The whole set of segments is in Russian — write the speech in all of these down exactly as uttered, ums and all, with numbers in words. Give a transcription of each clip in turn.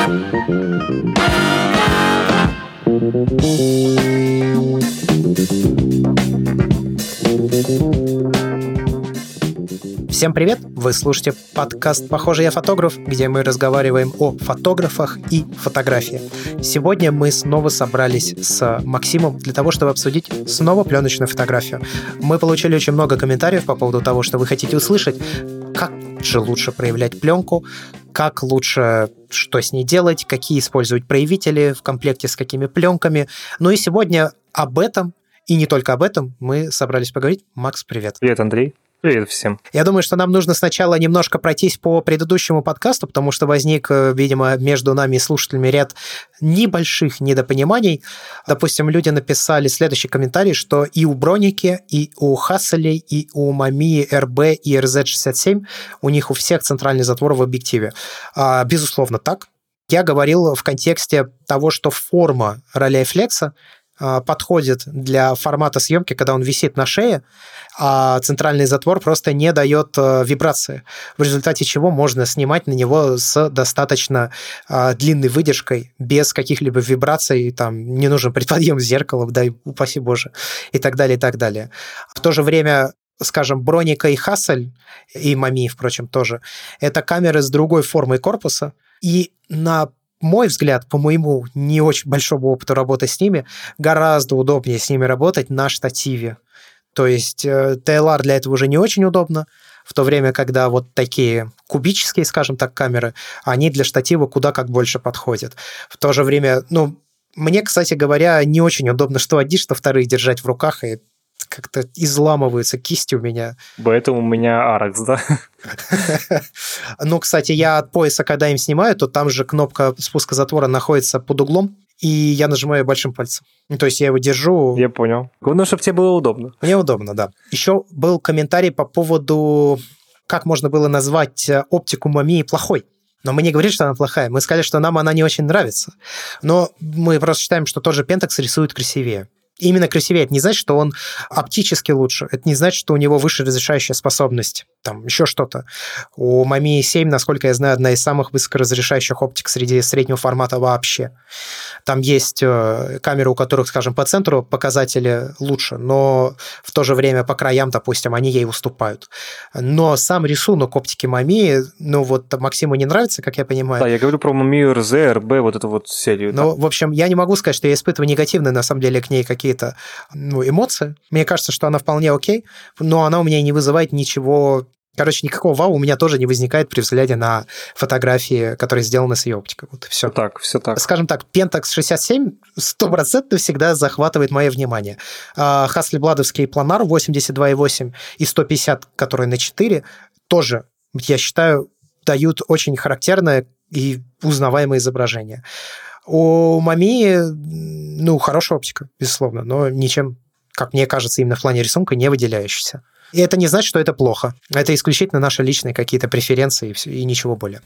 Всем привет! Вы слушаете подкаст «Похоже, я фотограф», где мы разговариваем о фотографах и фотографии. Сегодня мы снова собрались с Максимом для того, чтобы обсудить снова пленочную фотографию. Мы получили очень много комментариев по поводу того, что вы хотите услышать, как же лучше проявлять пленку, как лучше, что с ней делать, какие использовать проявители в комплекте с какими пленками. Ну и сегодня об этом, и не только об этом, мы собрались поговорить. Макс, привет. Привет, Андрей. Привет всем. Я думаю, что нам нужно сначала немножко пройтись по предыдущему подкасту, потому что возник, видимо, между нами и слушателями ряд небольших недопониманий. Допустим, люди написали следующий комментарий, что и у Броники, и у Hasselblad, и у Mamiya эр би и эр зет шестьдесят семь у них у всех центральный затвор в объективе. Безусловно, так. Я говорил в контексте того, что форма релейфлекса подходит для формата съемки, когда он висит на шее, а центральный затвор просто не дает вибрации, в результате чего можно снимать на него с достаточно длинной выдержкой, без каких-либо вибраций, там не нужен предподъем зеркала, дай упаси Боже, и так далее, и так далее. В то же время, скажем, Броника и Hasselblad, и Mamiya, впрочем, тоже, это камеры с другой формой корпуса, и на мой взгляд, по моему не очень большому опыту работы с ними, гораздо удобнее с ними работать на штативе. То есть ти эл ар для этого уже не очень удобно, в то время, когда вот такие кубические, скажем так, камеры, они для штатива куда как больше подходят. В то же время, ну, мне, кстати говоря, не очень удобно что одни, что вторые держать в руках, и как-то изламываются кисти у меня. Поэтому у меня Аракс, да? Ну, кстати, я от пояса, когда им снимаю, то там же кнопка спуска затвора находится под углом, и я нажимаю большим пальцем. То есть я его держу. Я понял. Главное, чтобы тебе было удобно. Мне удобно, да. Еще был комментарий по поводу, как можно было назвать оптику Mamiya плохой. Но мы не говорили, что она плохая. Мы сказали, что нам она не очень нравится. Но мы просто считаем, что тот же Pentax рисует красивее. Именно красивее. Это не значит, что он оптически лучше. Это не значит, что у него выше разрешающая способность. Там еще что-то. У Mamiya семь, насколько я знаю, одна из самых высокоразрешающих оптик среди среднего формата вообще. Там есть камеры, у которых, скажем, по центру показатели лучше, но в то же время по краям, допустим, они ей уступают. Но сам рисунок оптики Mamiya, ну вот Максиму не нравится, как я понимаю. Да, я говорю про Mamiya эр зет, эр би, вот эту вот серию. Ну, да. в общем, я не могу сказать, что я испытываю негативные, на самом деле, к ней какие-то ну, эмоции. Мне кажется, что она вполне окей, но она у меня не вызывает ничего... Короче, никакого вау у меня тоже не возникает при взгляде на фотографии, которые сделаны с ее оптикой. Вот все. Все так, все так. Скажем так, Pentax шестьдесят семь сто процентов всегда захватывает мое внимание. Hasselbladовский планар восемьдесят два и восемь и сто пятьдесят, который на четыре, тоже, я считаю, дают очень характерное и узнаваемое изображение. У Mamiya, ну, хорошая оптика, безусловно, но ничем, как мне кажется, именно в плане рисунка не выделяющаяся. И это не значит, что это плохо. Это исключительно наши личные какие-то преференции и, все, и ничего более.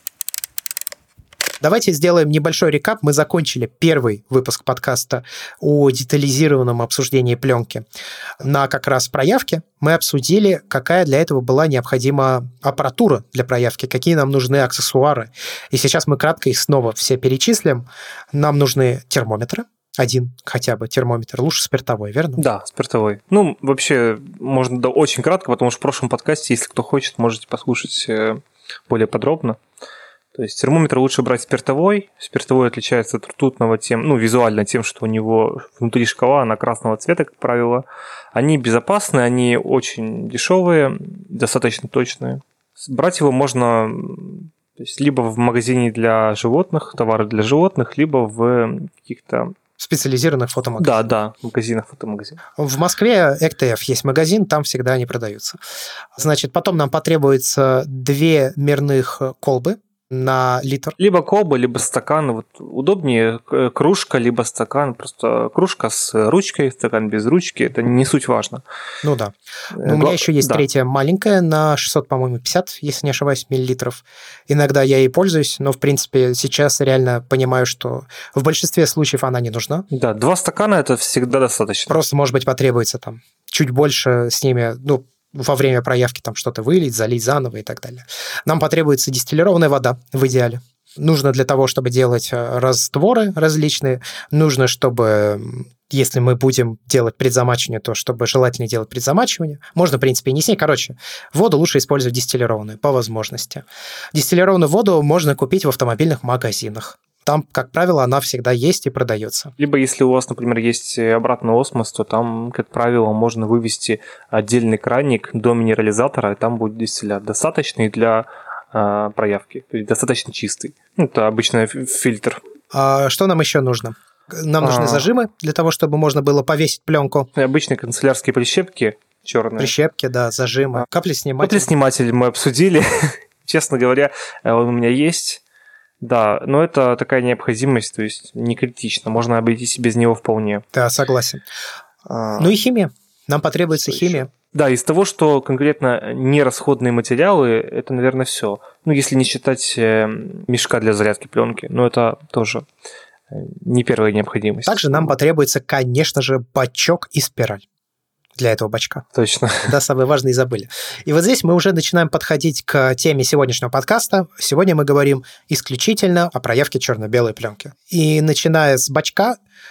Давайте сделаем небольшой рекап. Мы закончили первый выпуск подкаста о детализированном обсуждении пленки. На как раз проявке мы обсудили, какая для этого была необходима аппаратура для проявки, какие нам нужны аксессуары. И сейчас мы кратко их снова все перечислим. Нам нужны термометры. Один хотя бы термометр, лучше спиртовой, верно? Да, спиртовой. Ну, вообще, можно да, очень кратко, потому что в прошлом подкасте, если кто хочет, можете послушать более подробно. То есть термометр лучше брать спиртовой. Спиртовой отличается от ртутного тем, ну, визуально тем, что у него внутри шкала, она красного цвета, как правило. Они безопасны, они очень дешевые, достаточно точные. Брать его можно... То есть либо в магазине для животных, товары для животных, либо в каких-то... специализированных фотомагазинах. Да, да, в магазинах, фотомагазинах. В Москве эй ка тэ эф есть магазин, там всегда они продаются. Значит, потом нам потребуется две мерных колбы на литр. Либо колба, либо стакан. Вот удобнее кружка, либо стакан. Просто кружка с ручкой, стакан без ручки. Это не суть важно. Ну да. Но у меня еще есть да. третья маленькая на шестьсот, по-моему, пятьдесят, если не ошибаюсь, миллилитров. Иногда я ей пользуюсь, но, в принципе, сейчас реально понимаю, что в большинстве случаев она не нужна. Да, два стакана – это всегда достаточно. Просто, может быть, потребуется там чуть больше с ними, ну, во время проявки там что-то вылить, залить заново и так далее. Нам потребуется дистиллированная вода в идеале. нужно для того, чтобы делать растворы различные, нужно, чтобы... Если мы будем делать предзамачивание, то чтобы желательно делать предзамачивание. Можно, в принципе, и не с ней. Короче, воду лучше использовать дистиллированную, по возможности. Дистиллированную воду можно купить в автомобильных магазинах. Там, как правило, она всегда есть и продается. Либо если у вас, например, есть обратный осмос, то там, как правило, можно вывести отдельный краник до минерализатора, и там будет дистиллят достаточный для э, проявки, то есть достаточно чистый. Это обычный фильтр. А что нам еще нужно? Нам нужны а... зажимы для того, чтобы можно было повесить пленку. Обычные канцелярские прищепки черные. Прищепки, да, зажимы. Каплесниматель. Каплесниматель мы обсудили. Честно говоря, он у меня есть. Да, но это такая необходимость, то есть не критично. Можно обойтись без него вполне. Да, согласен. А... Ну и химия. Нам потребуется что химия. Еще? Да, из того, что конкретно нерасходные материалы, это, наверное, все. Ну, если не считать мешка для зарядки пленки, но это тоже... не первая необходимость. Также нам потребуется, конечно же, бачок и спираль для этого бачка. Точно. Да, самое важное и забыли. И вот здесь мы уже начинаем подходить к теме сегодняшнего подкаста. Сегодня мы говорим исключительно о проявке черно-белой пленки. И начиная с бачка,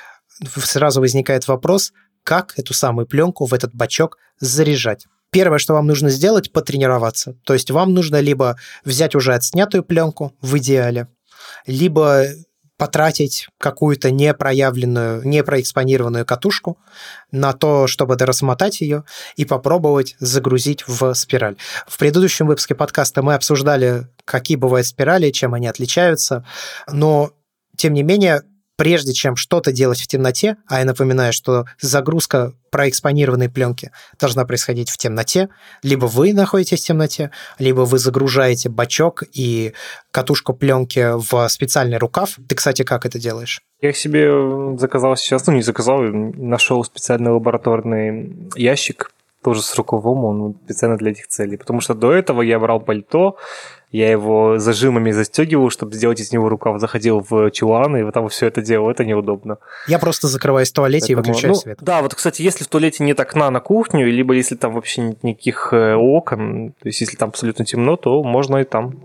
сразу возникает вопрос, как эту самую пленку в этот бачок заряжать. Первое, что вам нужно сделать, потренироваться. То есть вам нужно либо взять уже отснятую пленку в идеале, либо потратить какую-то непроявленную, непроэкспонированную катушку на то, чтобы дорасмотать ее и попробовать загрузить в спираль. В предыдущем выпуске подкаста мы обсуждали, какие бывают спирали, чем они отличаются, но, тем не менее, прежде чем что-то делать в темноте, а я напоминаю, что загрузка проэкспонированной пленки должна происходить в темноте, либо вы находитесь в темноте, либо вы загружаете бачок и катушку пленки в специальный рукав. Ты, кстати, как это делаешь? Я себе заказал сейчас, ну не заказал, нашел специальный лабораторный ящик, тоже с рукавом, он специально для этих целей. Потому что до этого я брал пальто, я его зажимами застегивал, чтобы сделать из него рукав, заходил в чулан, и вот там все это делал, это неудобно. Я просто закрываюсь в туалете Поэтому, и выключаю ну, свет. Да, вот, кстати, если в туалете нет окна на кухню, либо если там вообще нет никаких окон, то есть если там абсолютно темно, то можно и там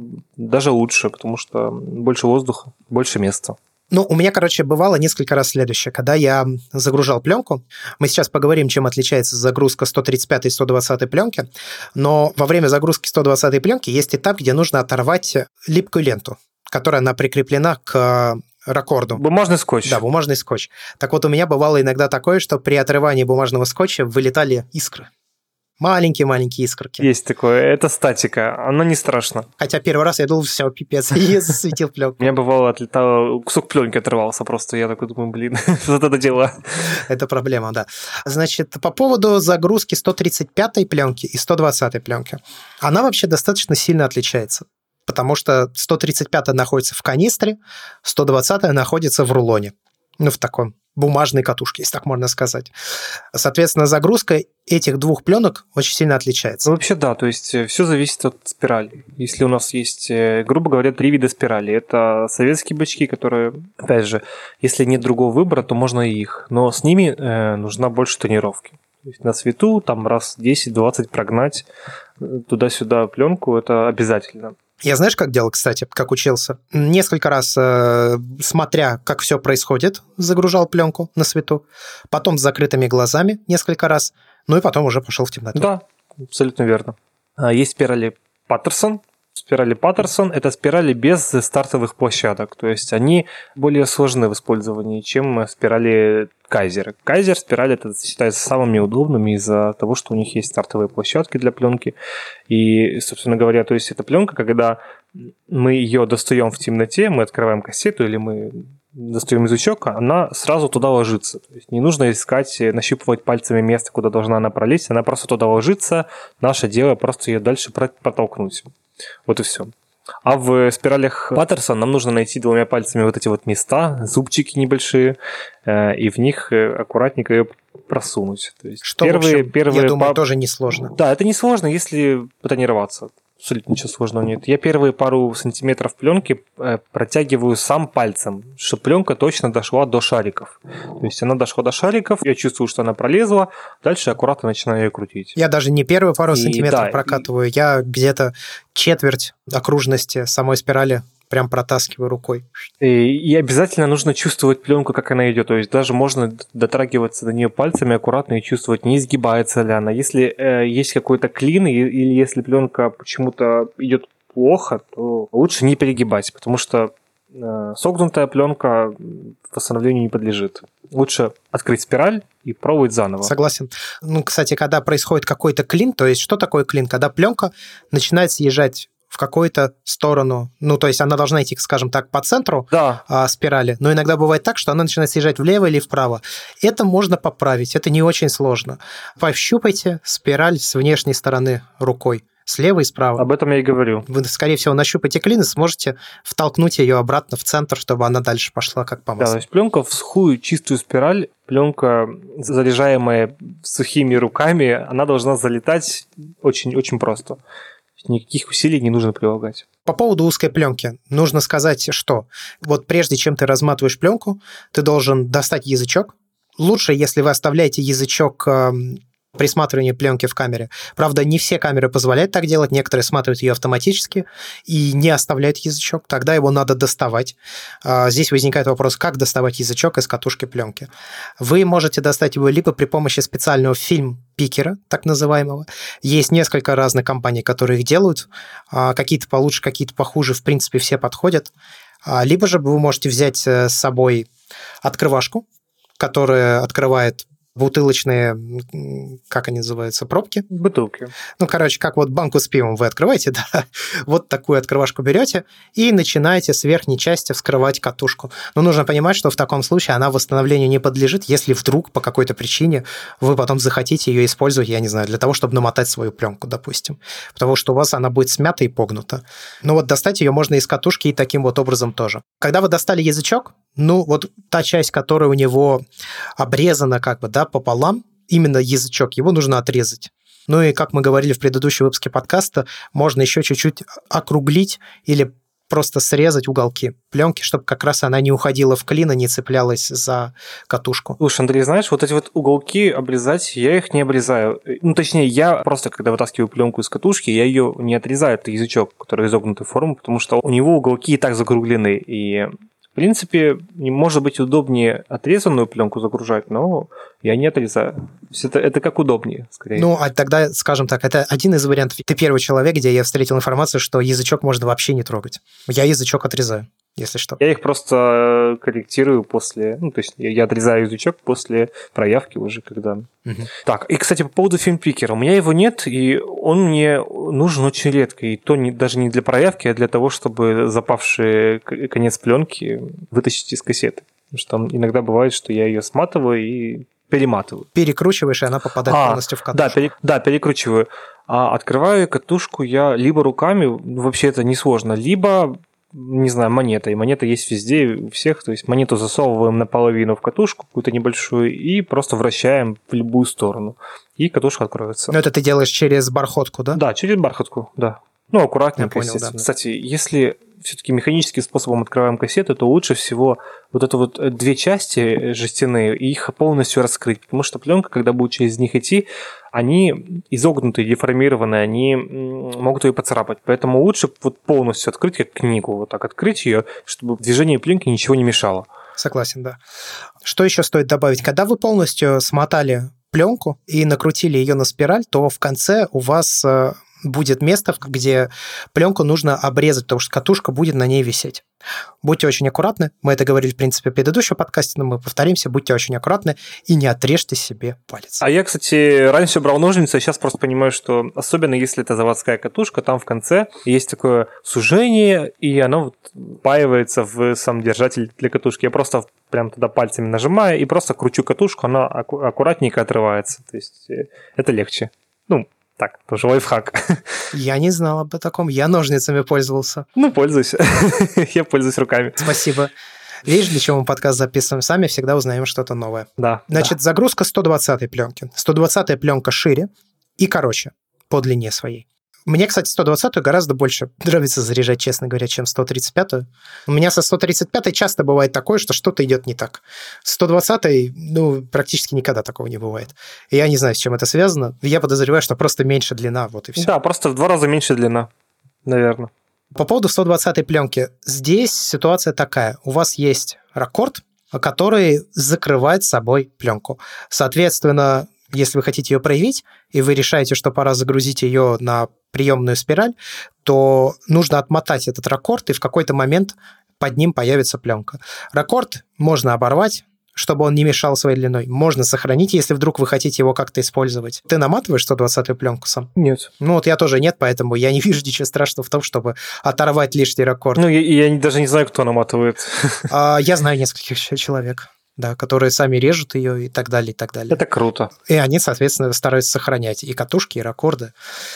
даже лучше, потому что больше воздуха, больше места. Ну, у меня, короче, бывало несколько раз следующее. Когда я загружал пленку, мы сейчас поговорим, чем отличается загрузка сто тридцать пятой и сто двадцатой пленки, но во время загрузки сто двадцатой пленки есть этап, где нужно оторвать липкую ленту, которая она прикреплена к ракорду. Бумажный скотч. Да, бумажный скотч. Так вот, у меня бывало иногда такое, что при отрывании бумажного скотча вылетали искры. Маленькие-маленькие искорки. Есть такое. Это статика. Оно не страшно. Хотя первый раз я думал, все, пипец, я засветил пленку. У меня бывало, отлетало, кусок пленки отрывался просто. Я такой думаю, блин, что это дело? Это проблема, да. Значит, по поводу загрузки сто тридцать пятой пленки и сто двадцатой пленки. Она вообще достаточно сильно отличается. Потому что сто тридцать пятая находится в канистре, сто двадцатая находится в рулоне. Ну, в таком бумажной катушке, если так можно сказать. Соответственно, загрузка этих двух пленок очень сильно отличается. Ну, вообще, да, то есть все зависит от спирали. Если у нас есть, грубо говоря, три вида спирали. Это советские бачки, которые, опять же, если нет другого выбора, то можно и их. Но с ними э, нужна больше тренировки. То есть на свету там раз десять-двадцать прогнать туда-сюда пленку, это обязательно. Я знаешь, как делал, кстати, как учился? Несколько раз, э, смотря, как все происходит, загружал пленку на свету, потом с закрытыми глазами несколько раз, ну и потом уже пошел в темноту. Да, абсолютно верно. Есть спирали Паттерсон. Спирали Паттерсон – это спирали без стартовых площадок, то есть они более сложны в использовании, чем спирали Кайзер. Кайзер спирали это считается самыми удобными из-за того, что у них есть стартовые площадки для пленки. И, собственно говоря, то есть это пленка, когда мы ее достаем в темноте, мы открываем кассету или мы достаем язычок, она сразу туда ложится. То есть не нужно искать, нащупывать пальцами место, куда должна она пролезть, она просто туда ложится. Наше дело просто ее дальше протолкнуть. Вот и все. А в спиралях Паттерсон нам нужно найти двумя пальцами вот эти вот места, зубчики небольшие, и в них аккуратненько ее просунуть. То есть что, первые, в общем, первые я думаю, пар... тоже несложно. Да, это несложно, если потренироваться. Абсолютно ничего сложного нет. Я первые пару сантиметров пленки протягиваю сам пальцем, чтобы пленка точно дошла до шариков. То есть она дошла до шариков, я чувствую, что она пролезла, дальше аккуратно начинаю ее крутить. Я даже не первые пару и, сантиметров да, прокатываю, и... я где-то четверть окружности самой спирали прям протаскиваю рукой. И, и обязательно нужно чувствовать пленку, как она идет. То есть даже можно дотрагиваться до нее пальцами аккуратно и чувствовать, не изгибается ли она. Если э, есть какой-то клин, или если пленка почему-то идет плохо, то лучше не перегибать, потому что э, согнутая пленка восстановлению не подлежит. Лучше открыть спираль и пробовать заново. Согласен. Ну, кстати, когда происходит какой-то клин, то есть что такое клин? Когда пленка начинает съезжать в какую-то сторону, ну, то есть она должна идти, скажем так, по центру да. а, спирали, но иногда бывает так, что она начинает съезжать влево или вправо. Это можно поправить, это не очень сложно. Пощупайте спираль с внешней стороны рукой, слева и справа. Об этом я и говорю. Вы, скорее всего, нащупаете клин и сможете втолкнуть ее обратно в центр, чтобы она дальше пошла как по маслу. Да, то есть пленка в сухую, чистую спираль, пленка, заряжаемая сухими руками, она должна залетать очень-очень просто. Никаких усилий не нужно прилагать. По поводу узкой пленки нужно сказать, что вот прежде чем ты разматываешь пленку, ты должен достать язычок. Лучше, если вы оставляете язычок при сматывании пленки в камере. Правда, не все камеры позволяют так делать, некоторые сматывают ее автоматически и не оставляют язычок, тогда его надо доставать. Здесь возникает вопрос, как доставать язычок из катушки пленки. Вы можете достать его либо при помощи специального фильм-пикера, так называемого. Есть несколько разных компаний, которые их делают. Какие-то получше, какие-то похуже, в принципе, все подходят. Либо же вы можете взять с собой открывашку, которая открывает бутылочные, как они называются, пробки? Бутылки. Ну, короче, как вот банку с пивом вы открываете, да, вот такую открывашку берете и начинаете с верхней части вскрывать катушку. Но нужно понимать, что в таком случае она восстановлению не подлежит, если вдруг по какой-то причине вы потом захотите ее использовать, я не знаю, для того, чтобы намотать свою пленку, допустим, потому что у вас она будет смята и погнута. Но вот достать ее можно из катушки и таким вот образом тоже. Когда вы достали язычок, ну, вот та часть, которая у него обрезана как бы, да, пополам, именно язычок, его нужно отрезать. Ну и, как мы говорили в предыдущем выпуске подкаста, можно еще чуть-чуть округлить или просто срезать уголки пленки, чтобы как раз она не уходила в клин и не цеплялась за катушку. Слушай, Андрей, знаешь, вот эти вот уголки обрезать, я их не обрезаю. Ну, точнее, я просто, когда вытаскиваю пленку из катушки, я ее не отрезаю, это язычок, который изогнутой формы, потому что у него уголки и так закруглены, и... В принципе, может быть удобнее отрезанную пленку загружать, но я не отрезаю. Это, это как удобнее, скорее. Ну, а тогда, скажем так, это один из вариантов. Ты первый человек, где я встретил информацию, что язычок можно вообще не трогать. Я язычок отрезаю, если что. Я их просто корректирую после... Ну, то есть я отрезаю язычок после проявки уже, когда... Угу. Так, и, кстати, по поводу фильм-пикера. У меня его нет, и он мне нужен очень редко. И то не, даже не для проявки, а для того, чтобы запавший конец пленки вытащить из кассеты. Потому что там иногда бывает, что я ее сматываю и перематываю. Перекручиваешь, и она попадает а, полностью в катушку. Да, пере, да, перекручиваю. А открываю катушку я либо руками, вообще это несложно, либо... не знаю, монета. И монета есть везде, у всех. То есть монету засовываем наполовину в катушку, какую-то небольшую, и просто вращаем в любую сторону. И катушка откроется. Но это ты делаешь через бархотку, да? Да, через бархотку, да. Ну, аккуратненько, понял, естественно. да. Кстати, если все-таки механическим способом открываем кассеты, то лучше всего вот это вот две части жестяные, их полностью раскрыть. Потому что пленка, когда будет через них идти, они изогнутые, деформированные, они могут ее поцарапать. Поэтому лучше вот полностью открыть, как книгу, вот так открыть ее, чтобы движению пленки ничего не мешало. Согласен, да. Что еще стоит добавить? Когда вы полностью смотали пленку и накрутили ее на спираль, то в конце у вас будет место, где пленку нужно обрезать, потому что катушка будет на ней висеть. Будьте очень аккуратны. Мы это говорили, в принципе, в предыдущем подкасте, но мы повторимся. Будьте очень аккуратны и не отрежьте себе палец. А я, кстати, раньше брал ножницы, а сейчас просто понимаю, что особенно если это заводская катушка, там в конце есть такое сужение, и оно вот впаивается в сам держатель для катушки. Я просто прям туда пальцами нажимаю и просто кручу катушку, она аккуратненько отрывается. То есть это легче. Ну, так, тоже лайфхак. Я не знал об таком. Я ножницами пользовался. Ну, пользуйся. Я пользуюсь руками. Спасибо. Видишь, для чего мы подкаст записываем сами, всегда узнаем что-то новое. Да. Значит, да. загрузка сто двадцатой пленки. сто двадцатая пленка шире и короче по длине своей. Мне, кстати, сто двадцатую гораздо больше нравится заряжать, честно говоря, чем сто тридцать пятую. У меня со сто тридцать пятой часто бывает такое, что что-то идет не так. сто двадцатой, ну, практически никогда такого не бывает. И я не знаю, с чем это связано. Я подозреваю, что просто меньше длина, вот и все. Да, просто в два раза меньше длина, наверное. По поводу сто двадцатой пленки. Здесь ситуация такая. У вас есть раккорд, который закрывает собой пленку. Соответственно, если вы хотите ее проявить, и вы решаете, что пора загрузить ее на приемную спираль, то нужно отмотать этот раккорд, и в какой-то момент под ним появится пленка. Раккорд можно оборвать, чтобы он не мешал своей длиной. Можно сохранить, если вдруг вы хотите его как-то использовать. Ты наматываешь сто двадцатую пленку сам? Нет. Ну вот я тоже нет, поэтому я не вижу ничего страшного в том, чтобы оторвать лишний раккорд. Ну, я, я даже не знаю, кто наматывает. А, я знаю нескольких человек, да, которые сами режут ее и так далее, и так далее. Это круто. И они, соответственно, стараются сохранять и катушки, и раккорды.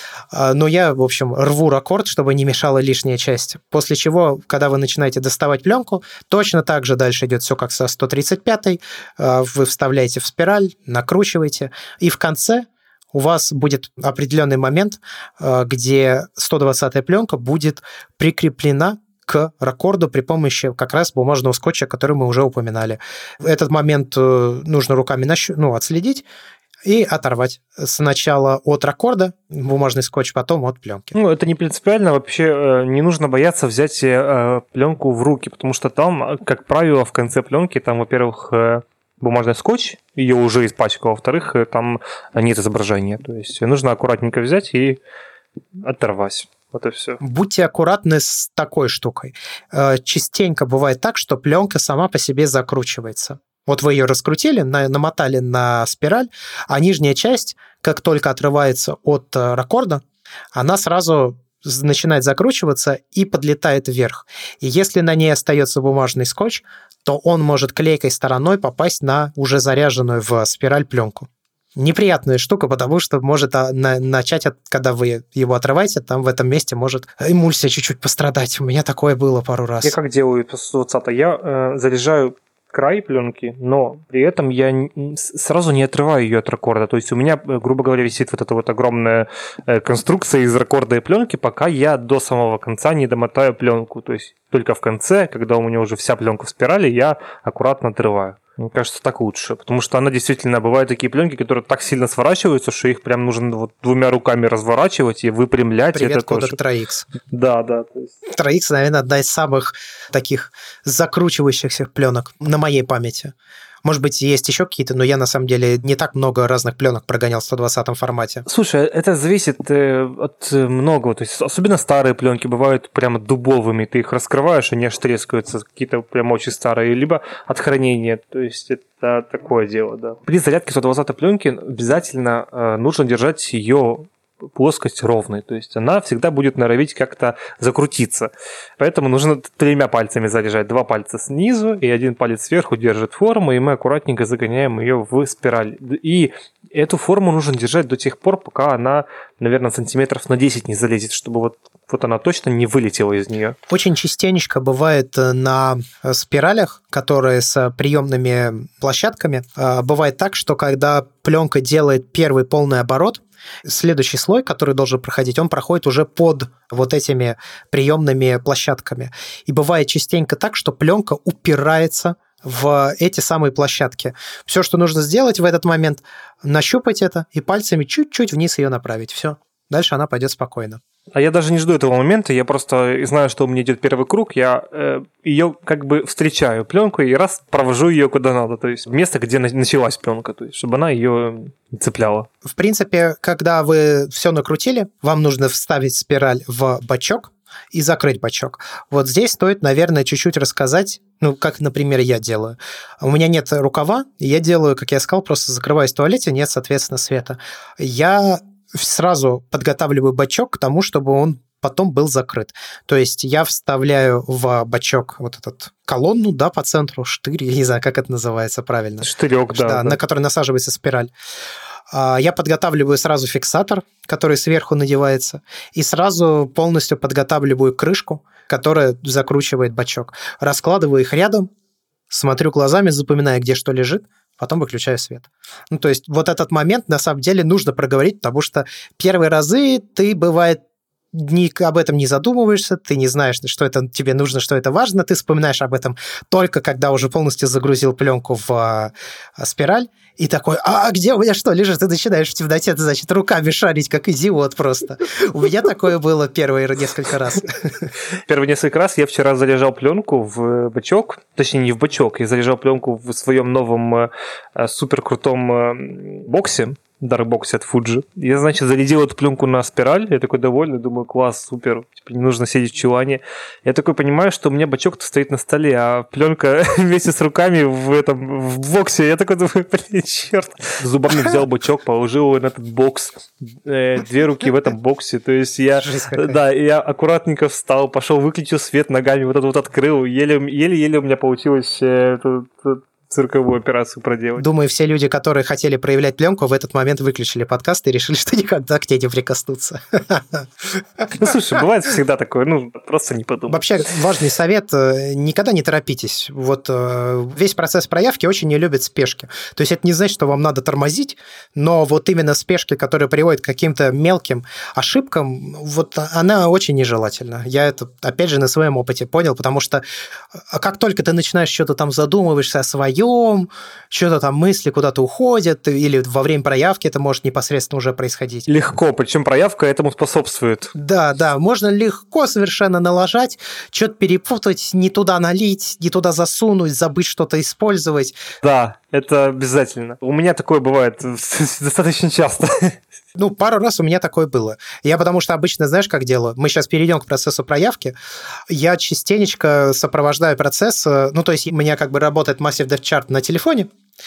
Но я, в общем, рву раккорд, чтобы не мешала лишняя часть. После чего, когда вы начинаете доставать пленку, точно так же дальше идет все как со сто тридцать пятой. Вы вставляете в спираль, накручиваете, и в конце у вас будет определенный момент, где сто двадцатая пленка будет прикреплена к раккорду при помощи как раз бумажного скотча, который мы уже упоминали. Этот момент нужно руками нащ... ну, отследить и оторвать сначала от раккорда бумажный скотч, потом от пленки. Ну, это не принципиально. Вообще не нужно бояться взять пленку в руки, потому что там, как правило, в конце пленки, там, во-первых, бумажный скотч, ее уже испачкал, во-вторых, там нет изображения. То есть нужно аккуратненько взять и оторвать. Вот и все. Будьте аккуратны с такой штукой. Частенько бывает так, что пленка сама по себе закручивается. Вот вы ее раскрутили, намотали на спираль, а нижняя часть, как только отрывается от раккорда, она сразу начинает закручиваться и подлетает вверх. И если на ней остается бумажный скотч, то он может клейкой стороной попасть на уже заряженную в спираль пленку. Неприятная штука, потому что может начать, когда вы его отрываете, там в этом месте может эмульсия чуть-чуть пострадать. У меня такое было пару раз. Я как делаю по сто двадцатой? Я э, заряжаю край пленки, но при этом я сразу не отрываю ее от раккорда. То есть у меня, грубо говоря, висит вот эта вот огромная конструкция из раккорда и пленки, пока я до самого конца не домотаю пленку. То есть только в конце, когда у меня уже вся пленка в спирали, я аккуратно отрываю. Мне кажется, так лучше, потому что она действительно, бывают такие пленки, которые так сильно сворачиваются, что их прям нужно вот двумя руками разворачивать и выпрямлять. Привет, это кодек тоже... три икс. Да, да. То есть... три икс, наверное, одна из самых таких закручивающихся пленок на моей памяти. Может быть, есть еще какие-то, но я, на самом деле, не так много разных пленок прогонял в сто двадцатом формате. Слушай, это зависит от многого. То есть, особенно старые пленки бывают прямо дубовыми. Ты их раскрываешь, они аж трескаются, какие-то прям очень старые. Либо от хранения. То есть, это такое дело, да. При зарядке сто двадцатой пленки обязательно нужно держать ее плоскость ровной, то есть она всегда будет норовить как-то закрутиться. Поэтому нужно тремя пальцами заряжать. Два пальца снизу и один палец сверху держит форму, и мы аккуратненько загоняем ее в спираль. И эту форму нужно держать до тех пор, пока она, наверное, сантиметров на десять не залезет, чтобы вот, вот она точно не вылетела из нее. Очень частенько бывает на спиралях, которые с приемными площадками, бывает так, что когда пленка делает первый полный оборот, следующий слой, который должен проходить, он проходит уже под вот этими приемными площадками. И бывает частенько так, что пленка упирается в эти самые площадки. Все, что нужно сделать в этот момент, нащупать это и пальцами чуть-чуть вниз ее направить. Все. Дальше она пойдет спокойно. А я даже не жду этого момента, я просто знаю, что у меня идет первый круг, я э, ее как бы встречаю пленку и раз провожу ее куда надо, то есть место, где началась пленка, то есть чтобы она ее цепляла. В принципе, когда вы все накрутили, вам нужно вставить спираль в бачок и закрыть бачок. Вот здесь стоит, наверное, чуть-чуть рассказать, ну, как, например, я делаю. У меня нет рукава, и я делаю, как я сказал, просто закрываюсь в туалете, нет, соответственно, света. Я сразу подготавливаю бачок к тому, чтобы он потом был закрыт. То есть я вставляю в бачок вот этот колонну, да, по центру, штырь, я не знаю, как это называется правильно. Штырек, да, да. да. На который насаживается спираль. Я подготавливаю сразу фиксатор, который сверху надевается, и сразу полностью подготавливаю крышку, которая закручивает бачок. Раскладываю их рядом, смотрю глазами, запоминаю, где что лежит, потом выключаю свет. Ну, то есть вот этот момент, на самом деле, нужно проговорить, потому что первые разы ты, бывает, ни, об этом не задумываешься, ты не знаешь, что это тебе нужно, что это важно, ты вспоминаешь об этом только когда уже полностью загрузил пленку в а, спираль, и такой, а где у меня что лежит? Ты начинаешь в темноте, ты, значит, руками шарить, как идиот просто. У меня такое было первые несколько раз. Первые несколько раз я вчера заряжал пленку в бачок, точнее, не в бачок, я заряжал пленку в своем новом суперкрутом боксе, дарк-боксе от Fuji. Я, значит, зарядил эту пленку на спираль, я такой довольный, думаю, класс, супер, типа, не нужно сидеть в чулане. Я такой понимаю, что у меня бачок-то стоит на столе, а пленка вместе с руками в этом, в боксе. Я такой думаю, блин, черт. Зубами взял бачок, положил его на этот бокс, э, две руки в этом боксе, то есть я, да, я аккуратненько встал, пошел, выключил свет ногами, вот это вот открыл, еле-еле у меня получилось э, тут, цирковую операцию проделать. Думаю, все люди, которые хотели проявлять пленку, в этот момент выключили подкаст и решили, что никогда к ней не прикоснуться. Ну, слушай, бывает всегда такое, ну, просто не подумай. Вообще, важный совет, никогда не торопитесь. Вот весь процесс проявки очень не любит спешки. То есть это не значит, что вам надо тормозить, но вот именно спешки, которые приводят к каким-то мелким ошибкам, вот она очень нежелательна. Я это, опять же, на своем опыте понял, потому что как только ты начинаешь что-то там задумываешься о своем, что-то там мысли куда-то уходят, или во время проявки это может непосредственно уже происходить. Легко, причем проявка этому способствует. Да, да, можно легко совершенно налажать, что-то перепутать, не туда налить, не туда засунуть, забыть что-то использовать. Да, это обязательно. У меня такое бывает достаточно часто. Ну, пару раз у меня такое было. Я потому что обычно, знаешь, как делаю? Мы сейчас перейдем к процессу проявки. Я частенечко сопровождаю процесс. Ну, то есть у меня как бы работает Massive Dev Chart на телефоне,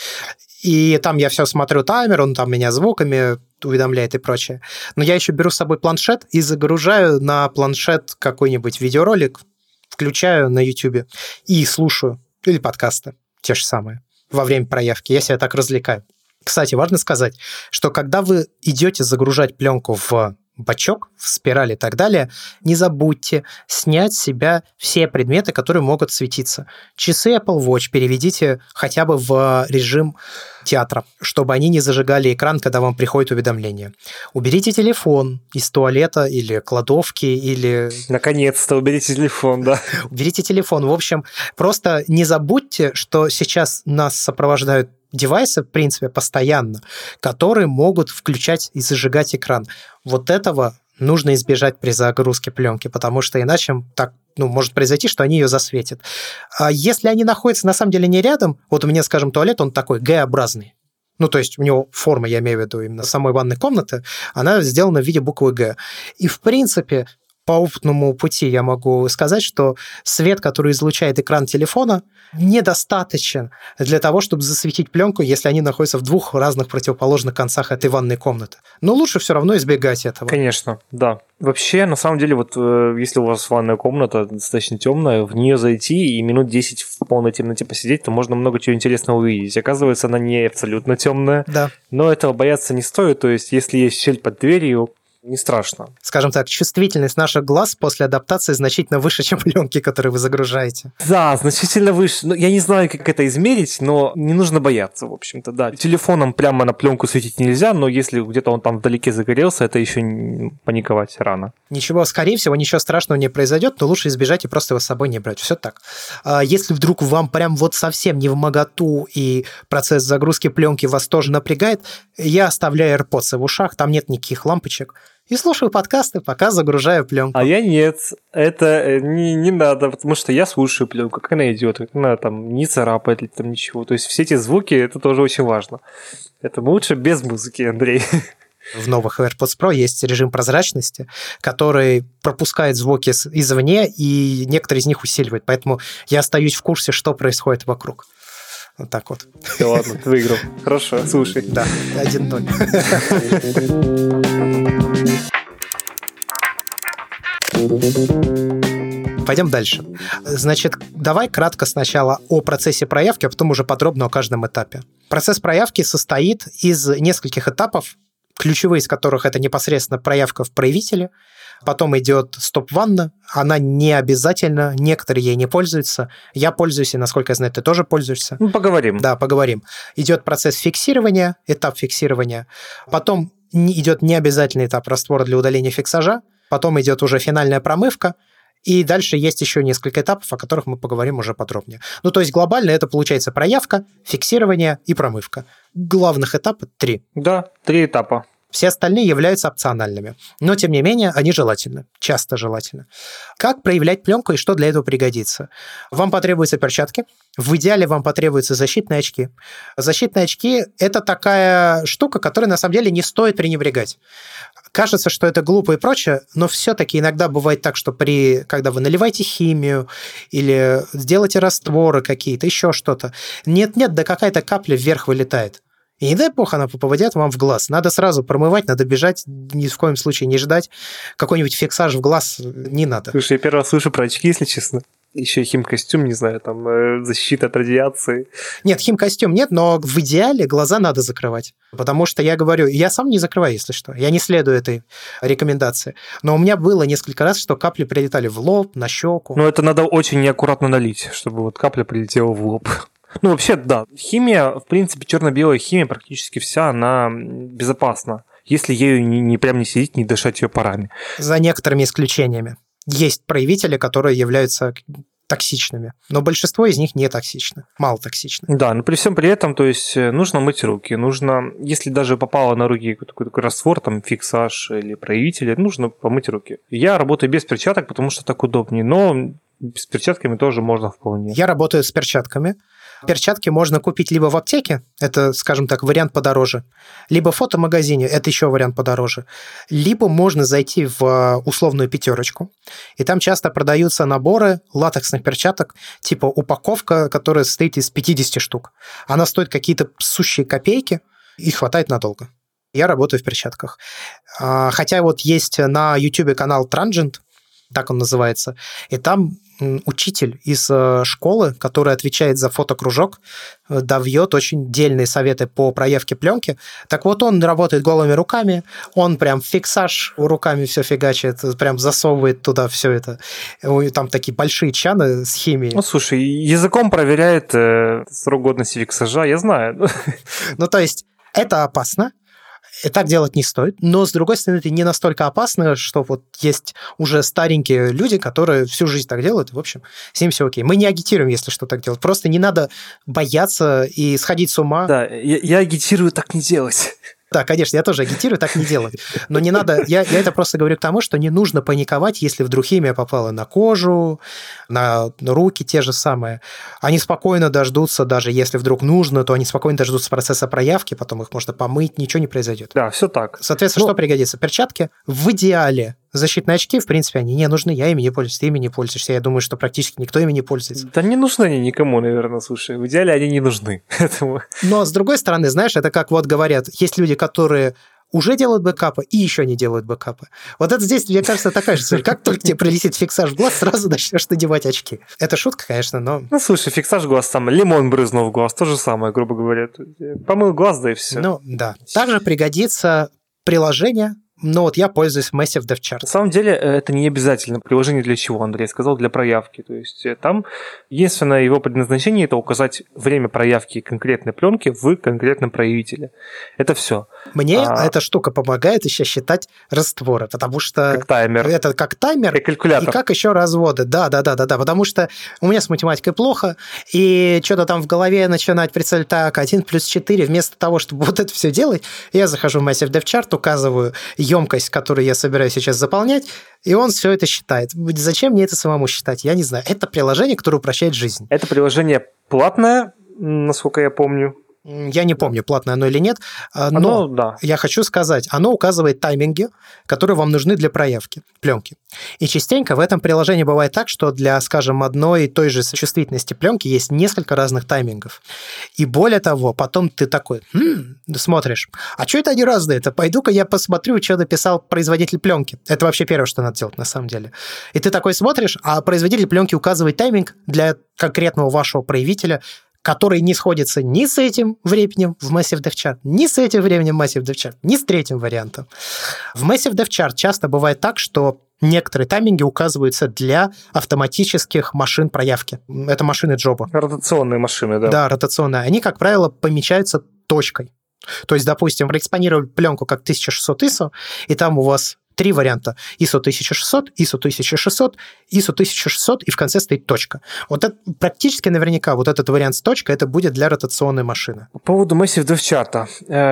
и там я все смотрю таймер, он там меня звуками уведомляет и прочее. Но я еще беру с собой планшет и загружаю на планшет какой-нибудь видеоролик, включаю на YouTube и слушаю. Или подкасты, те же самые, во время проявки. Я себя так развлекаю. Кстати, важно сказать, что когда вы идете загружать пленку в бачок, в спираль и так далее, не забудьте снять с себя все предметы, которые могут светиться. Часы Apple Watch переведите хотя бы в режим театра, чтобы они не зажигали экран, когда вам приходит уведомление. Уберите телефон из туалета или кладовки, или... Наконец-то уберите телефон, да. Уберите телефон. В общем, просто не забудьте, что сейчас нас сопровождают девайсы, в принципе, постоянно, которые могут включать и зажигать экран. Вот этого нужно избежать при загрузке пленки, потому что иначе так, ну, может произойти, что они ее засветят. А если они находятся, на самом деле, не рядом, вот у меня, скажем, туалет, он такой Г-образный. Ну, то есть у него форма, я имею в виду именно самой ванной комнаты, она сделана в виде буквы Г. И, в принципе, по опытному пути я могу сказать, что свет, который излучает экран телефона, недостаточен для того, чтобы засветить пленку, если они находятся в двух разных противоположных концах этой ванной комнаты. Но лучше все равно избегать этого. Конечно, да. Вообще, на самом деле, вот если у вас ванная комната достаточно темная, в нее зайти и минут десять в полной темноте посидеть, то можно много чего интересного увидеть. Оказывается, она не абсолютно темная, да. Но этого бояться не стоит. То есть, если есть щель под дверью, не страшно. Скажем так, чувствительность наших глаз после адаптации значительно выше, чем пленки, которые вы загружаете. Да, значительно выше. Ну, я не знаю, как это измерить, но не нужно бояться, в общем-то, да. Телефоном прямо на пленку светить нельзя, но если где-то он там вдалеке загорелся, это еще паниковать рано. Ничего, скорее всего, ничего страшного не произойдет, но лучше избежать и просто его с собой не брать. Все так. Если вдруг вам прям вот совсем не вмоготу и процесс загрузки пленки вас тоже напрягает, я оставляю AirPods в ушах, там нет никаких лампочек. И слушаю подкасты, пока загружаю пленку. А я нет, это не, не надо, потому что я слушаю пленку, как она идет, как она там не царапает или там ничего. То есть все эти звуки, это тоже очень важно. Это лучше без музыки, Андрей. В новых AirPods Pro есть режим прозрачности, который пропускает звуки извне, и некоторые из них усиливает. Поэтому я остаюсь в курсе, что происходит вокруг. Вот так вот. Да ладно, ты выиграл. Хорошо, слушай. Да, один ноль. Пойдем дальше. Значит, давай кратко сначала о процессе проявки, а потом уже подробно о каждом этапе. Процесс проявки состоит из нескольких этапов, ключевые из которых это непосредственно проявка в проявителе. Потом идет стоп-ванна, она не обязательно, некоторые ей не пользуются. Я пользуюсь, и, насколько я знаю, ты тоже пользуешься. Ну, поговорим. Да, поговорим. Идет процесс фиксирования, этап фиксирования. Потом идет необязательный этап раствора для удаления фиксажа. потом идет уже финальная промывка, и дальше есть еще несколько этапов, о которых мы поговорим уже подробнее. Ну, то есть глобально это получается проявка, фиксирование и промывка. Главных этапов три. Да, три этапа. Все остальные являются опциональными. Но, тем не менее, они желательны, часто желательны. Как проявлять пленку и что для этого пригодится? Вам потребуются перчатки. В идеале вам потребуются защитные очки. Защитные очки – это такая штука, которой на самом деле не стоит пренебрегать. Кажется, что это глупо и прочее, но все-таки иногда бывает так, что при, когда вы наливаете химию или сделаете растворы какие-то, еще что-то, нет-нет, да какая-то капля вверх вылетает. И не дай бог она попадет вам в глаз. Надо сразу промывать, надо бежать, ни в коем случае не ждать. Какой-нибудь фиксаж в глаз не надо. Слушай, я первый раз слышу про очки, если честно. Еще и химкостюм, не знаю, там, э, защита от радиации. Нет, химкостюм нет, но в идеале глаза надо закрывать. Потому что я говорю, я сам не закрываю, если что. Я не следую этой рекомендации. Но у меня было несколько раз, что капли прилетали в лоб, на щеку. Но это надо очень неаккуратно налить, чтобы вот капля прилетела в лоб. Ну, вообще, да. Химия, в принципе, черно-белая химия практически вся, она безопасна. Если ею не, не прям не сидеть, не дышать ее парами. За некоторыми исключениями. Есть проявители, которые являются токсичными, но большинство из них не токсично, мало токсично. Да, но при всем при этом, то есть нужно мыть руки, нужно, если даже попало на руки какой-то такой раствор, там фиксаж или проявитель, нужно помыть руки. Я работаю без перчаток, потому что так удобнее, но с перчатками тоже можно вполне. Я работаю с перчатками. Перчатки можно купить либо в аптеке, это, скажем так, вариант подороже, либо в фотомагазине, это еще вариант подороже, либо можно зайти в условную пятерочку, и там часто продаются наборы латексных перчаток, типа упаковка, которая состоит из пятьдесят штук. Она стоит какие-то сущие копейки, и хватает надолго. Я работаю в перчатках. Хотя вот есть на YouTube канал Transient, так он называется, и там учитель из школы, который отвечает за фотокружок, дает очень дельные советы по проявке пленки. Так вот, он работает голыми руками, он прям фиксаж руками все фигачит, прям засовывает туда все это. Там такие большие чаны с химией. Ну, слушай, языком проверяет э, срок годности фиксажа, я знаю. Ну, то есть, это опасно. И так делать не стоит, но, с другой стороны, это не настолько опасно, что вот есть уже старенькие люди, которые всю жизнь так делают, и, в общем, с ним все окей. Мы не агитируем, если что так делать, просто не надо бояться и сходить с ума. Да, я, я агитирую так не делать. Да, конечно, я тоже агитирую так не делать. Но не надо, я, я это просто говорю к тому, что не нужно паниковать, если вдруг химия попала на кожу, на руки те же самые. Они спокойно дождутся, даже если вдруг нужно, то они спокойно дождутся процесса проявки, потом их можно помыть, ничего не произойдет. Да, все так. Соответственно, ну, что пригодится? Перчатки в идеале. Защитные очки, в принципе, они не нужны. Я ими не пользуюсь, ты ими не пользуешься. Я думаю, что практически никто ими не пользуется. Да не нужны они никому, наверное, слушай. В идеале они не нужны. Но, с другой стороны, знаешь, это как вот говорят, есть люди, которые уже делают бэкапы и еще не делают бэкапы. Вот это здесь, мне кажется, такая же цель. Как только тебе прилетит фиксаж в глаз, сразу начнешь надевать очки. Это шутка, конечно, но... Ну, слушай, фиксаж в глаз, там лимон брызнул в глаз, то же самое, грубо говоря. Помыл глаз, да и все. Ну, да. Также пригодится приложение. Но вот я пользуюсь Massive DevChart. На самом деле это не обязательно. Приложение для чего, Андрей сказал? Для проявки. То есть там единственное его предназначение – это указать время проявки конкретной пленки в конкретном проявителе. Это все. Мне а... эта штука помогает еще считать растворы, потому что… Как таймер. Это как таймер. И калькулятор. И как еще разводы. Да, да, да, да, да. Потому что у меня с математикой плохо, и что-то там в голове начинать прицелить так, один плюс четыре, вместо того, чтобы вот это все делать, я захожу в Massive DevChart, указываю емкость, которую я собираюсь сейчас заполнять, и он все это считает. Зачем мне это самому считать? Я не знаю. Это приложение, которое упрощает жизнь. Это приложение платное, насколько я помню. Я не помню, платное оно или нет, но оно, да. Я хочу сказать, оно указывает тайминги, которые вам нужны для проявки пленки. И частенько в этом приложении бывает так, что для, скажем, одной и той же чувствительности пленки есть несколько разных таймингов. И более того, потом ты такой, хм, смотришь, а что это они разные-то? Пойду-ка я посмотрю, что написал производитель пленки. Это вообще первое, что надо делать на самом деле. И ты такой смотришь, а производитель пленки указывает тайминг для конкретного вашего проявителя, который не сходится ни с этим временем в Massive DevChart, ни с этим временем в Massive DevChart, ни с третьим вариантом. В Massive DevChart часто бывает так, что некоторые тайминги указываются для автоматических машин проявки. Это машины джоба. Ротационные машины, да. Да, ротационные. Они, как правило, помечаются точкой. То есть, допустим, вы экспонировали пленку как тысяча шестьсот ай эс о, и там у вас три варианта. ай эс о тысяча шестьсот, ай эс о тысяча шестьсот, ай эс о тысяча шестьсот, и в конце стоит точка. Вот это практически наверняка вот этот вариант с точкой, это будет для ротационной машины. По поводу Massive DevChat.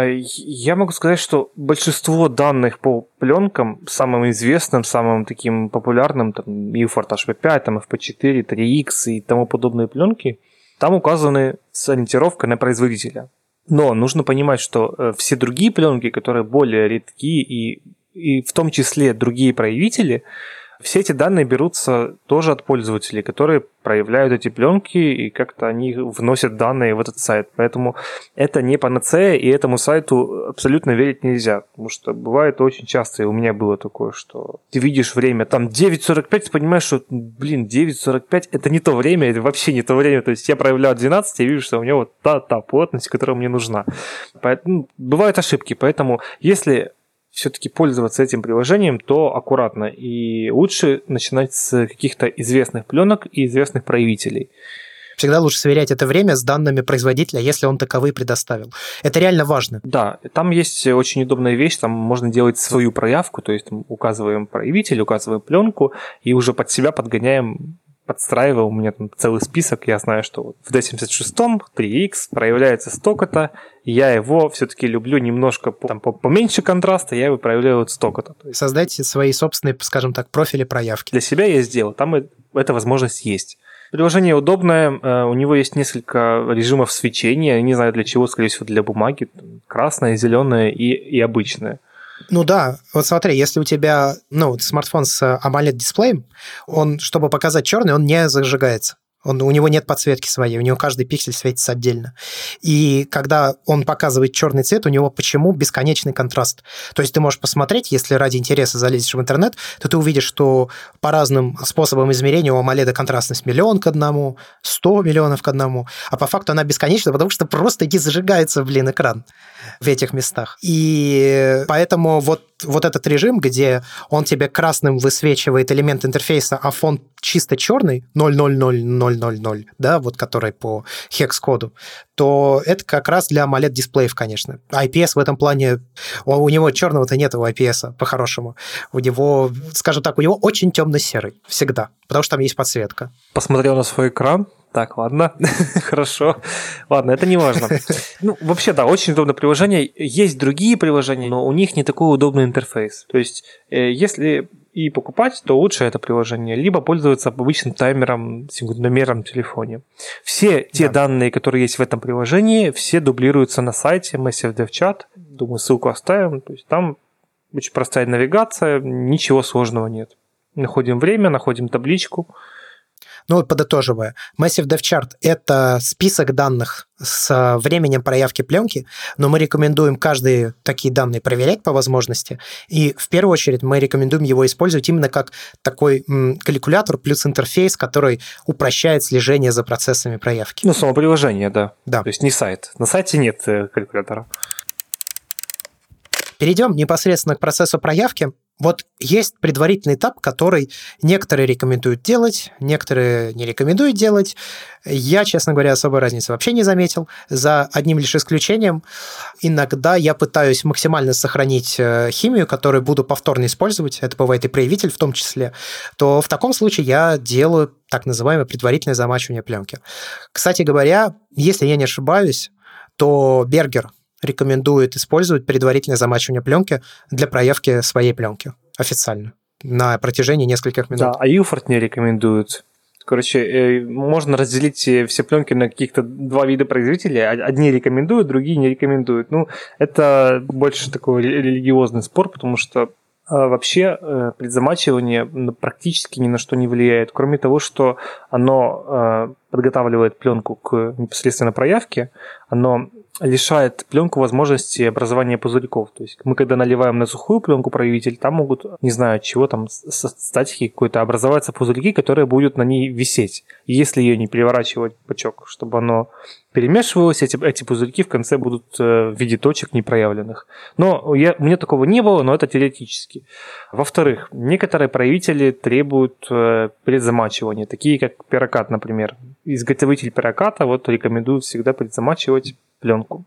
Я могу сказать, что большинство данных по пленкам, самым известным, самым таким популярным, там, ю эф ар эйч пи пять, там, эф пи четыре, три икс и тому подобные пленки, там указаны с ориентировкой на производителя. Но нужно понимать, что все другие пленки, которые более редки и и в том числе другие проявители, все эти данные берутся тоже от пользователей, которые проявляют эти пленки, и как-то они вносят данные в этот сайт. Поэтому это не панацея, и этому сайту абсолютно верить нельзя. Потому что бывает очень часто, и у меня было такое, что ты видишь время, там девять сорок пять, ты понимаешь, что, блин, девять сорок пять это не то время, это вообще не то время. То есть я проявляю двенадцать, и вижу, что у меня вот та, та плотность, которая мне нужна. Поэтому, бывают ошибки, поэтому если все-таки пользоваться этим приложением, то аккуратно. И лучше начинать с каких-то известных пленок и известных проявителей. Всегда лучше сверять это время с данными производителя, если он таковые предоставил. Это реально важно. Да, там есть очень удобная вещь, там можно делать свою проявку, то есть там указываем проявитель, указываем пленку, и уже под себя подгоняем, подстраиваем. У меня там целый список, я знаю, что вот в ди семьдесят шесть три икс проявляется столько-то, я его все-таки люблю немножко там, поменьше контраста, я его проявляю вот столько-то. Есть... Создайте свои собственные, скажем так, профили проявки. Для себя я сделал, там эта возможность есть. Приложение удобное, у него есть несколько режимов свечения, не знаю для чего, скорее всего для бумаги, красное, зеленое и, и обычное. Ну да, вот смотри, если у тебя ну, смартфон с AMOLED-дисплеем, он, чтобы показать черный, он не зажигается. Он, у него нет подсветки своей, у него каждый пиксель светится отдельно. И когда он показывает черный цвет, у него почему бесконечный контраст. То есть ты можешь посмотреть, если ради интереса залезешь в интернет, то ты увидишь, что по разным способам измерения у AMOLED контрастность миллион к одному, сто миллионов к одному, а по факту она бесконечна, потому что просто не зажигается, блин, экран в этих местах. И поэтому вот, вот этот режим, где он тебе красным высвечивает элемент интерфейса, а фон чисто черный, ноль ноль ноль ноль ноль ноль, да, вот который по хекс-коду, то это как раз для AMOLED-дисплеев, конечно. ай пи эс в этом плане, у него черного-то нет у ай пи эс, по-хорошему. У него, скажем так, у него очень темно-серый всегда, потому что там есть подсветка. Посмотрел на свой экран. Так, ладно, хорошо. Ладно, это не важно. Ну, вообще, да, очень удобное приложение. Есть другие приложения, но у них не такой удобный интерфейс. То есть, если и покупать, то лучше это приложение, либо пользоваться обычным таймером, секундомером в телефоне. Все те да. данные, которые есть в этом приложении, все дублируются на сайте Massive DevChat. Думаю, ссылку оставим. То есть, там очень простая навигация, ничего сложного нет. Находим время, находим табличку. Ну вот подытоживая, Massive DevChat – это список данных с временем проявки пленки, но мы рекомендуем каждые такие данные проверять по возможности, и в первую очередь мы рекомендуем его использовать именно как такой м, калькулятор плюс интерфейс, который упрощает слежение за процессами проявки. Ну, само приложение, да. Да. То есть не сайт. На сайте нет калькулятора. Перейдем непосредственно к процессу проявки. Вот есть предварительный этап, который некоторые рекомендуют делать, некоторые не рекомендуют делать. Я, честно говоря, особой разницы вообще не заметил. За одним лишь исключением, иногда я пытаюсь максимально сохранить химию, которую буду повторно использовать, это бывает и проявитель в том числе, то в таком случае я делаю так называемое предварительное замачивание пленки. Кстати говоря, если я не ошибаюсь, то Бергер рекомендует использовать предварительное замачивание пленки для проявки своей пленки официально на протяжении нескольких минут. Да, а ю эф ар не рекомендует. Короче, можно разделить все пленки на каких-то два вида производителей. Одни рекомендуют, другие не рекомендуют. Ну, это больше такой религиозный спор, потому что вообще предзамачивание практически ни на что не влияет, кроме того, что оно подготавливает пленку к непосредственно проявке, оно лишает пленку возможности образования пузырьков. То есть мы, когда наливаем на сухую пленку проявитель, там могут, не знаю, чего там, со статики какой-то, образоваться пузырьки, которые будут на ней висеть. И если ее не переворачивать бачок, чтобы оно перемешивалось, эти, эти пузырьки в конце будут в виде точек непроявленных. Но я, у меня такого не было, но это теоретически. Во-вторых, некоторые проявители требуют предзамачивания, такие как пирокат, например. Изготовитель пироката вот рекомендует всегда предзамачивать пленку.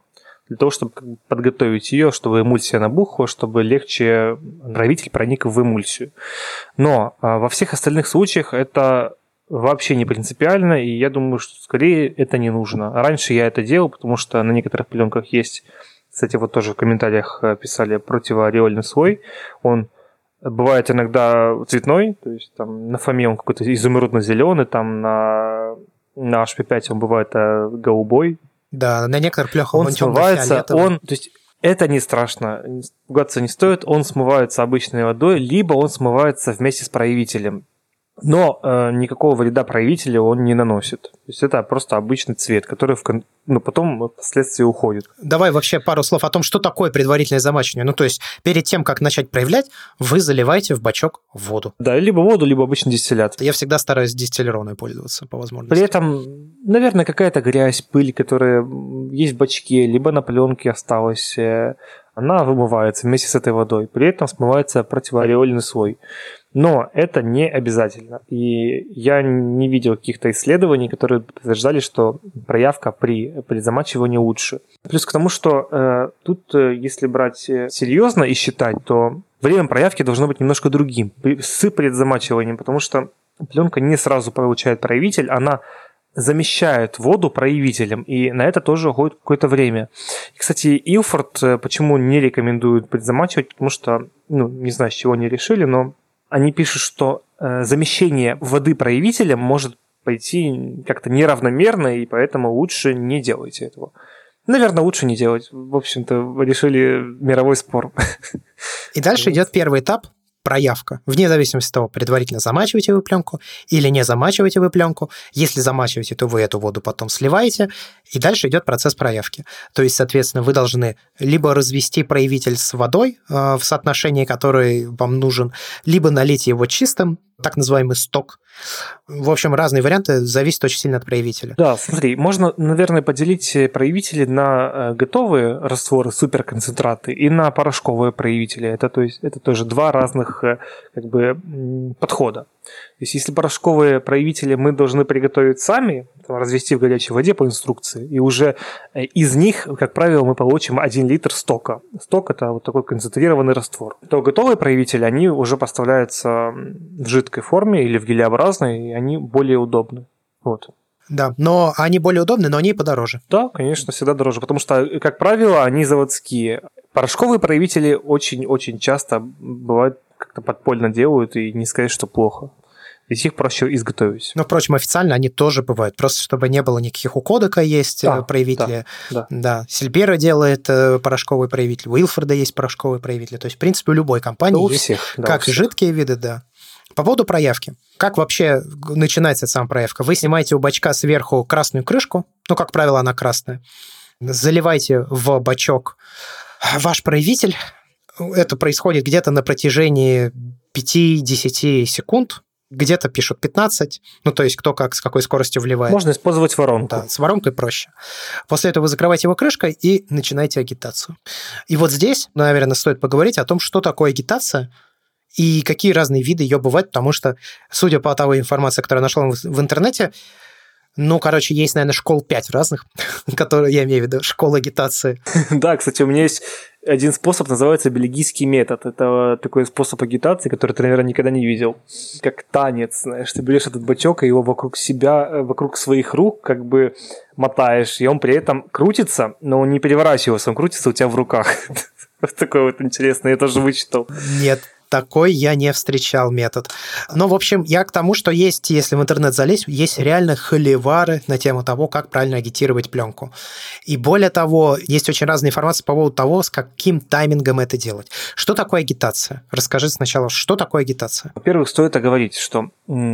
для того, чтобы подготовить ее, чтобы эмульсия набухла, чтобы легче правитель проник в эмульсию. Но во всех остальных случаях это вообще не принципиально, и я думаю, что скорее это не нужно. Раньше я это делал, потому что на некоторых пленках есть, кстати, вот тоже в комментариях писали, противоореольный слой. Он бывает иногда цветной, то есть там на фоме он какой-то изумрудно-зеленый, там на, на эйч пи пять он бывает голубой. Да, на некоторых пленках он он смывается, он, то есть это не страшно, пугаться не стоит, он смывается обычной водой, либо он смывается вместе с проявителем. Но э, никакого вреда проявителю он не наносит. То есть это просто обычный цвет, который в, ну, потом впоследствии уходит. Давай вообще пару слов о том, что такое предварительное замачивание. Ну, то есть перед тем, как начать проявлять, вы заливаете в бачок воду. Да, либо воду, либо обычный дистиллят. Я всегда стараюсь дистиллированной пользоваться по возможности. При этом, наверное, какая-то грязь, пыль, которая есть в бачке, либо на пленке осталась, она вымывается вместе с этой водой. При этом смывается противоореольный слой. Но это не обязательно. И я не видел каких-то исследований, которые подтверждали, что проявка при, при замачивании лучше. Плюс к тому, что э, тут, э, если брать серьезно и считать, то время проявки должно быть немножко другим с предзамачиванием, потому что пленка не сразу получает проявитель, она замещает воду проявителем, и на это тоже уходит какое-то время. И, кстати, Ilford почему не рекомендуют предзамачивать, потому что, ну, не знаю, с чего они решили, но они пишут, что э, замещение воды проявителем может пойти как-то неравномерно, и поэтому лучше не делайте этого. Наверное, лучше не делать. В общем-то, решили мировой спор. И дальше идет первый этап – проявка. Вне зависимости от того, предварительно замачиваете вы пленку или не замачиваете вы пленку. Если замачиваете, то вы эту воду потом сливаете, и дальше идет процесс проявки. То есть, соответственно, вы должны либо развести проявитель с водой э, в соотношении, которое вам нужен, либо налить его чистым, так называемый сток. В общем, разные варианты, зависит очень сильно от проявителя. Да, смотри, можно, наверное, поделить проявители на готовые растворы, суперконцентраты, и на порошковые проявители. Это, то есть, это тоже два разных как бы, подхода. То есть, если порошковые проявители мы должны приготовить сами, там, развести в горячей воде по инструкции, и уже из них, как правило, мы получим один литр стока. Сток – это вот такой концентрированный раствор. То готовые проявители, они уже поставляются в жидкой форме или в гелеобразной, и они более удобны. Вот. Да, но они более удобны, но они и подороже. Да, конечно, всегда дороже, потому что, как правило, они заводские. Порошковые проявители очень-очень часто бывают как-то подпольно делают, и не сказать, что плохо. Здесь их проще изготовить. Но, впрочем, официально они тоже бывают. Просто чтобы не было никаких у Кодека есть да, проявители. Да, да. да. Сильбера делает порошковый проявитель, у Илфорда есть порошковый проявитель. То есть, в принципе, у любой компании да, у есть всех, да, как жидкие виды, да. По поводу проявки. Как вообще начинается сама проявка? Вы снимаете у бачка сверху красную крышку, ну, как правило, она красная, заливаете в бачок ваш проявитель. Это происходит где-то на протяжении пять-десять секунд, где-то пишут пятнадцать, ну, то есть кто как, с какой скоростью вливает. Можно использовать воронку. Да, с воронкой проще. После этого вы закрываете его крышкой и начинаете агитацию. И вот здесь, наверное, стоит поговорить о том, что такое агитация и какие разные виды ее бывают, потому что, судя по той информации, которую я нашел в интернете, ну, короче, есть, наверное, школ пять разных, которые, я имею в виду, школа агитации. Да, кстати, у меня есть один способ, называется бельгийский метод. Это такой способ агитации, который ты, наверное, никогда не видел. Как танец, знаешь, ты берешь этот бачок и его вокруг себя, вокруг своих рук как бы мотаешь, и он при этом крутится, но он не переворачивается, он крутится у тебя в руках. Такой вот интересный, я тоже вычитал. Нет. Такой я не встречал метод. Но, в общем, я к тому, что есть, если в интернет залезть, есть реально холивары на тему того, как правильно агитировать пленку. И более того, есть очень разная информация по поводу того, с каким таймингом это делать. Что такое агитация? Расскажи сначала, что такое агитация? Во-первых, стоит оговорить, что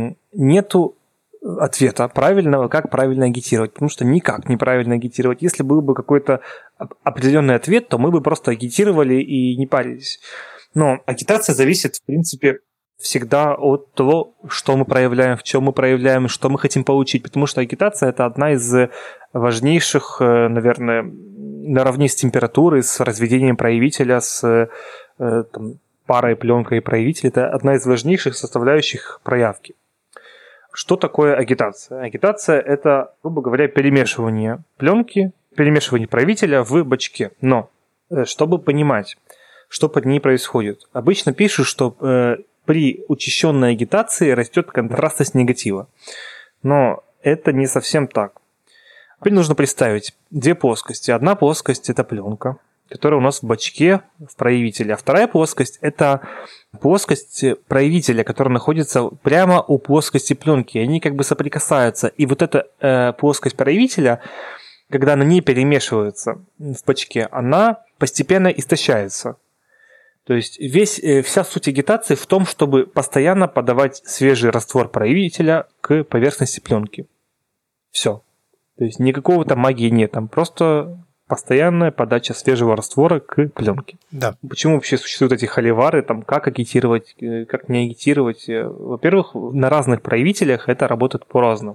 нету ответа правильного, как правильно агитировать, потому что никак неправильно агитировать. Если был бы какой-то определенный ответ, то мы бы просто агитировали и не парились. Но агитация зависит, в принципе, всегда от того, что мы проявляем, в чем мы проявляем, что мы хотим получить. Потому что агитация – это одна из важнейших, наверное, наравне с температурой, с разведением проявителя, с там, парой, пленкой и проявителя. Это одна из важнейших составляющих проявки. Что такое агитация? Агитация – это, грубо говоря, перемешивание пленки перемешивание правителя в бачке. Но, чтобы понимать, что под ней происходит, обычно пишут, что э, при учащенной агитации растет контрастность негатива. Но это не совсем так. Теперь нужно представить две плоскости. Одна плоскость – это пленка, которая у нас в бачке, в проявителе. А вторая плоскость – это плоскость проявителя, которая находится прямо у плоскости пленки. Они как бы соприкасаются. И вот эта э, плоскость проявителя, когда она не перемешивается в бачке, она постепенно истощается. То есть весь, вся суть агитации в том, чтобы постоянно подавать свежий раствор проявителя к поверхности пленки. Все. То есть никакого там магии нет, там просто постоянная подача свежего раствора к пленке. Да. Почему вообще существуют эти холивары, там, как агитировать, как не агитировать? Во-первых, на разных проявителях это работает по-разному.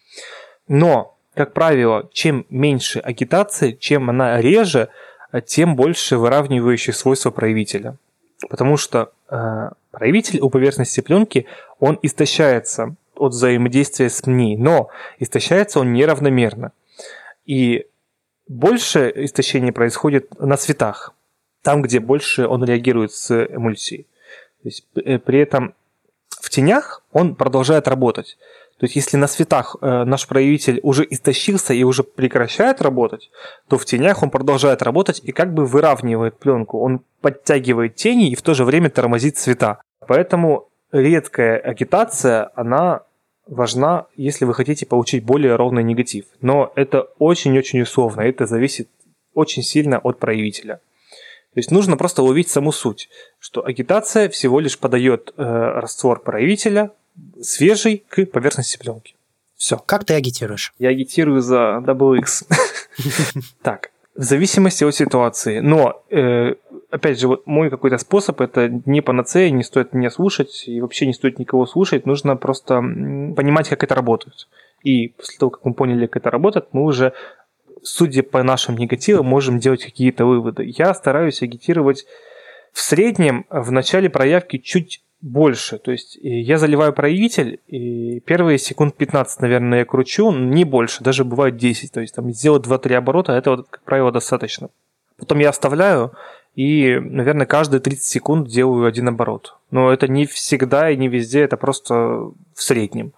Но, как правило, чем меньше агитации, чем она реже, тем больше выравнивающие свойства проявителя. Потому что э, проявитель у поверхности пленки, он истощается от взаимодействия с ней, но истощается он неравномерно. И больше истощения происходит на цветах, там, где больше он реагирует с эмульсией. То есть, при этом в тенях он продолжает работать. То есть, если на цветах э, наш проявитель уже истощился и уже прекращает работать, то в тенях он продолжает работать и как бы выравнивает пленку. Он подтягивает тени и в то же время тормозит цвета. Поэтому редкая агитация, она важна, если вы хотите получить более ровный негатив. Но это очень-очень условно, это зависит очень сильно от проявителя. То есть нужно просто уловить саму суть, что агитация всего лишь подает э, раствор проявителя свежий к поверхности пленки. Все. Как ты агитируешь? Я агитирую за дабл ю икс. Так, в зависимости от ситуации. Но, э, опять же, вот мой какой-то способ, это не панацея, не стоит меня слушать, и вообще не стоит никого слушать, нужно просто понимать, как это работает. И после того, как мы поняли, как это работает, мы уже, судя по нашим негативам, можем делать какие-то выводы. Я стараюсь агитировать в среднем в начале проявки чуть больше. То есть я заливаю проявитель, и первые секунд пятнадцать, наверное, я кручу, не больше, даже бывает десять. То есть там сделать два-три оборота, этого, как правило, достаточно. Потом я оставляю, и, наверное, каждые тридцать секунд делаю один оборот. Но это не всегда и не везде, это просто в среднем.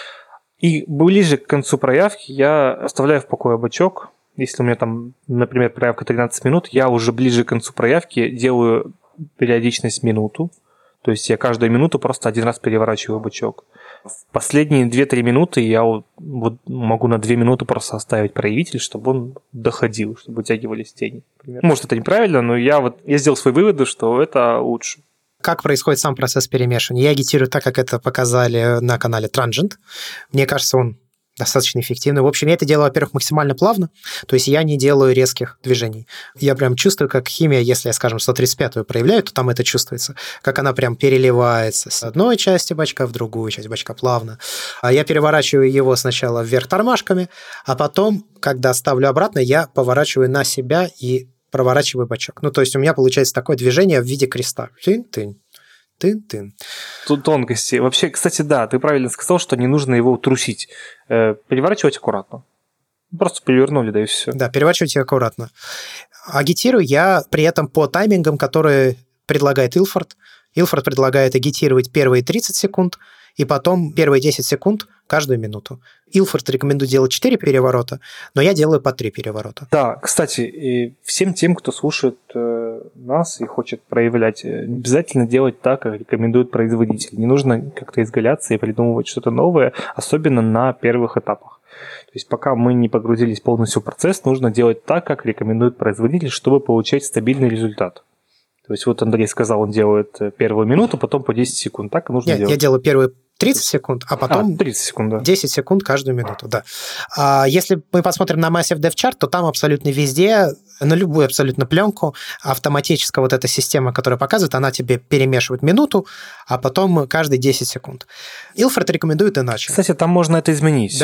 И ближе к концу проявки я оставляю в покое бачок. Если у меня там, например, проявка тринадцать минут, я уже ближе к концу проявки делаю периодичность минуту. То есть я каждую минуту просто один раз переворачиваю бачок. В последние две-три минуты я вот могу на две минуты просто оставить проявитель, чтобы он доходил, чтобы вытягивались тени. Например. Может, это неправильно, но я, вот, я сделал свои выводы, что это лучше. Как происходит сам процесс перемешивания? Я агитирую так, как это показали на канале Transient. Мне кажется, он достаточно эффективный. В общем, я это делаю, во-первых, максимально плавно, то есть я не делаю резких движений. Я прям чувствую, как химия, если я, скажем, сто тридцать пятую проявляю, то там это чувствуется, как она прям переливается с одной части бачка в другую часть бачка плавно. А я переворачиваю его сначала вверх тормашками, а потом, когда ставлю обратно, я поворачиваю на себя и проворачиваю бачок. Ну, то есть у меня получается такое движение в виде креста. Тынь-тынь. Тын-тын. Тут тонкости. Вообще, кстати, да, ты правильно сказал, что не нужно его трусить. Переворачивать аккуратно. Просто перевернули, да и все. Да, переворачивайте аккуратно. Агитирую я при этом по таймингам, которые предлагает Илфорд. Илфорд предлагает агитировать первые тридцать секунд, и потом первые десять секунд каждую минуту. Илфорд рекомендует делать четыре переворота, но я делаю по три переворота. Да, кстати, и всем тем, кто слушает э, нас и хочет проявлять, обязательно делать так, как рекомендует производитель. Не нужно как-то изгаляться и придумывать что-то новое, особенно на первых этапах. То есть пока мы не погрузились полностью в процесс, нужно делать так, как рекомендует производитель, чтобы получать стабильный результат. То есть вот Андрей сказал, он делает первую минуту, потом по десять секунд. Так и нужно Нет, делать. Я делаю первые тридцать секунд, а потом а, тридцать секунд, да. десять секунд каждую минуту. Да. А если мы посмотрим на Massive Dev Chart, то там абсолютно везде, на любую абсолютно пленку, автоматическая вот эта система, которая показывает, она тебе перемешивает минуту, а потом каждые десять секунд. Илфорд рекомендует иначе. Кстати, там можно это изменить. Да?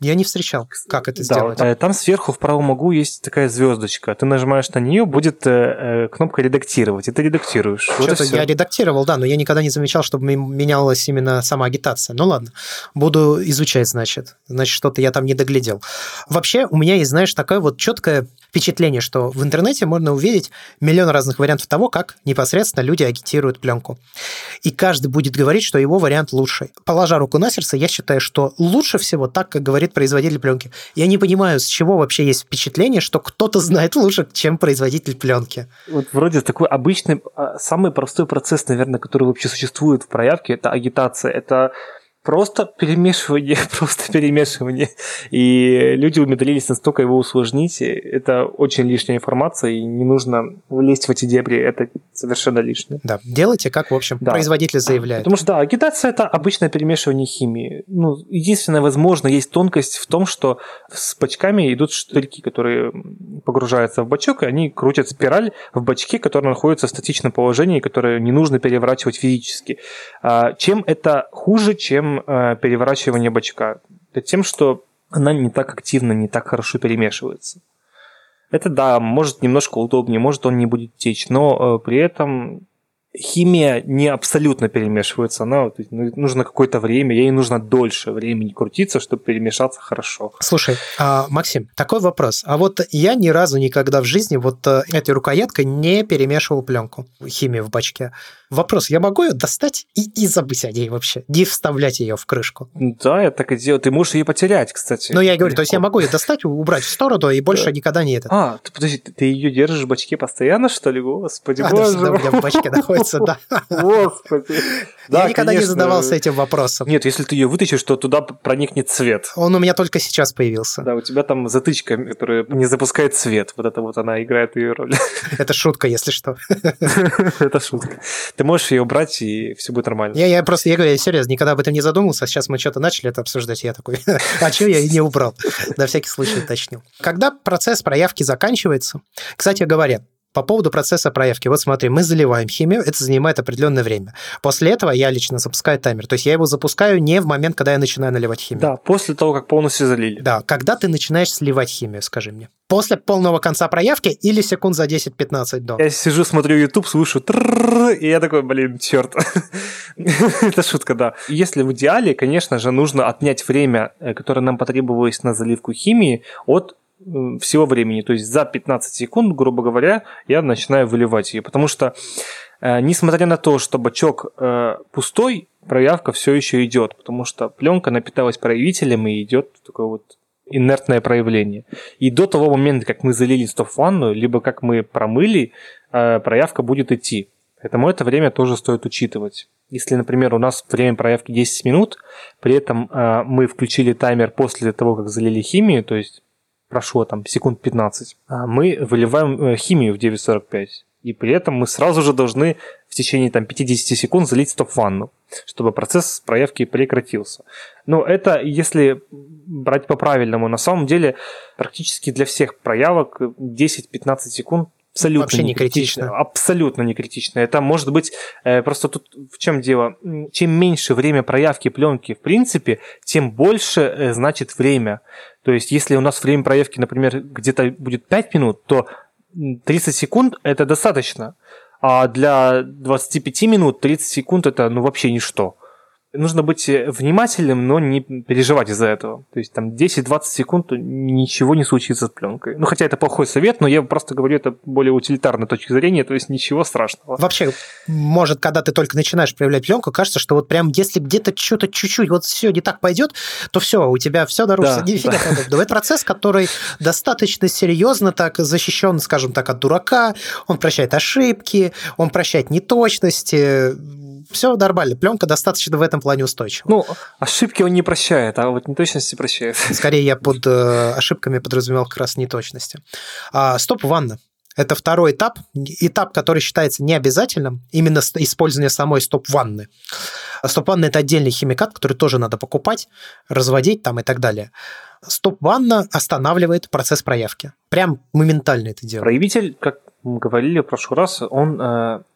Я не встречал, как это да, сделать. Вот, там сверху в правом углу есть такая звездочка. Ты нажимаешь на нее, будет э, кнопка «Редактировать», и ты редактируешь. Что-то вот я редактировал, да, но я никогда не замечал, чтобы менялась именно сама агитация. Ну ладно, буду изучать, значит. Значит, что-то я там не доглядел. Вообще, у меня есть, знаешь, такое вот четкое впечатление, что в интернете можно увидеть миллион разных вариантов того, как непосредственно люди агитируют пленку. И каждый будет говорить, что его вариант лучший. Положа руку на сердце, я считаю, что лучше всего так, как говорит производитель пленки. Я не понимаю, с чего вообще есть впечатление, что кто-то знает лучше, чем производитель пленки. Вот вроде такой обычный, самый простой процесс, наверное, который вообще существует в проявке, это агитация. Это просто перемешивание, просто перемешивание. И люди умудрились настолько его усложнить. Это очень лишняя информация, и не нужно лезть в эти дебри. Это совершенно лишнее. Да, делайте, как, в общем, да. производитель заявляет. Потому что, да, агитация – это обычное перемешивание химии. Ну, единственное, возможно, есть тонкость в том, что с бачками идут штырьки, которые погружаются в бачок, и они крутят спираль в бачке, который находится в статичном положении, которое не нужно переворачивать физически. Чем это хуже, чем переворачивание бачка? Это тем, что она не так активно, не так хорошо перемешивается. Это, да, может немножко удобнее, может он не будет течь, но при этом химия не абсолютно перемешивается, она вот, нужно какое-то время, ей нужно дольше времени крутиться, чтобы перемешаться хорошо. Слушай, а, Максим, такой вопрос. А вот я ни разу никогда в жизни вот этой рукояткой не перемешивал пленку, химию в бачке. Вопрос, я могу ее достать и, и забыть о ней вообще, не вставлять ее в крышку? Да, я так и делаю. Ты можешь ее потерять, кстати. Ну, я говорю, легко. То есть я могу ее достать, убрать в сторону и больше да. никогда не это. А, ты, подожди, ты ее держишь в бачке постоянно, что ли? Господи, а, боже. Да, у меня в бачке находится, да. Господи. Я никогда не задавался этим вопросом. Нет, если ты ее вытащишь, то туда проникнет свет. Он у меня только сейчас появился. Да, у тебя там затычка, которая не запускает свет. Вот это вот она играет ее роль. Это шутка, если что. Это шутка. Ты можешь ее убрать, и все будет нормально. Я, я просто, я говорю, я серьезно, никогда об этом не задумывался, а сейчас мы что-то начали это обсуждать, я такой, а что я и не убрал? На всякий случай уточнил. Когда процесс проявки заканчивается, кстати говоря, по поводу процесса проявки. Вот смотри, мы заливаем химию, это занимает определенное время. После этого я лично запускаю таймер. То есть я его запускаю не в момент, когда я начинаю наливать химию. Да, после того, как полностью залили. Да, когда ты начинаешь сливать химию, скажи мне. После полного конца проявки или секунд за десять-пятнадцать до? Я сижу, смотрю YouTube, слушаю, и я такой, блин, черт. Это шутка, да. Если в идеале, конечно же, нужно отнять время, которое нам потребовалось на заливку химии, от всего времени. То есть за пятнадцать секунд, грубо говоря, я начинаю выливать ее. Потому что, э, несмотря на то, что бачок э, пустой, проявка все еще идет. Потому что пленка напиталась проявителем и идет такое вот инертное проявление. И до того момента, как мы залили стоп-ванну, либо как мы промыли, э, проявка будет идти. Поэтому это время тоже стоит учитывать. Если, например, у нас время проявки десять минут, при этом э, мы включили таймер после того, как залили химию, то есть прошло там секунд пятнадцать, мы выливаем химию в девять сорок пять. И при этом мы сразу же должны в течение там, пятьдесят секунд залить стоп-ванну, чтобы процесс проявки прекратился. Но это если брать по-правильному. На самом деле практически для всех проявок десять-пятнадцать секунд абсолютно вообще не критично. критично. Абсолютно не критично. Это может быть э, просто тут в чем дело? Чем меньше время проявки пленки в принципе, тем больше э, значит время. То есть, если у нас время проявки, например, где-то будет пять минут, то тридцать секунд – это достаточно. А для двадцати пяти минут тридцать секунд – это ну, вообще ничто. Нужно быть внимательным, но не переживать из-за этого. То есть там десять-двадцать секунд ничего не случится с пленкой. Ну, хотя это плохой совет, но я просто говорю это более утилитарной точки зрения, то есть ничего страшного. Вообще, может, когда ты только начинаешь проявлять пленку, кажется, что вот прям если где-то что-то чуть-чуть вот все не так пойдет, то все, у тебя все нарушится. Да, нифига да. подобного. Это процесс, который достаточно серьезно так защищен, скажем так, от дурака, он прощает ошибки, он прощает неточности. Все нормально, пленка достаточно в этом плане устойчива. Ну, ошибки он не прощает, а вот неточности прощает. Скорее, я под э, ошибками подразумевал как раз неточности. А, стоп-ванна. Это второй этап, этап, который считается необязательным, именно использование самой стоп-ванны. Стоп-ванна – это отдельный химикат, который тоже надо покупать, разводить там и так далее. Стоп-ванна останавливает процесс проявки. Прям моментально это делает. Проявитель, как мы говорили в прошлый раз, он э,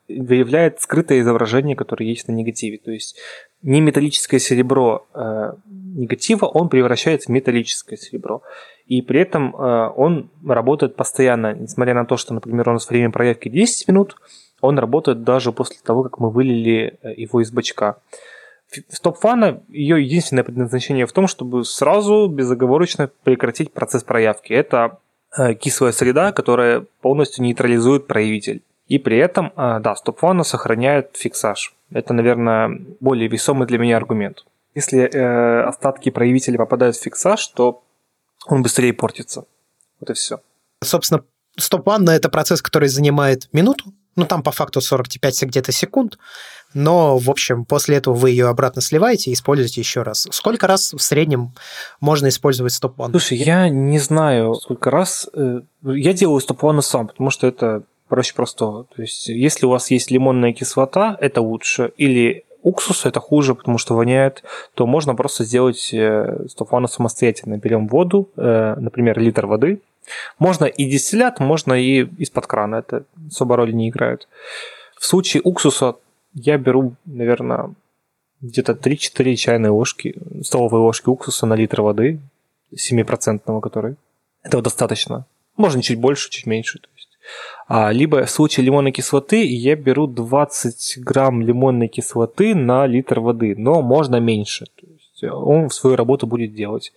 выявляет скрытое изображение, которое есть на негативе. То есть не металлическое серебро э, негатива, он превращается в металлическое серебро. И при этом э, он работает постоянно, несмотря на то, что, например, у нас время проявки десять минут, он работает даже после того, как мы вылили его из бачка. Стоп-ванна, ее единственное предназначение в том, чтобы сразу безоговорочно прекратить процесс проявки. Это э, кислая среда, которая полностью нейтрализует проявитель. И при этом, э, да, стоп-ванна сохраняет фиксаж. Это, наверное, более весомый для меня аргумент. Если э, остатки проявителя попадают в фиксаж, то он быстрее портится. Вот и все. Собственно, стоп-ванна – это процесс, который занимает минуту. Ну, там по факту сорок пять где-то секунд. Но, в общем, после этого вы ее обратно сливаете и используете еще раз. Сколько раз в среднем можно использовать стоп-ванну? Слушай, я не знаю, сколько раз. Я делаю стоп-ванну сам, потому что это проще простого. То есть, если у вас есть лимонная кислота, это лучше. Или уксус, это хуже, потому что воняет, то можно просто сделать стоп-ванну самостоятельно. Берем воду, например, литр воды. Можно и дистиллят, можно и из-под крана. Это особо роли не играет. В случае уксуса я беру, наверное, где-то три-четыре чайные ложки, столовые ложки уксуса на литр воды, семь процентов который. Этого достаточно. Можно чуть больше, чуть меньше. То есть. А, либо в случае лимонной кислоты я беру двадцать грамм лимонной кислоты на литр воды, но можно меньше. То есть он свою работу будет делать.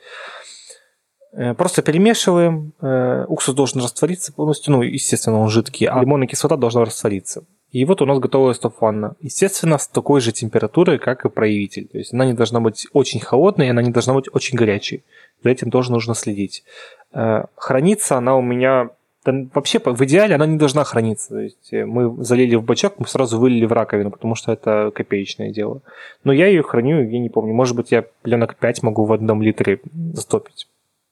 Просто перемешиваем. Уксус должен раствориться полностью. Ну, естественно, он жидкий, а лимонная кислота должна раствориться. И вот у нас готовая стоп-ванна. Естественно, с такой же температурой, как и проявитель. То есть она не должна быть очень холодной, она не должна быть очень горячей. За этим тоже нужно следить. Хранится она у меня... Вообще, в идеале она не должна храниться. То есть мы залили в бачок, мы сразу вылили в раковину, потому что это копеечное дело. Но я ее храню, я не помню. Может быть, я пленок пять могу в одном литре застопить.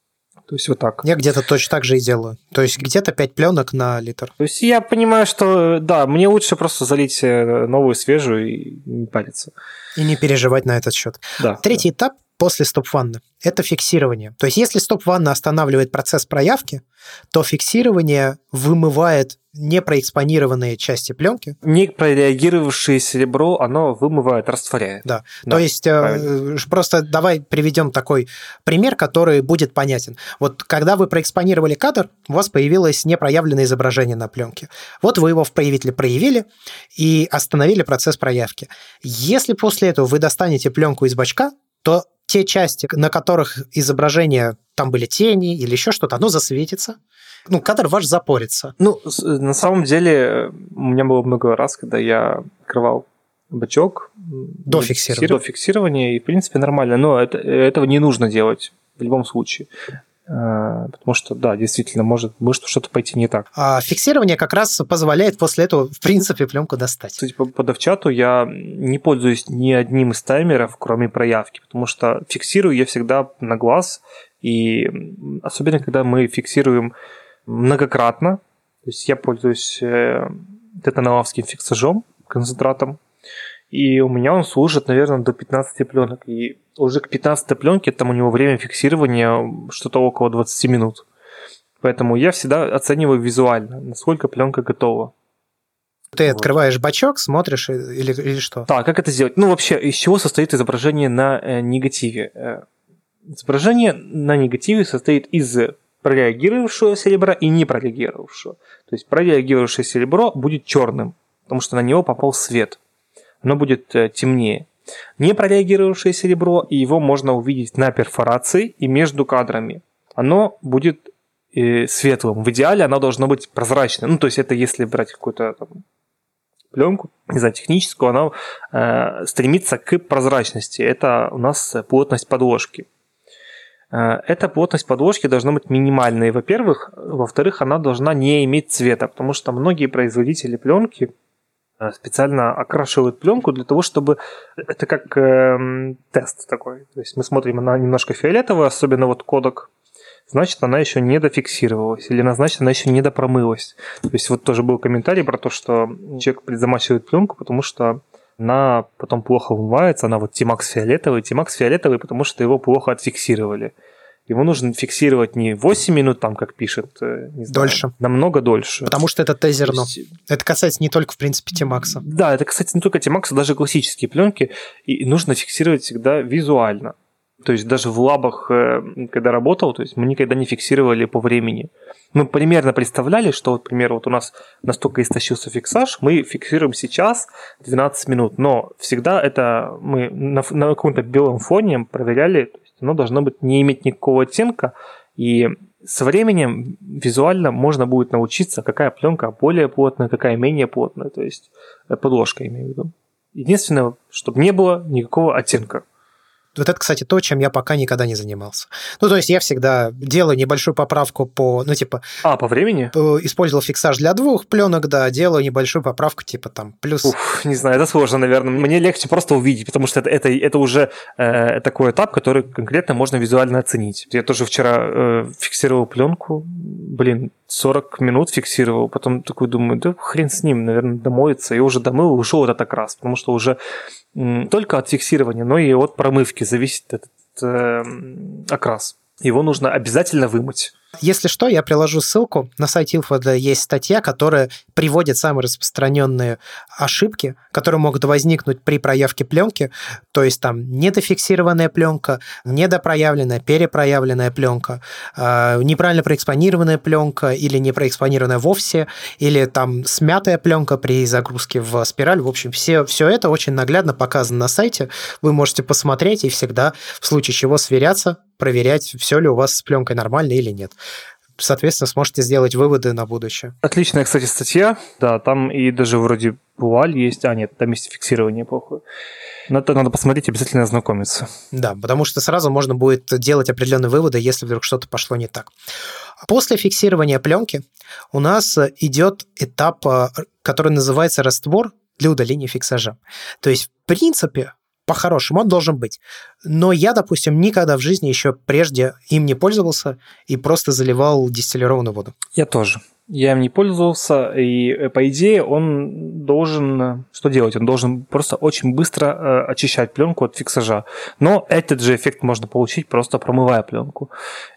То есть вот так. Я где-то точно так же и делаю. То есть где-то пять пленок на литр. То есть я понимаю, что да, мне лучше просто залить новую, свежую и не париться. И не переживать на этот счет. Да, Третий да. этап после стоп-ванны – это фиксирование. То есть если стоп-ванна останавливает процесс проявки, то фиксирование вымывает непроэкспонированные части пленки. Не прореагировавшее серебро, оно вымывает, растворяет. Да, да то есть правильно. Просто давай приведем такой пример, который будет понятен. Вот когда вы проэкспонировали кадр, у вас появилось непроявленное изображение на пленке. Вот вы его в проявителе проявили и остановили процесс проявки. Если после этого вы достанете пленку из бачка, то те части, на которых изображение, там были тени или еще что-то, оно засветится. Ну, кадр ваш запорится. Ну, на самом деле, у меня было много раз, когда я открывал бачок до фиксирования. До фиксирования, и, в принципе, нормально. Но это, этого не нужно делать в любом случае. Потому что, да, действительно, может, может что-то пойти не так. А фиксирование как раз позволяет после этого, в принципе, пленку достать. Кстати, по, по девчату я не пользуюсь ни одним из таймеров, кроме проявки, потому что фиксирую я всегда на глаз, и особенно, когда мы фиксируем многократно, то есть я пользуюсь тетановским фиксажом, концентратом, и у меня он служит, наверное, до пятнадцати пленок. И уже к пятнадцатой пленке там у него время фиксирования что-то около двадцати минут. Поэтому я всегда оцениваю визуально, насколько пленка готова. Ты вот. Открываешь бачок, смотришь или, или что? Да, как это сделать? Ну, вообще, из чего состоит изображение на э, негативе? Э, изображение на негативе состоит из прореагировавшего серебра и не прореагировавшего. То есть прореагировавшее серебро будет черным, потому что на него попал свет. Оно будет темнее. Не прореагировавшее серебро, и его можно увидеть на перфорации и между кадрами. Оно будет э, светлым. В идеале оно должно быть прозрачным. Ну, то есть это если брать какую-то там пленку, не знаю, техническую, она э, стремится к прозрачности. Это у нас плотность подложки. Э, эта плотность подложки должна быть минимальной, во-первых. Во-вторых, она должна не иметь цвета, потому что многие производители пленки специально окрашивают пленку для того, чтобы... Это как э, тест такой. То есть мы смотрим, она немножко фиолетовая, особенно вот кодек, значит, она еще не дофиксировалась, или значит, она еще не допромылась. То есть вот тоже был комментарий про то, что человек предзамачивает пленку, потому что она потом плохо вымывается, она вот T-Max фиолетовый, T-Max фиолетовый, потому что его плохо отфиксировали. его нужно фиксировать не восемь минут, там, как пишет, не знаю, дольше. Намного дольше. Потому что это тезерно. есть... Это касается не только, в принципе, T-Max. Да, это касается не только T-Max, даже классические пленки, и нужно фиксировать всегда визуально. То есть даже в лабах, когда работал, то есть мы никогда не фиксировали по времени. Мы примерно представляли, что, вот, к примеру, вот у нас настолько истощился фиксаж, мы фиксируем сейчас двенадцать минут, но всегда это мы на, на каком-то белом фоне проверяли, то есть оно должно быть, не иметь никакого оттенка, и со временем визуально можно будет научиться, какая пленка более плотная, какая менее плотная, то есть подложка, имею в виду. Единственное, чтобы не было никакого оттенка. Вот это, кстати, то, чем я пока никогда не занимался. Ну, то есть я всегда делаю небольшую поправку по, ну, типа... А, по времени? Использовал фиксаж для двух пленок, да, делаю небольшую поправку, типа там плюс... Уф, не знаю, это сложно, наверное. Мне легче просто увидеть, потому что это, это, это уже э, такой этап, который конкретно можно визуально оценить. Я тоже вчера э, фиксировал пленку, блин, сорок минут фиксировал, потом такой думаю, да хрен с ним, наверное, домоется, и уже домыл, и ушел этот окрас, потому что уже м, только от фиксирования, но и от промывки зависит этот э, окрас. Его нужно обязательно вымыть. Если что, я приложу ссылку. На сайте Ilford есть статья, которая приводит самые распространенные ошибки, которые могут возникнуть при проявке пленки. То есть там недофиксированная пленка, недопроявленная, перепроявленная пленка, неправильно проэкспонированная пленка или не проэкспонированная вовсе, или там смятая пленка при загрузке в спираль. В общем, все, все это очень наглядно показано на сайте. Вы можете посмотреть и всегда, в случае чего, сверяться, проверять, все ли у вас с пленкой нормально или нет. Соответственно, сможете сделать выводы на будущее. Отличная, кстати, статья. Да, там и даже вроде вуаль есть. А, нет, там есть фиксирование плохое. Надо, надо посмотреть, обязательно ознакомиться. Да, потому что сразу можно будет делать определенные выводы, если вдруг что-то пошло не так. После фиксирования пленки у нас идет этап, который называется раствор для удаления фиксажа. То есть, в принципе, по-хорошему он должен быть. Но я, допустим, никогда в жизни еще прежде им не пользовался и просто заливал дистиллированную воду. Я тоже. Я им не пользовался, и по идее он должен... Что делать? Он должен просто очень быстро очищать пленку от фиксажа. Но этот же эффект можно получить, просто промывая пленку.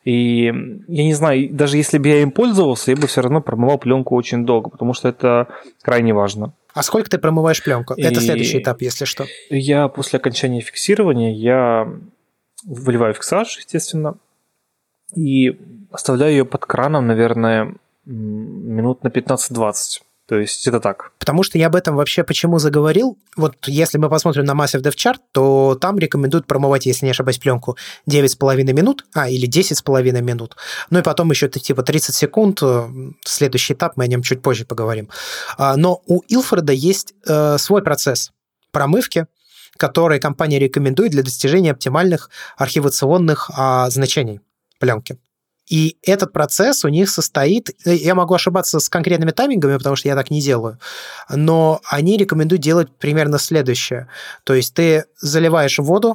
И я не знаю, даже если бы я им пользовался, я бы все равно промывал пленку очень долго, потому что это крайне важно. А сколько ты промываешь пленку? И это следующий этап, если что. Я после окончания фиксирования я выливаю фиксаж, естественно, и оставляю ее под краном, наверное, минут на пятнадцать-двадцать. То есть это так. Потому что я об этом вообще почему заговорил. Вот если мы посмотрим на Massive Dev Chart, то там рекомендуют промывать, если не ошибаюсь, пленку девять с половиной минут, а, или десять с половиной минут. Ну и потом еще типа тридцать секунд. Следующий этап, мы о нем чуть позже поговорим. Но у Ilford есть свой процесс промывки, который компания рекомендует для достижения оптимальных архивационных значений пленки. И этот процесс у них состоит, я могу ошибаться с конкретными таймингами, потому что я так не делаю, но они рекомендуют делать примерно следующее. То есть ты заливаешь воду,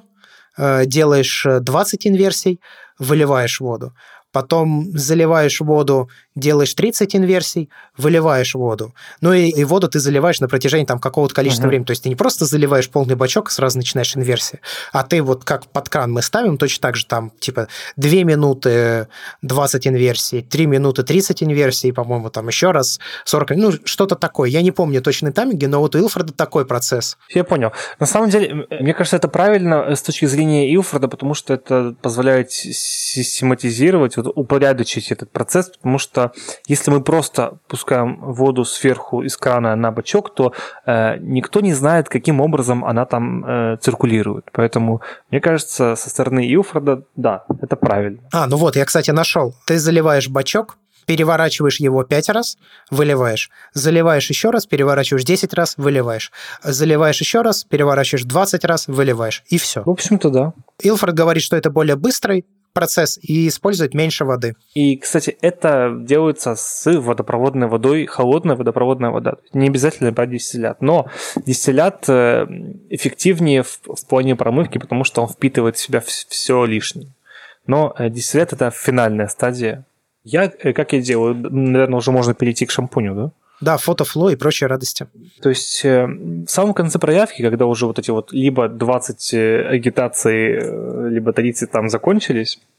делаешь двадцать инверсий, выливаешь воду. Потом заливаешь воду, делаешь тридцать инверсий, выливаешь воду. Ну и, и воду ты заливаешь на протяжении там какого-то количества uh-huh. времени. То есть ты не просто заливаешь полный бачок, сразу начинаешь инверсии, а ты вот как под кран мы ставим, точно так же там типа две минуты двадцать инверсий, три минуты тридцать инверсий, по-моему, там еще раз сорок, ну что-то такое. Я не помню точные тайминги, но вот у Ilford такой процесс. Я понял. На самом деле, мне кажется, это правильно с точки зрения Ilford, потому что это позволяет систематизировать, упорядочить этот процесс, потому что если мы просто пускаем воду сверху из крана на бачок, то э, никто не знает, каким образом она там э, циркулирует. Поэтому, мне кажется, со стороны Ilford, да, это правильно. А, ну вот, я, кстати, нашел. Ты заливаешь бачок, переворачиваешь его пять раз, выливаешь. Заливаешь еще раз, переворачиваешь десять раз, выливаешь. Заливаешь еще раз, переворачиваешь двадцать раз, выливаешь. И все. В общем-то, да. Ilford говорит, что это более быстрый процесс и использует меньше воды. И, кстати, это делается с водопроводной водой, холодная водопроводная вода. Не обязательно брать дистиллят, но дистиллят эффективнее в, в плане промывки, потому что он впитывает в себя все лишнее. Но дистиллят – это финальная стадия. Я, как я делаю, наверное, уже можно перейти к шампуню, да? Да, фотофло и прочие радости. То есть в самом конце проявки, когда уже вот эти вот либо двадцать агитаций, либо тридцать там закончились,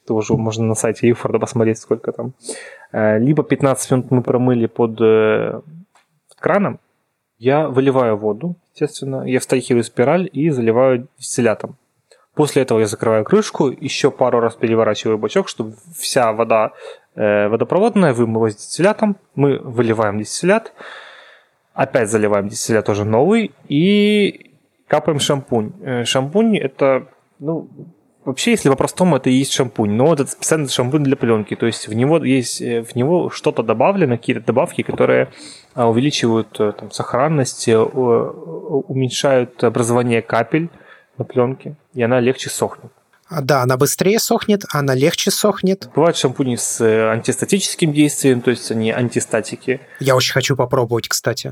Это уже можно на сайте Ilford посмотреть, сколько там. Либо пятнадцать минут мы промыли под краном. Я выливаю воду, естественно, я встряхиваю спираль и заливаю дистиллятом. После этого я закрываю крышку, еще пару раз переворачиваю бачок, чтобы вся вода э, водопроводная вымылась дистиллятом. Мы выливаем дистиллят, опять заливаем дистиллят тоже новый и капаем шампунь. Э, шампунь это, ну, вообще, если по-простому, это и есть шампунь, но это специальный шампунь для пленки, то есть в него есть, в него что-то добавлено, какие-то добавки, которые увеличивают там, сохранность, уменьшают образование капель на пленке, и она легче сохнет. Да, она быстрее сохнет, она легче сохнет. Бывают шампуни с антистатическим действием, то есть они антистатики. Я очень хочу попробовать, кстати.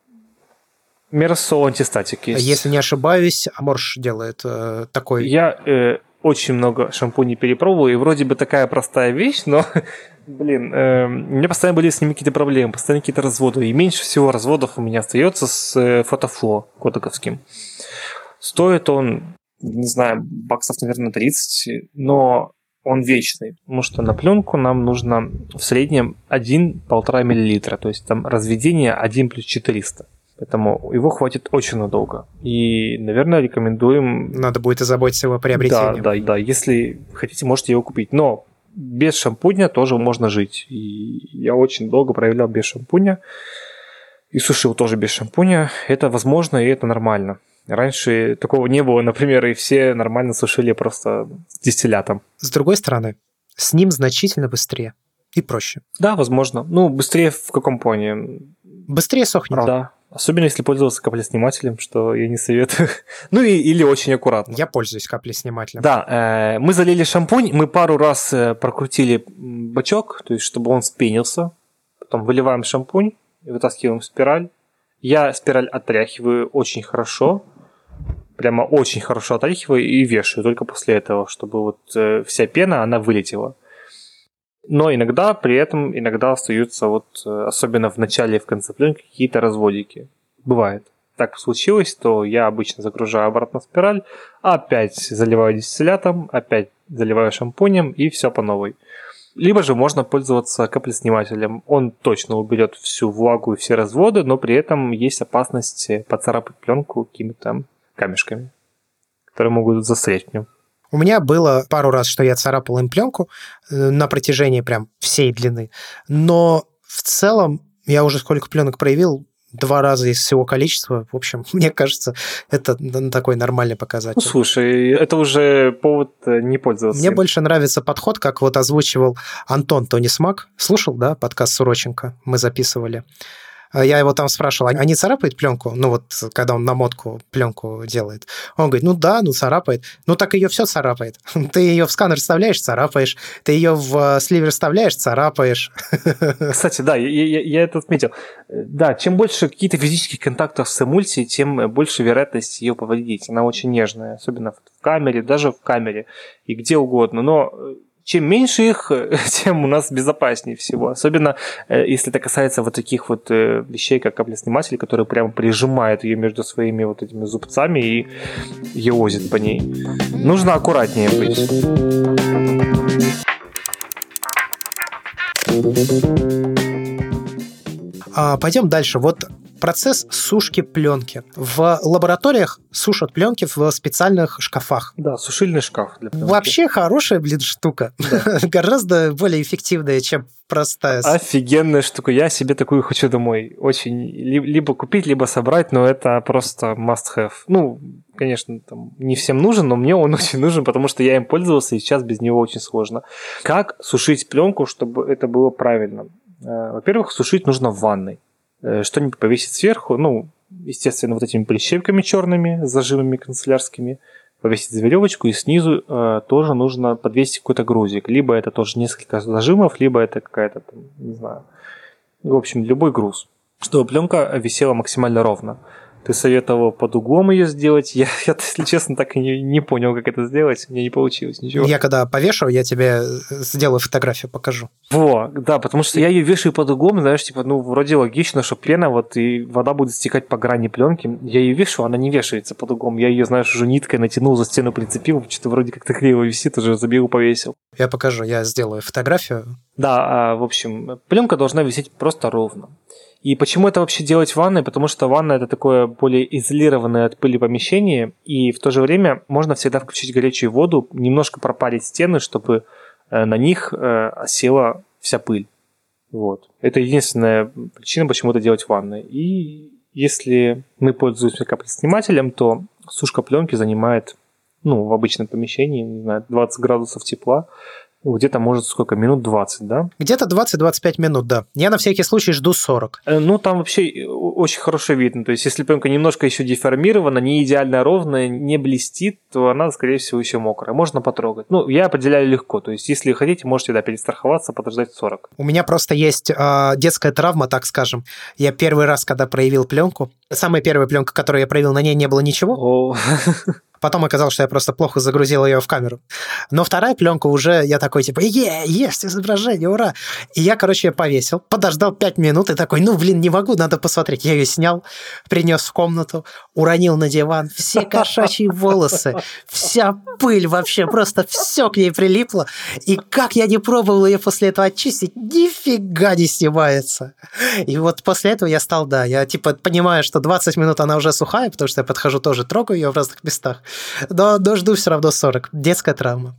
Мерсо антистатик есть. Если не ошибаюсь, Аморш делает э, такой... Я э, очень много шампуней перепробовал, и вроде бы такая простая вещь, но, блин, э, у меня постоянно были с ними какие-то проблемы, постоянно какие-то разводы, и меньше всего разводов у меня остается с э, фотофло котаковским. Стоит он, не знаю, баксов, наверное, тридцать, но он вечный, потому что на пленку нам нужно в среднем один-полтора миллилитра, то есть там разведение один плюс четыреста. Поэтому его хватит очень надолго. И, наверное, рекомендуем... Надо будет озаботиться его приобретением. Да, да, да. Если хотите, можете его купить. Но без шампуня тоже можно жить. И я очень долго проявлял без шампуня. И сушил тоже без шампуня. Это возможно, и это нормально. Раньше такого не было, например, и все нормально сушили просто с дистиллятом. С другой стороны, с ним значительно быстрее и проще. Да, возможно. Ну, быстрее в каком плане? Быстрее сохнет. Да. Особенно если пользоваться каплеснимателем, что я не советую. Ну и, или очень аккуратно. Я пользуюсь каплеснимателем. Да, э, мы залили шампунь, мы пару раз э, прокрутили бачок, то есть чтобы он вспенился. Потом выливаем шампунь и вытаскиваем спираль. Я спираль отряхиваю очень хорошо. Прямо очень хорошо отряхиваю и вешаю только после этого, чтобы вот э, вся пена, она вылетела. Но иногда, при этом, иногда остаются, вот, особенно в начале и в конце пленки, какие-то разводики. Бывает. Так случилось, то я обычно загружаю обратно спираль, опять заливаю дистиллятом, опять заливаю шампунем и все по новой. Либо же можно пользоваться каплеснимателем. Он точно уберет всю влагу и все разводы, но при этом есть опасность поцарапать пленку какими-то камешками, которые могут застрять в нем. У меня было пару раз, что я царапал им пленку на протяжении прям всей длины, но в целом я уже сколько пленок проявил, два раза из всего количества. В общем, мне кажется, это такой нормальный показатель. Ну, слушай, это уже повод не пользоваться. Мне больше нравится подход, как вот озвучивал Антон Тонисмак. Слушал, да, подкаст Суроченко? Мы записывали. Я его там спрашивал, а не царапает пленку? Ну вот, когда он намотку пленку делает. Он говорит, ну да, ну царапает. Ну так ее все царапает. Ты ее в сканер вставляешь, царапаешь. Ты ее в сливер вставляешь, царапаешь. Кстати, да, я, я, я это отметил. Да, чем больше каких-то физических контактов с эмульсией, тем больше вероятность ее повредить. Она очень нежная, особенно в камере, даже в камере и где угодно. Но чем меньше их, тем у нас безопаснее всего. Особенно, если это касается вот таких вот вещей, как каплесниматель, который прямо прижимает ее между своими вот этими зубцами и елозит по ней. Нужно аккуратнее быть. А, пойдем дальше. Вот процесс сушки пленки. В лабораториях сушат пленки в специальных шкафах. Да, сушильный шкаф для пленки. Вообще хорошая, блин, штука. Да. Гораздо более эффективная, чем простая. Офигенная штука. Я себе такую хочу домой. Очень. Либо купить, либо собрать, но это просто must-have. Ну, конечно, там не всем нужен, но мне он очень нужен, потому что я им пользовался, и сейчас без него очень сложно. Как сушить пленку, чтобы это было правильно? Во-первых, сушить нужно в ванной. Что-нибудь повесить сверху, ну, естественно, вот этими прищепками черными, с зажимами канцелярскими, повесить за веревочку, и снизу э, тоже нужно подвесить какой-то грузик. Либо это тоже несколько зажимов, либо это какая-то, там, не знаю, в общем, любой груз, чтобы пленка висела максимально ровно. Ты советовал под углом ее сделать. Я, я если честно, так и не, не понял, как это сделать. У меня не получилось ничего. Я когда повешу, я тебе сделаю фотографию, покажу. Во, да, потому что я ее вешаю под углом, знаешь, типа, ну, вроде логично, что пена, вот, и вода будет стекать по грани пленки. Я ее вешу, она не вешается под углом. Я ее, знаешь, уже ниткой натянул, за стену прицепил, что-то вроде как-то криво висит, уже забил, повесил. Я покажу, я сделаю фотографию. Да, в общем, пленка должна висеть просто ровно. И почему это вообще делать в ванной? Потому что ванна – это такое более изолированное от пыли помещение, и в то же время можно всегда включить горячую воду, немножко пропарить стены, чтобы на них осела вся пыль. Вот. Это единственная причина, почему это делать в ванной. И если мы пользуемся каплеснимателем, то сушка пленки занимает, ну, в обычном помещении, не знаю, двадцать градусов тепла, где-то, может, сколько, минут двадцать, да? Где-то двадцать-двадцать пять минут, да. Я на всякий случай жду сорок. Ну, там вообще очень хорошо видно. То есть, если пленка немножко еще деформирована, не идеально ровная, не блестит, то она, скорее всего, еще мокрая. Можно потрогать. Ну, я определяю легко. То есть, если хотите, можете, да, перестраховаться, подождать сорок. У меня просто есть э, детская травма, так скажем. Я первый раз, когда проявил пленку, самая первая пленка, которую я проявил, на ней не было ничего. Потом оказалось, что я просто плохо загрузил ее в камеру. Но вторая пленка уже, я такой, типа, е, есть изображение, ура! И я, короче, повесил, подождал пять минут и такой, ну, блин, не могу, надо посмотреть. Я ее снял, принес в комнату, уронил на диван, все кошачьи волосы, вся пыль вообще, просто все к ней прилипло. И как я не пробовал ее после этого очистить, нифига не снимается. И вот после этого я стал, да, я, типа, понимаю, что двадцать минут она уже сухая, потому что я подхожу тоже, трогаю ее в разных местах. Но, но жду все равно сорок. Детская травма.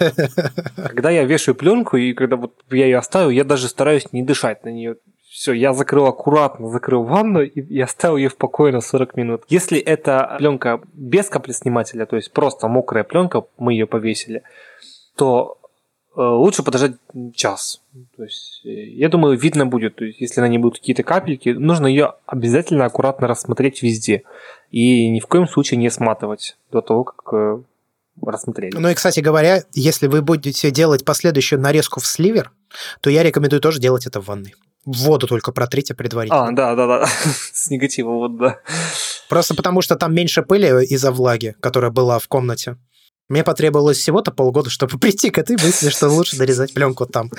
Когда я вешаю пленку, и когда вот я ее оставил, я даже стараюсь не дышать на нее. Все, я закрыл аккуратно, закрыл ванну и, и оставил ее в покое на сорок минут. Если это пленка без каплеснимателя, то есть просто мокрая пленка, мы ее повесили, то э, лучше подождать час. То есть, э, я думаю, видно будет. То есть, если на ней будут какие-то капельки, нужно ее обязательно аккуратно рассмотреть везде. И ни в коем случае не сматывать до того, как э, рассмотрели. Ну и, кстати говоря, если вы будете делать последующую нарезку в сливер, то я рекомендую тоже делать это в ванной. Воду только протрите предварительно. А, да-да-да, с негатива, вот, да. Просто потому, что там меньше пыли из-за влаги, которая была в комнате. Мне потребовалось всего-то полгода, чтобы прийти к этой мысли, что лучше нарезать пленку там.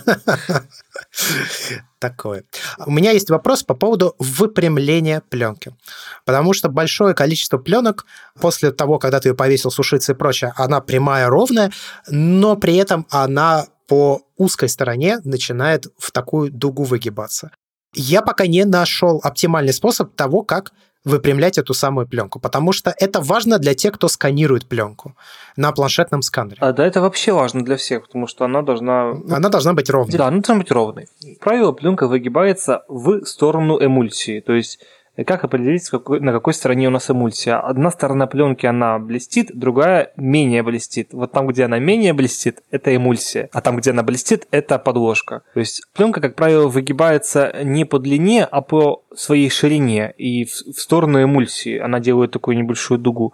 Такое. У меня есть вопрос по поводу выпрямления пленки. Потому что большое количество пленок после того, когда ты ее повесил сушиться и прочее, она прямая, ровная, но при этом она по узкой стороне начинает в такую дугу выгибаться. Я пока не нашел оптимальный способ того, как выпрямлять эту самую пленку, потому что это важно для тех, кто сканирует пленку на планшетном сканере. А, да, это вообще важно для всех, потому что она должна... Она должна быть ровной. Да, она должна быть ровной. Правило, пленка выгибается в сторону эмульсии, то есть как определить, на какой стороне у нас эмульсия? Одна сторона пленки, она блестит, другая менее блестит. Вот там, где она менее блестит, это эмульсия, а там, где она блестит, это подложка. То есть пленка, как правило, выгибается не по длине, а по своей ширине и в сторону эмульсии. Она делает такую небольшую дугу.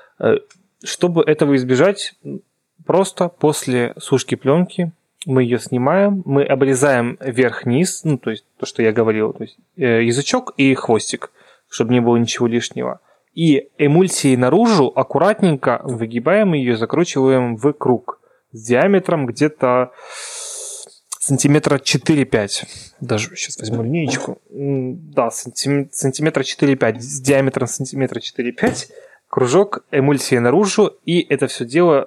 Чтобы этого избежать, просто после сушки пленки мы ее снимаем, мы обрезаем верх-низ, ну, то есть то, что я говорил, то есть э, язычок и хвостик, чтобы не было ничего лишнего. И эмульсией наружу аккуратненько выгибаем ее, закручиваем в круг с диаметром где-то сантиметра четыре-пять. Даже сейчас возьму линеечку. Да, сантиметра четыре-пять, с диаметром сантиметра четыре-пять. Кружок эмульсии наружу, и это все дело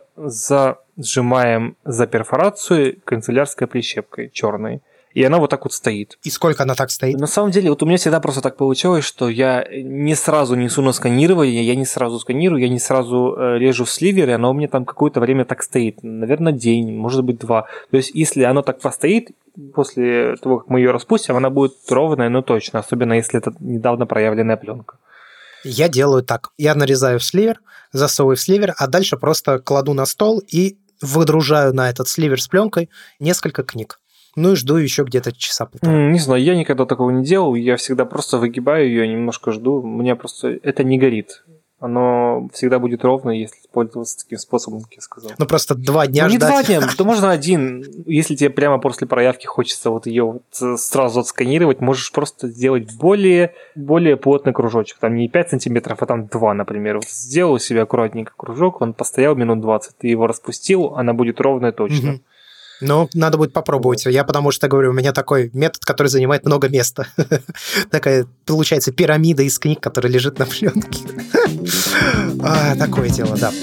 зажимаем за перфорацию канцелярской прищепкой черной. И она вот так вот стоит. И сколько она так стоит? На самом деле, вот у меня всегда просто так получилось, что я не сразу несу на сканирование, я не сразу сканирую, я не сразу режу в сливере, оно у меня там какое-то время так стоит. Наверное, день, может быть, два. То есть, если оно так постоит, после того, как мы ее распустим, она будет ровная, но точно, особенно если это недавно проявленная пленка. Я делаю так. Я нарезаю в сливер, засовываю в сливер, а дальше просто кладу на стол и выдружаю на этот сливер с пленкой несколько книг. Ну и жду еще где-то часа полтора. Не знаю, я никогда такого не делал. Я всегда просто выгибаю ее, немножко жду. У меня просто это не горит. Оно всегда будет ровно, если пользоваться таким способом, как я сказал. Ну, просто два дня ну, ждать. Не два дня, то можно один. Если тебе прямо после проявки хочется вот ее вот сразу отсканировать, можешь просто сделать более, более плотный кружочек. Там не пять сантиметров, а там два, например. Вот сделал себе аккуратненько кружок, он постоял минут двадцать, ты его распустил, она будет ровная точно. Угу. Ну, надо будет попробовать. Вот. Я потому что, говорю, у меня такой метод, который занимает много места. Такая, получается, пирамида из книг, которая лежит на пленке. Такое дело, да.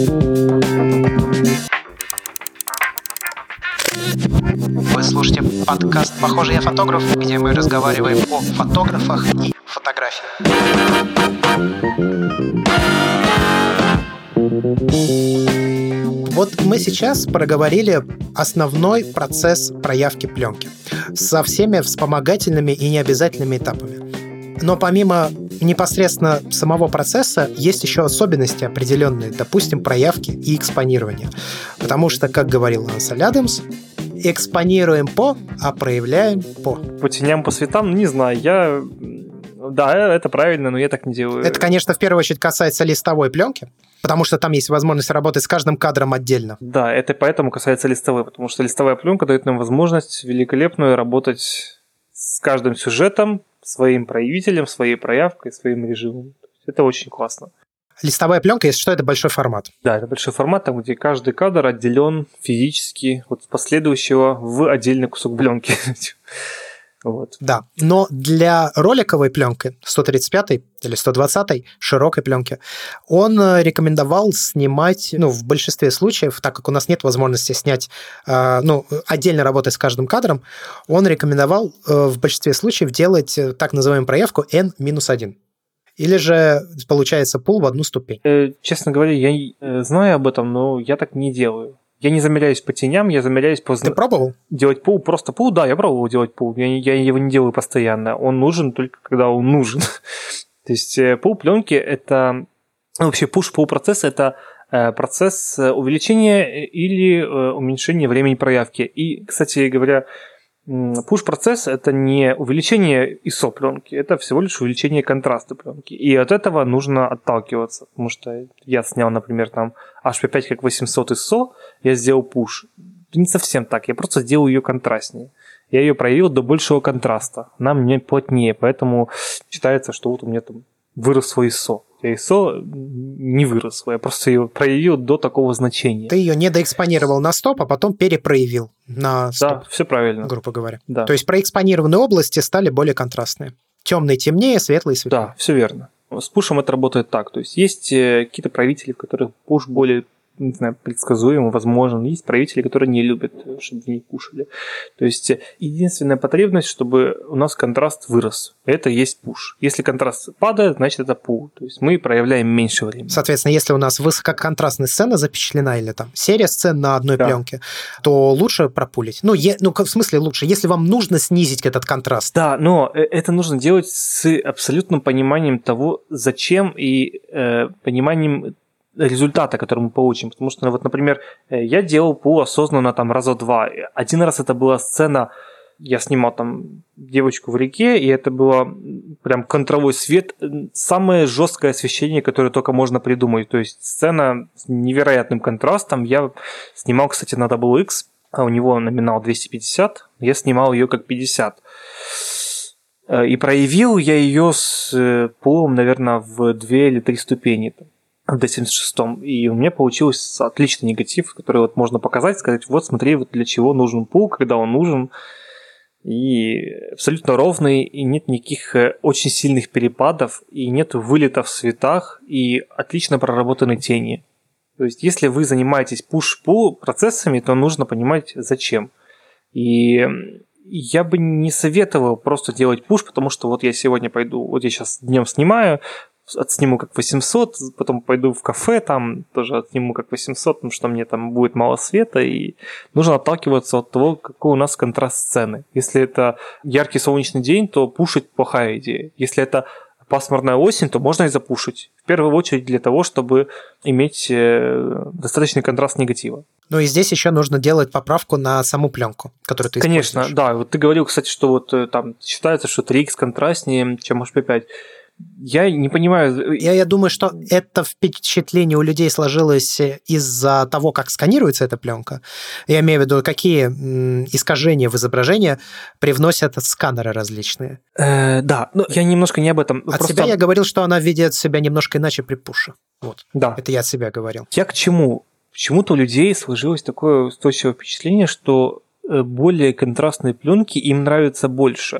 Вы слушаете подкаст «Похоже, я фотограф», где мы разговариваем о фотографах и фотографии. Вот мы сейчас проговорили основной процесс проявки пленки со всеми вспомогательными и необязательными этапами. Но помимо непосредственно самого процесса есть еще особенности определенные, допустим, проявки и экспонирования. Потому что, как говорил Ансельм Адамс, экспонируем по, а проявляем по. По теням, по светам, не знаю, я... Да, это правильно, но я так не делаю. Это, конечно, в первую очередь касается листовой пленки, потому что там есть возможность работать с каждым кадром отдельно. Да, это поэтому касается листовой, потому что листовая пленка дает нам возможность великолепную работать с каждым сюжетом, своим проявителем, своей проявкой, своим режимом. Это очень классно. Листовая пленка, если что, это большой формат. Да, это большой формат, там, где каждый кадр отделен физически от последующего в отдельный кусок пленки. Вот. Да, но для роликовой пленки сто тридцать пятой или сто двадцатой широкой пленки он рекомендовал снимать, ну, в большинстве случаев, так как у нас нет возможности снять, э, ну, отдельно работать с каждым кадром, он рекомендовал э, в большинстве случаев делать так называемую проявку эн минус один. Или же получается пул в одну ступень. Э, честно говоря, я знаю об этом, но я так не делаю. Я не замеряюсь по теням, я замеряюсь по... Ты пробовал? Делать пул, просто пул, да, я пробовал делать пул. Я, я его не делаю постоянно. Он нужен только когда он нужен. То есть пул пленки это... Вообще push-pull процесс это процесс увеличения или уменьшения времени проявки. И, кстати говоря, push-процесс это не увеличение ай эс о пленки, это всего лишь увеличение контраста пленки. И от этого нужно отталкиваться. Потому что я снял, например, там эйч пи пять как восемьсот ай эс о, я сделал push. Не совсем так, я просто сделал ее контрастнее. Я ее проявил до большего контраста. Она мне плотнее, поэтому считается, что вот у меня там вырос свой ай эс о. ай эс о не вырос, я просто ее проявил до такого значения. Ты ее не доэкспонировал на стоп, а потом перепроявил на стоп. Да, все правильно. Грубо говоря. Да. То есть проэкспонированные области стали более контрастные. Темные темнее, светлые светлее. Да, все верно. С пушем это работает так. То есть есть какие-то проявители, в которых пуш более, не знаю, предсказуемо, возможен. Есть проявители, которые не любят, чтобы в них пушили. То есть единственная потребность, чтобы у нас контраст вырос. Это есть пуш. Если контраст падает, значит это пул. То есть мы проявляем меньше времени. Соответственно, если у нас высококонтрастная сцена запечатлена или там серия сцен на одной да. пленке, то лучше пропулить. Ну, е- ну, в смысле лучше, если вам нужно снизить этот контраст. Да, но это нужно делать с абсолютным пониманием того, зачем, и э, пониманием результата, который мы получим. Потому что, вот, например, я делал пул осознанно там раза два. Один раз это была сцена, я снимал там девочку в реке, и это было прям контровой свет, самое жесткое освещение, которое только можно придумать. То есть сцена с невероятным контрастом. Я снимал, кстати, на дабл ю икс, а у него номинал двести пятьдесят, я снимал ее как пятьдесят. И проявил я ее с пулом, наверное, в две или три ступени. В ди семьдесят шестом. И у меня получился отличный негатив, который вот можно показать, сказать, вот смотри, вот для чего нужен пул, когда он нужен. И абсолютно ровный, и нет никаких очень сильных перепадов, и нет вылетов в цветах, и отлично проработаны тени. То есть, если вы занимаетесь push-pull процессами, то нужно понимать, зачем. И я бы не советовал просто делать push, потому что вот я сегодня пойду, вот я сейчас днем снимаю, отсниму как восемьсот, потом пойду в кафе, там тоже отсниму как восемьсот, потому что мне там будет мало света, и нужно отталкиваться от того, какой у нас контраст сцены. Если это яркий солнечный день, то пушить плохая идея. Если это пасмурная осень, то можно и запушить. В первую очередь для того, чтобы иметь достаточный контраст негатива. Ну и здесь еще нужно делать поправку на саму пленку, которую ты Конечно, используешь. да. Вот ты говорил, кстати, что вот там считается, что три икс контрастнее, чем эйч пи пять. Я не понимаю... Я, я думаю, что это впечатление у людей сложилось из-за того, как сканируется эта пленка. Я имею в виду, какие искажения в изображении привносят сканеры различные. Э, да, но я немножко не об этом. От Просто... себя я говорил, что она ведет себя немножко иначе при пуше. Вот. Да. Это я от себя говорил. Я к чему? Почему-то у людей сложилось такое устойчивое впечатление, что более контрастные пленки им нравятся больше.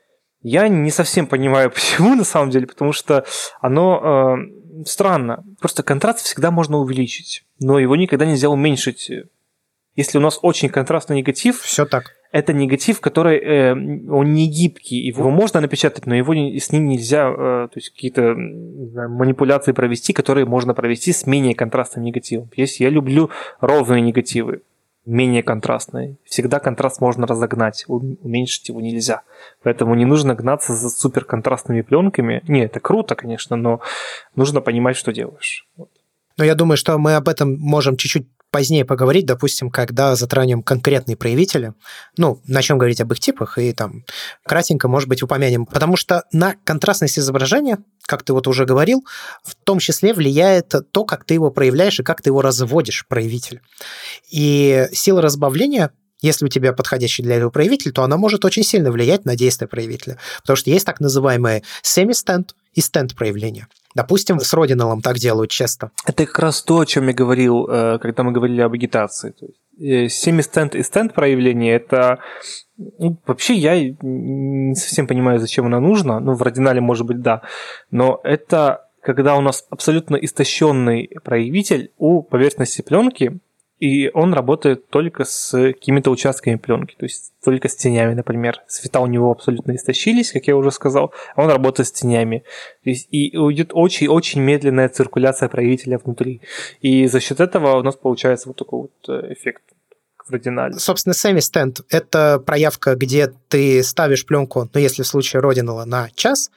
Я не совсем понимаю, почему на самом деле, потому что оно э, странно. Просто контраст всегда можно увеличить, но его никогда нельзя уменьшить. Если у нас очень контрастный негатив, все так. Это негатив, который э, он не гибкий, его можно напечатать, но его не, с ним нельзя, э, то есть какие-то знаю, манипуляции провести, которые можно провести с менее контрастным негативом. Если я люблю ровные негативы, менее контрастные. Всегда контраст можно разогнать, уменьшить его нельзя. Поэтому не нужно гнаться за суперконтрастными пленками. Не, это круто, конечно, но нужно понимать, что делаешь. Вот. Но я думаю, что мы об этом можем чуть-чуть позднее поговорить, допустим, когда затронем конкретные проявители, ну, начнем говорить об их типах и там кратенько, может быть, упомянем. Потому что на контрастность изображения, как ты вот уже говорил, в том числе влияет то, как ты его проявляешь и как ты его разводишь, проявитель. И сила разбавления, если у тебя подходящий для этого проявитель, то она может очень сильно влиять на действие проявителя. Потому что есть так называемые semi-stand и stand проявления. Допустим, с Родиналом так делают часто. Это как раз то, о чем я говорил, когда мы говорили об агитации. Semi-stand и stand проявление – это... Ну, вообще я не совсем понимаю, зачем оно нужно. Ну, в Родинале, может быть, да. Но это когда у нас абсолютно истощенный проявитель у поверхности пленки, и он работает только с какими-то участками пленки, то есть только с тенями, например. Цвета у него абсолютно истощились, как я уже сказал, а он работает с тенями. То есть и уйдет очень-очень медленная циркуляция проявителя внутри. И за счет этого у нас получается вот такой вот эффект в Родинале. Собственно, semi-stand – это проявка, где ты ставишь пленку, ну, если в случае Родинала, на час,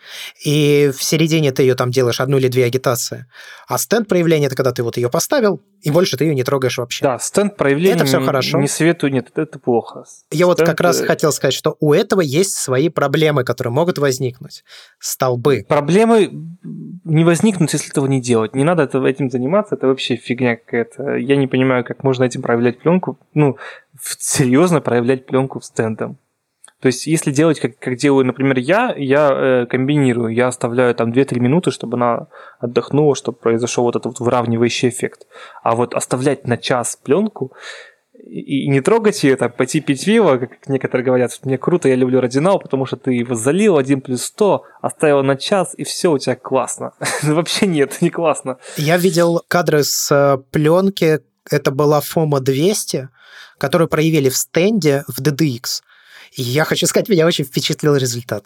и в середине ты ее там делаешь одну или две агитации. А стенд проявление – это когда ты вот ее поставил, и больше ты ее не трогаешь вообще. Да, стенд проявление это все хорошо. Не советую, нет, это плохо. Я стенд... вот как раз хотел сказать, что у этого есть свои проблемы, которые могут возникнуть. Столбы. Проблемы не возникнут, если этого не делать. Не надо этим заниматься, это вообще фигня какая-то. Я не понимаю, как можно этим проявлять пленку. Ну, серьезно проявлять пленку стендом. То есть, если делать, как, как делаю, например, я, я э, комбинирую, я оставляю там две-три минуты, чтобы она отдохнула, чтобы произошел вот этот вот выравнивающий эффект. А вот оставлять на час пленку и, и не трогать ее, там, пойти пить пиво, как некоторые говорят, что мне круто, я люблю Родинал, потому что ты его залил один плюс сто, оставил на час, и все у тебя классно. Вообще нет, не классно. Я видел кадры с пленки, это была фома двести, которую проявили в стенде в ди ди икс. И я хочу сказать, меня очень впечатлил результат.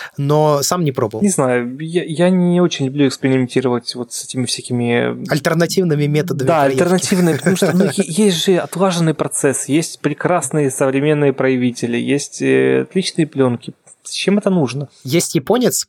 Но сам не пробовал. Не знаю, я, я не очень люблю экспериментировать вот с этими всякими... Альтернативными методами Да, проявки. альтернативные, потому что ну, есть же отлаженный процесс, есть прекрасные современные проявители, есть отличные пленки. Зачем это нужно? Есть японец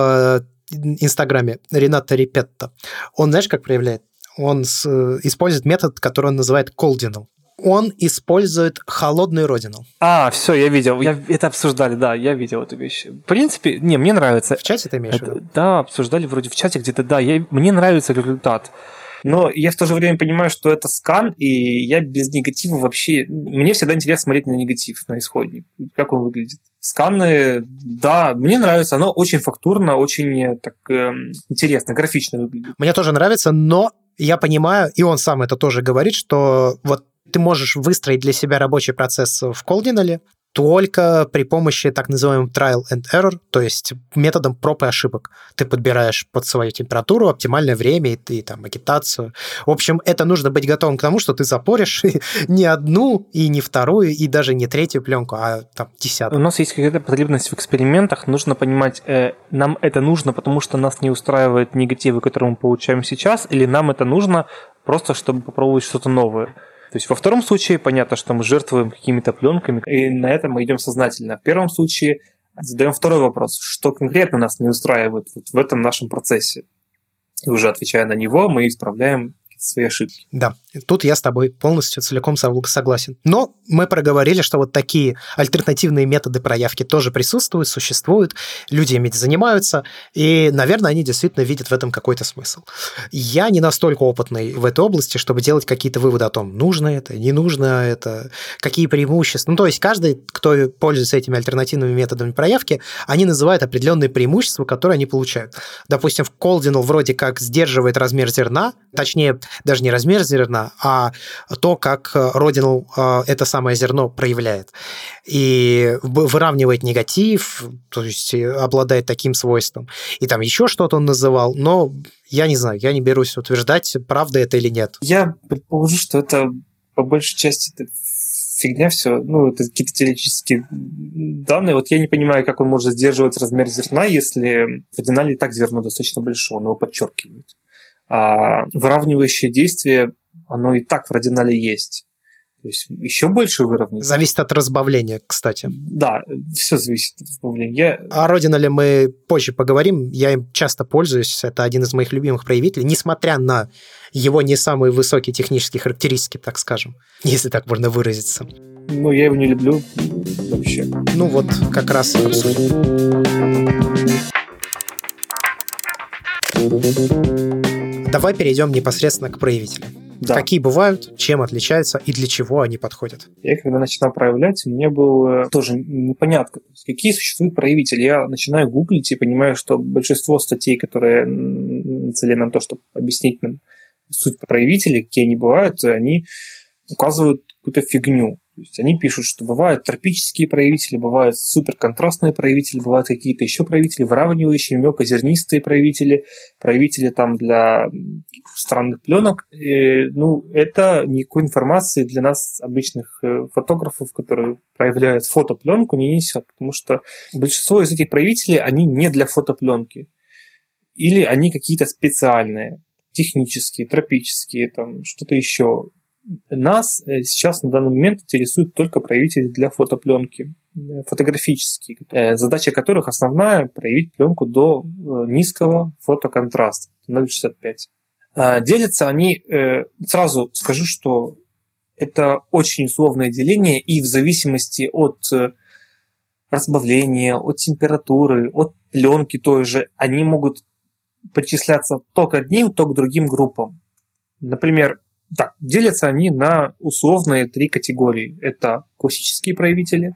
в Инстаграме, Ренато Репетто. Он, знаешь, как проявляет? Он с, использует метод, который он называет колдинал. Он использует холодный Родинал. А, все, я видел. Я, это обсуждали, да, я видел эту вещь. В принципе, не, мне нравится. В чате ты имеешь в виду? Да, обсуждали вроде в чате где-то, да. Я, мне нравится результат. Но я в то же время понимаю, что это скан, и я без негатива вообще... Мне всегда интересно смотреть на негатив, на исходник. Как он выглядит. Сканы, да, мне нравится. Оно очень фактурно, очень так э, интересно, графично выглядит. Мне тоже нравится, но я понимаю, и он сам это тоже говорит, что вот ты можешь выстроить для себя рабочий процесс в Колдинале только при помощи так называемого trial and error, то есть методом проб и ошибок. Ты подбираешь под свою температуру оптимальное время и, и там агитацию. В общем, это нужно быть готовым к тому, что ты запоришь не одну, и не вторую, и даже не третью пленку, а там десятую. У нас есть какая-то потребность в экспериментах. Нужно понимать, э, нам это нужно, потому что нас не устраивают негативы, которые мы получаем сейчас, или нам это нужно просто, чтобы попробовать что-то новое. То есть во втором случае понятно, что мы жертвуем какими-то пленками, и на это мы идем сознательно. В первом случае задаем второй вопрос, что конкретно нас не устраивает вот в этом нашем процессе. И уже отвечая на него, мы исправляем свои ошибки. Да. Тут я с тобой полностью целиком согласен. Но мы проговорили, что вот такие альтернативные методы проявки тоже присутствуют, существуют, люди ими занимаются, и, наверное, они действительно видят в этом какой-то смысл. Я не настолько опытный в этой области, чтобы делать какие-то выводы о том, нужно это, не нужно это, какие преимущества. Ну, то есть каждый, кто пользуется этими альтернативными методами проявки, они называют определенные преимущества, которые они получают. Допустим, в Coldinal вроде как сдерживает размер зерна, точнее, даже не размер зерна, а то, как Rodinal это самое зерно проявляет. И выравнивает негатив, то есть обладает таким свойством. И там еще что-то он называл, но я не знаю, я не берусь утверждать, правда это или нет. Я предположу, что это по большей части это фигня все, ну, это какие-то теоретические данные. Вот я не понимаю, как он может сдерживать размер зерна, если в Rodinal и так зерно достаточно большое, он его подчеркивает. А выравнивающее действие, оно и так в Rodinal есть. То есть еще больше выровнять. Зависит от разбавления, кстати. Да, все зависит от разбавления. Я... О Rodinal мы позже поговорим. Я им часто пользуюсь. Это один из моих любимых проявителей, несмотря на его не самые высокие технические характеристики, так скажем, если так можно выразиться. Ну, я его не люблю вообще. Ну вот, как раз и обсудим. Давай перейдем непосредственно к проявителям. Да. Какие бывают, чем отличаются и для чего они подходят? Я когда начинал проявлять, мне было тоже непонятно, какие существуют проявители. Я начинаю гуглить и понимаю, что большинство статей, которые нацелены на то, чтобы объяснить нам суть проявителей, какие они бывают, они указывают какую-то фигню. То есть они пишут, что бывают тропические проявители, бывают суперконтрастные проявители, бывают какие-то еще проявители, выравнивающие, мелкозернистые проявители, проявители там для странных пленок. И, ну, это никакой информации для нас, обычных фотографов, которые проявляют фотопленку, не несет, потому что большинство из этих проявителей, они не для фотопленки. Или они какие-то специальные, технические, тропические, там что-то еще. Нас сейчас на данный момент интересуют только проявители для фотопленки, фотографические, задача которых основная – проявить пленку до низкого фотоконтраста, ноль шестьдесят пять. Делятся они, сразу скажу, что это очень условное деление, и в зависимости от разбавления, от температуры, от пленки той же, они могут причисляться то к одним, то к другим группам. Например, так, делятся они на условные три категории. Это классические проявители,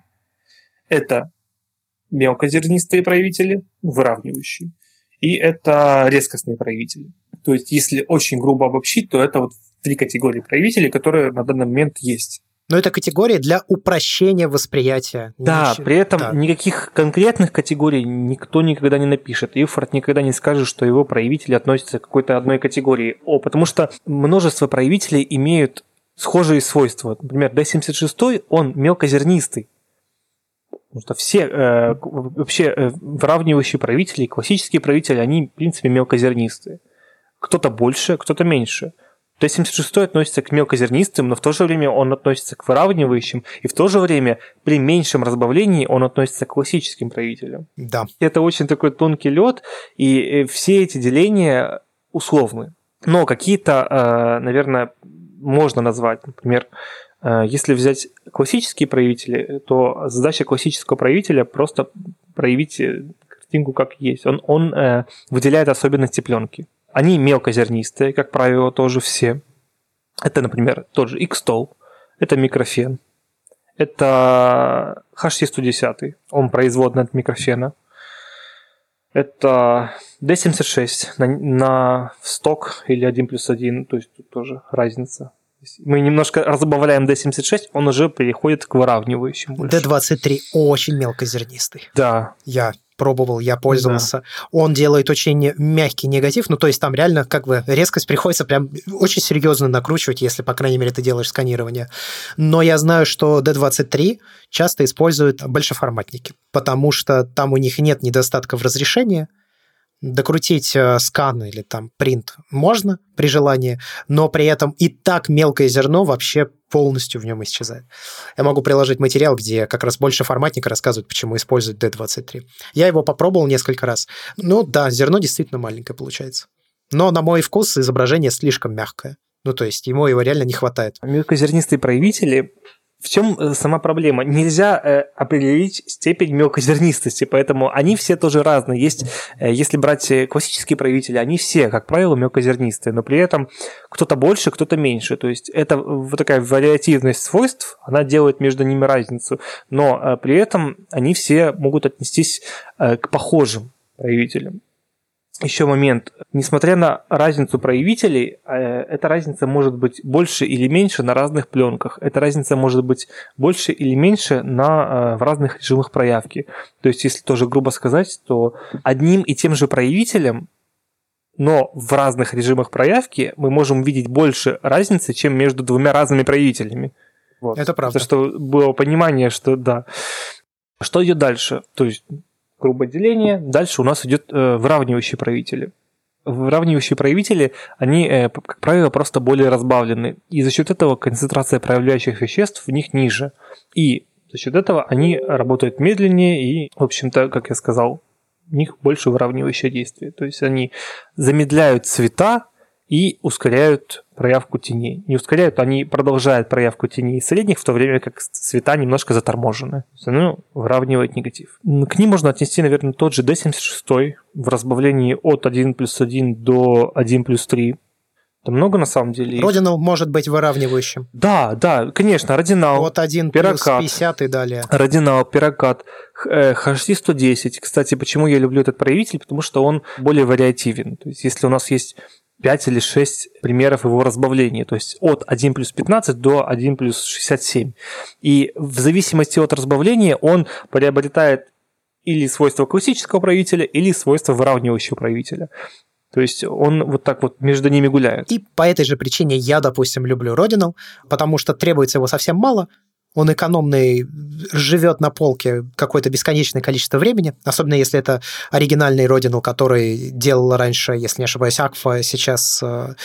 это мелкозернистые проявители, выравнивающие, и это резкостные проявители. То есть, если очень грубо обобщить, то это вот три категории проявителей, которые на данный момент есть. Но это категория для упрощения восприятия. Да, при этом да. Никаких конкретных категорий никто никогда не напишет. Ilford никогда не скажет, что его проявители относятся к какой-то одной категории. О, потому что множество проявителей имеют схожие свойства. Например, ди семьдесят шесть, он мелкозернистый. Потому что все э, вообще э, выравнивающие проявители, классические проявители, они, в принципе, мелкозернистые. Кто-то больше, кто-то меньше. ди семьдесят шесть относится к мелкозернистым, но в то же время он относится к выравнивающим, и в то же время при меньшем разбавлении он относится к классическим проявителям. Да. Это очень такой тонкий лед, и все эти деления условны. Но какие-то, наверное, можно назвать. Например, если взять классические проявители, то задача классического проявителя просто проявить картинку как есть. Он, он выделяет особенности пленки. Они мелкозернистые, как правило, тоже все. Это, например, тот же X-Tol, это микрофен, это эйч си сто десять, он производный от микрофена. Это ди семьдесят шесть на, на сток или один плюс один, то есть тут тоже разница. Мы немножко разбавляем ди семьдесят шесть, он уже переходит к выравнивающим. ди двадцать три очень мелкозернистый. Да. Я пробовал, я пользовался. Да. Он делает очень мягкий негатив, ну, то есть там реально как бы резкость приходится прям очень серьезно накручивать, если, по крайней мере, ты делаешь сканирование. Но я знаю, что ди двадцать три часто используют большеформатники, потому что там у них нет недостатка в разрешении. Докрутить скан или там принт можно при желании, но при этом и так мелкое зерно вообще полностью в нем исчезает. Я могу приложить материал, где как раз больше форматника рассказывают, почему используют ди двадцать три. Я его попробовал несколько раз. Ну да, зерно действительно маленькое получается. Но на мой вкус изображение слишком мягкое. Ну, то есть ему его реально не хватает. Мелкозернистые проявители... В чем сама проблема? Нельзя э, определить степень мелкозернистости, поэтому они все тоже разные. Есть, э, если брать классические проявители, они все, как правило, мелкозернистые, но при этом кто-то больше, кто-то меньше. То есть это вот такая вариативность свойств, она делает между ними разницу, но э, при этом они все могут отнестись э, к похожим проявителям. Еще момент. Несмотря на разницу проявителей, эта разница может быть больше или меньше на разных пленках. Эта разница может быть больше или меньше на, в разных режимах проявки. То есть, если тоже грубо сказать, то одним и тем же проявителем, но в разных режимах проявки мы можем видеть больше разницы, чем между двумя разными проявителями. Вот. Это правда. Потому что было понимание, что да. Что идет дальше? То есть... грубое деление. Дальше у нас идет э, выравнивающие проявители. Выравнивающие проявители, они, э, как правило, просто более разбавлены. И за счет этого концентрация проявляющих веществ в них ниже. И за счет этого они работают медленнее и, в общем-то, как я сказал, у них больше выравнивающее действие. То есть они замедляют цвета и ускоряют проявку теней. Не ускоряют, они продолжают проявку теней средних, в то время как цвета немножко заторможены. Ну, выравнивает негатив. К ним можно отнести, наверное, тот же ди семьдесят шесть в разбавлении от один плюс один до один плюс три. Это много на самом деле. Родинал может быть выравнивающим. Да, да, конечно, Родинал. От один плюс пятьдесят и далее. Родинал, Пирокат, эйч ди сто десять. Кстати, почему я люблю этот проявитель? Потому что он более вариативен. То есть, если у нас есть пять или шесть примеров его разбавления, то есть от один плюс пятнадцать до один плюс шестьдесят семь. И в зависимости от разбавления он приобретает или свойства классического проявителя, или свойства выравнивающего проявителя. То есть он вот так вот между ними гуляет. И по этой же причине я, допустим, люблю Родинал, потому что требуется его совсем мало, он экономный, живет на полке какое-то бесконечное количество времени, особенно если это оригинальный Родинал, который делал раньше, если не ошибаюсь, Акфа, сейчас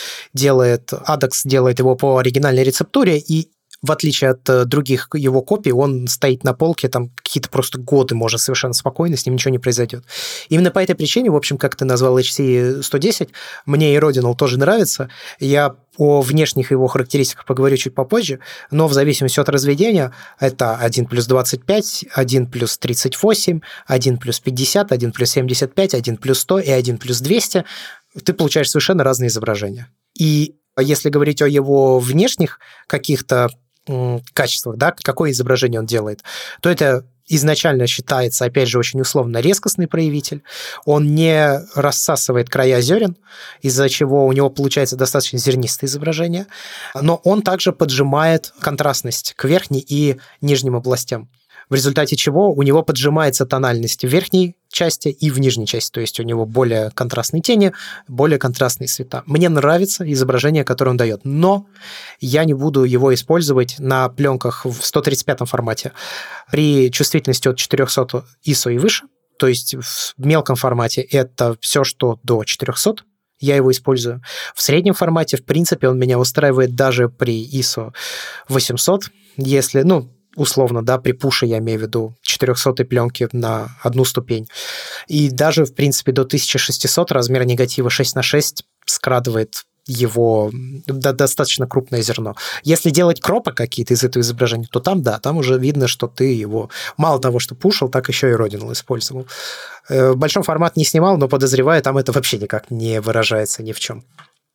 делает, Адекс делает его по оригинальной рецептуре, и в отличие от других его копий, он стоит на полке, там какие-то просто годы, можно совершенно спокойно, с ним ничего не произойдет. Именно по этой причине, в общем, как ты назвал эйч си сто десять, мне и Родинал тоже нравится. Я о внешних его характеристиках поговорю чуть попозже, но в зависимости от разведения это один плюс двадцать пять, один плюс тридцать восемь, один плюс пятьдесят, один плюс семьдесят пять, один плюс сто и один плюс двести. Ты получаешь совершенно разные изображения. И если говорить о его внешних каких-то качествах, да, какое изображение он делает, то это изначально считается, опять же, очень условно резкостный проявитель. Он не рассасывает края зерен, из-за чего у него получается достаточно зернистое изображение, но он также поджимает контрастность к верхней и нижним областям, в результате чего у него поджимается тональность в верхней части и в нижней части, то есть у него более контрастные тени, более контрастные цвета. Мне нравится изображение, которое он дает, но я не буду его использовать на пленках в сто тридцать пятом формате при чувствительности от четыреста ай эс о и выше, то есть в мелком формате это все, что до четырехсот, я его использую. В среднем формате, в принципе, он меня устраивает даже при ай эс о восемьсот, если, ну, условно, да, при пуше, я имею в виду, четырехсотой пленки на одну ступень. И даже, в принципе, до тысяча шестисот размер негатива шесть на шесть скрадывает его да, достаточно крупное зерно. Если делать кропы какие-то из этого изображения, то там, да, там уже видно, что ты его мало того, что пушил, так еще и Родинал использовал. В большом формат не снимал, но, подозреваю, там это вообще никак не выражается ни в чем.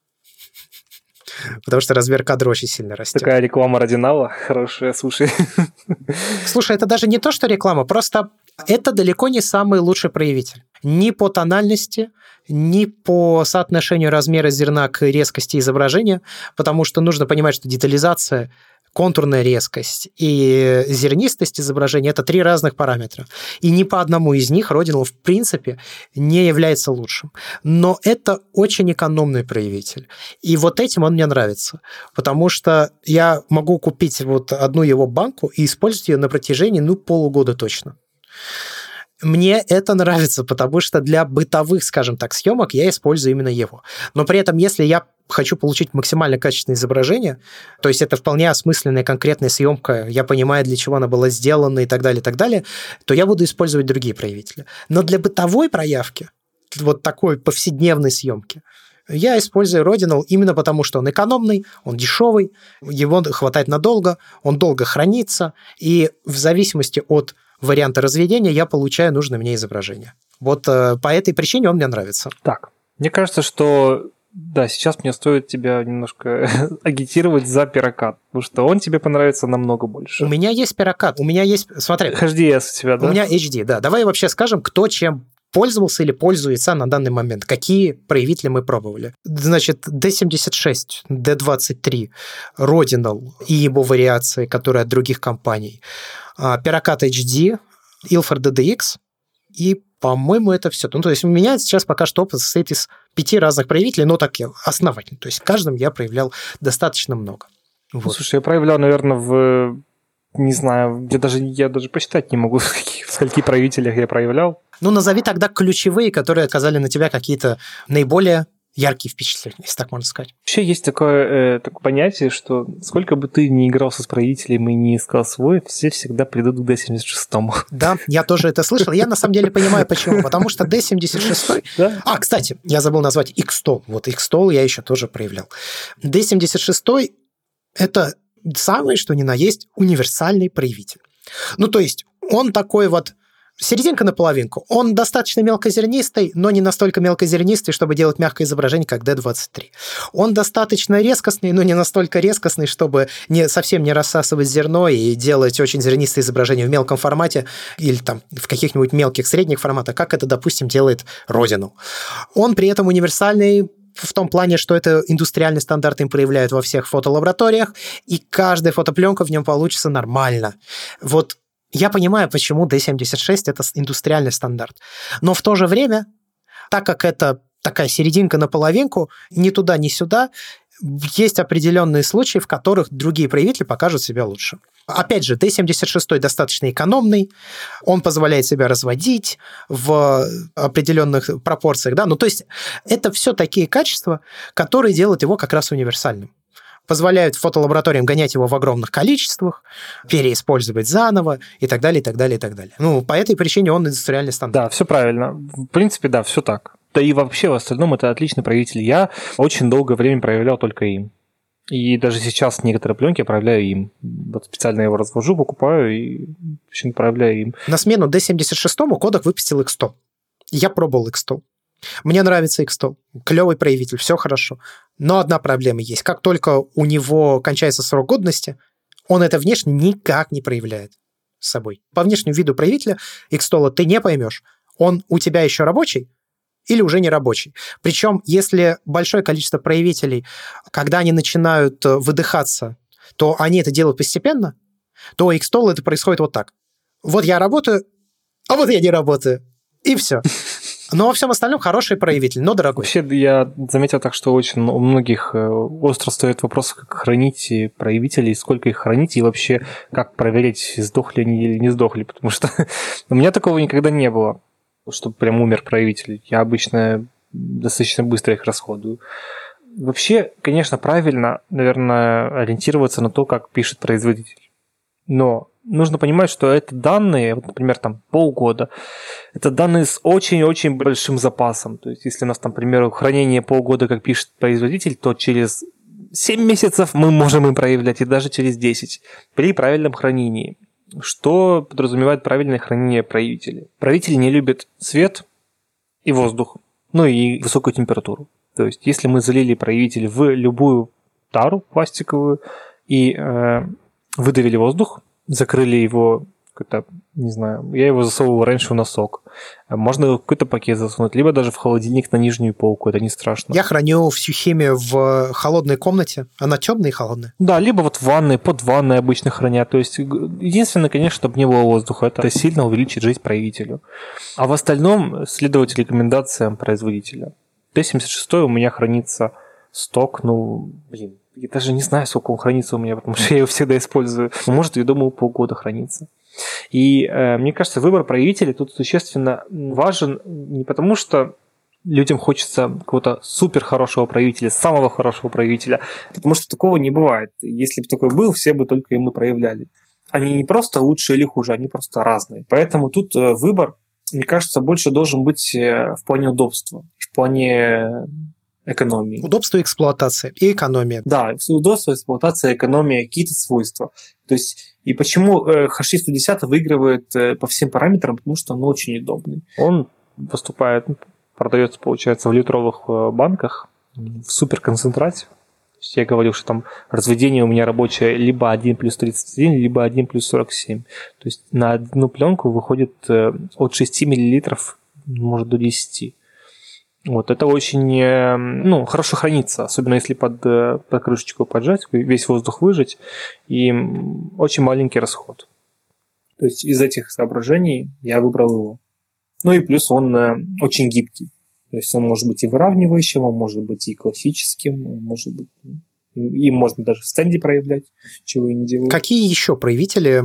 Потому что размер кадра очень сильно растет. Такая реклама Родинала хорошая, слушай. Слушай, это даже не то, что реклама, просто это далеко не самый лучший проявитель. Ни по тональности, ни по соотношению размера зерна к резкости изображения, потому что нужно понимать, что детализация, контурная резкость и зернистость изображения – это три разных параметра. И ни по одному из них Родинал, в принципе, не является лучшим. Но это очень экономный проявитель. И вот этим он мне нравится. Потому что я могу купить вот одну его банку и использовать ее на протяжении, ну, полугода точно. Мне это нравится, потому что для бытовых, скажем так, съемок я использую именно его. Но при этом, если я хочу получить максимально качественное изображение, то есть это вполне осмысленная конкретная съемка, я понимаю, для чего она была сделана и так далее, и так далее, то я буду использовать другие проявители. Но для бытовой проявки, вот такой повседневной съемки, Я использую Rodinal именно потому, что он экономный, он дешевый, его хватает надолго, он долго хранится, и в зависимости от варианта разведения я получаю нужное мне изображение. Вот э, по этой причине он мне нравится. Так, мне кажется, что да, сейчас мне стоит тебя немножко агитировать за пирокат, потому что он тебе понравится намного больше. У меня есть пирокат, у меня есть... Смотри. эйч ди эс у тебя, да? У меня эйч ди, да. Давай вообще скажем, кто чем пользовался или пользуется на данный момент. Какие проявители мы пробовали. Значит, ди семьдесят шесть, ди двадцать три, Rodinal и его вариации, которые от других компаний, пирокат эйч ди, Ilford ди ди икс, и, по-моему, это все. Ну, то есть у меня сейчас пока что опыт состоит из пяти разных проявителей, но так основательно. То есть в каждом я проявлял достаточно много. Вот. Вот. Слушай, я проявлял, наверное, в... Не знаю, я даже, я даже посчитать не могу, в скольких проявителях я проявлял. Ну, назови тогда ключевые, которые оказали на тебя какие-то наиболее яркие впечатления, если так можно сказать. Вообще есть такое, э, такое понятие, что сколько бы ты ни играл со справителем и не искал свой, все всегда придут к ди семьдесят шесть. Да, я тоже это слышал. Я на самом деле понимаю, почему. Потому что ди семьдесят шесть... Да? А, кстати, я забыл назвать икс сто. Вот икс сто я еще тоже проявлял. ди семьдесят шесть – это самое, что ни на есть, универсальный проявитель. Ну, то есть он такой вот серединка на половинку. Он достаточно мелкозернистый, но не настолько мелкозернистый, чтобы делать мягкое изображение, как ди двадцать три. Он достаточно резкостный, но не настолько резкостный, чтобы не, совсем не рассасывать зерно и делать очень зернистое изображение в мелком формате или там в каких-нибудь мелких средних форматах, как это, допустим, делает Rodinal. Он при этом универсальный в том плане, что это индустриальный стандарт им проявляют во всех фотолабораториях, и каждая фотопленка в нем получится нормально. Вот я понимаю, почему ди семьдесят шесть – это индустриальный стандарт. Но в то же время, так как это такая серединка на половинку, ни туда, ни сюда, есть определенные случаи, в которых другие проявители покажут себя лучше. Опять же, ди семьдесят шесть достаточно экономный, он позволяет себя разводить в определенных пропорциях. Да? Ну, то есть это все такие качества, которые делают его как раз универсальным. Позволяют фотолабораториям гонять его в огромных количествах, переиспользовать заново и так далее, и так далее, и так далее. Ну, по этой причине он индустриальный стандарт. Да, все правильно. В принципе, да, все так. Да и вообще в остальном это отличный проявитель. Я очень долгое время проявлял только им. И даже сейчас некоторые пленки я проявляю им. Вот специально его развожу, покупаю и в общем, проявляю им. На смену ди семьдесят шесть Kodak выпустил икс сто. Я пробовал икс сто. Мне нравится икс сто. Клевый проявитель, все хорошо. Но одна проблема есть. Как только у него кончается срок годности, он это внешне никак не проявляет с собой. По внешнему виду проявителя икс сто ты не поймешь, он у тебя еще рабочий или уже не рабочий. Причем, если большое количество проявителей, когда они начинают выдыхаться, то они это делают постепенно, то у икс сто это происходит вот так. Вот я работаю, а вот я не работаю. И все. Но во всем остальном хороший проявитель, но дорогой. Вообще, я заметил так, что очень у многих остро стоит вопрос, как хранить проявителей, сколько их хранить, и вообще, как проверить, сдохли они или не сдохли, потому что у меня такого никогда не было, чтобы прям умер проявитель. Я обычно достаточно быстро их расходую. Вообще, конечно, правильно, наверное, ориентироваться на то, как пишет производитель. Но нужно понимать, что это данные, вот, например, там полгода, это данные с очень-очень большим запасом. То есть, если у нас там, к примеру, хранение полгода, как пишет производитель, то через семь месяцев мы можем им проявлять, и даже через десять при правильном хранении. Что подразумевает правильное хранение проявителей? Проявители не любят свет и воздух, ну и высокую температуру. То есть, если мы залили проявитель в любую тару пластиковую и э, выдавили воздух, закрыли его, как-то, не знаю, я его засовывал раньше в носок. Можно какой-то пакет засунуть, либо даже в холодильник на нижнюю полку, это не страшно. Я храню всю химию в холодной комнате. Она темная и холодная? Да, либо вот в ванной, под ванной обычно хранят. То есть, единственное, конечно, чтобы не было воздуха, это сильно увеличит жизнь проявителю. А в остальном следовать рекомендациям производителя. ди семьдесят шесть у меня хранится сток, ну, блин, я даже не знаю, сколько он хранится у меня, потому что я его всегда использую. Может, я думаю, полгода хранится. И э, мне кажется, выбор проявителя тут существенно важен не потому, что людям хочется какого-то супер хорошего проявителя, самого хорошего проявителя. Потому что такого не бывает. Если бы такой был, все бы только ему проявляли. Они не просто лучше или хуже, они просто разные. Поэтому тут выбор, мне кажется, больше должен быть в плане удобства, в плане экономии. Удобство эксплуатации и экономия. Да, удобство, эксплуатация, экономия, какие-то свойства. То есть, и почему эйч шесть сто десять выигрывает по всем параметрам? Потому что он очень удобный. Он поступает, продается, получается, в литровых банках в суперконцентрате. Я говорил, что там разведение у меня рабочее либо один плюс тридцать один, либо один плюс сорок семь. То есть на одну пленку выходит от шести миллилитров, может, до десяти. Вот, это очень, ну, хорошо хранится, особенно если под, под крышечку поджать, весь воздух выжать, и очень маленький расход. То есть из этих соображений я выбрал его. Ну и плюс он очень гибкий. То есть он может быть и выравнивающим, он может быть и классическим, он может быть... И можно даже в стенде проявлять, чего я не делаю. Какие еще проявители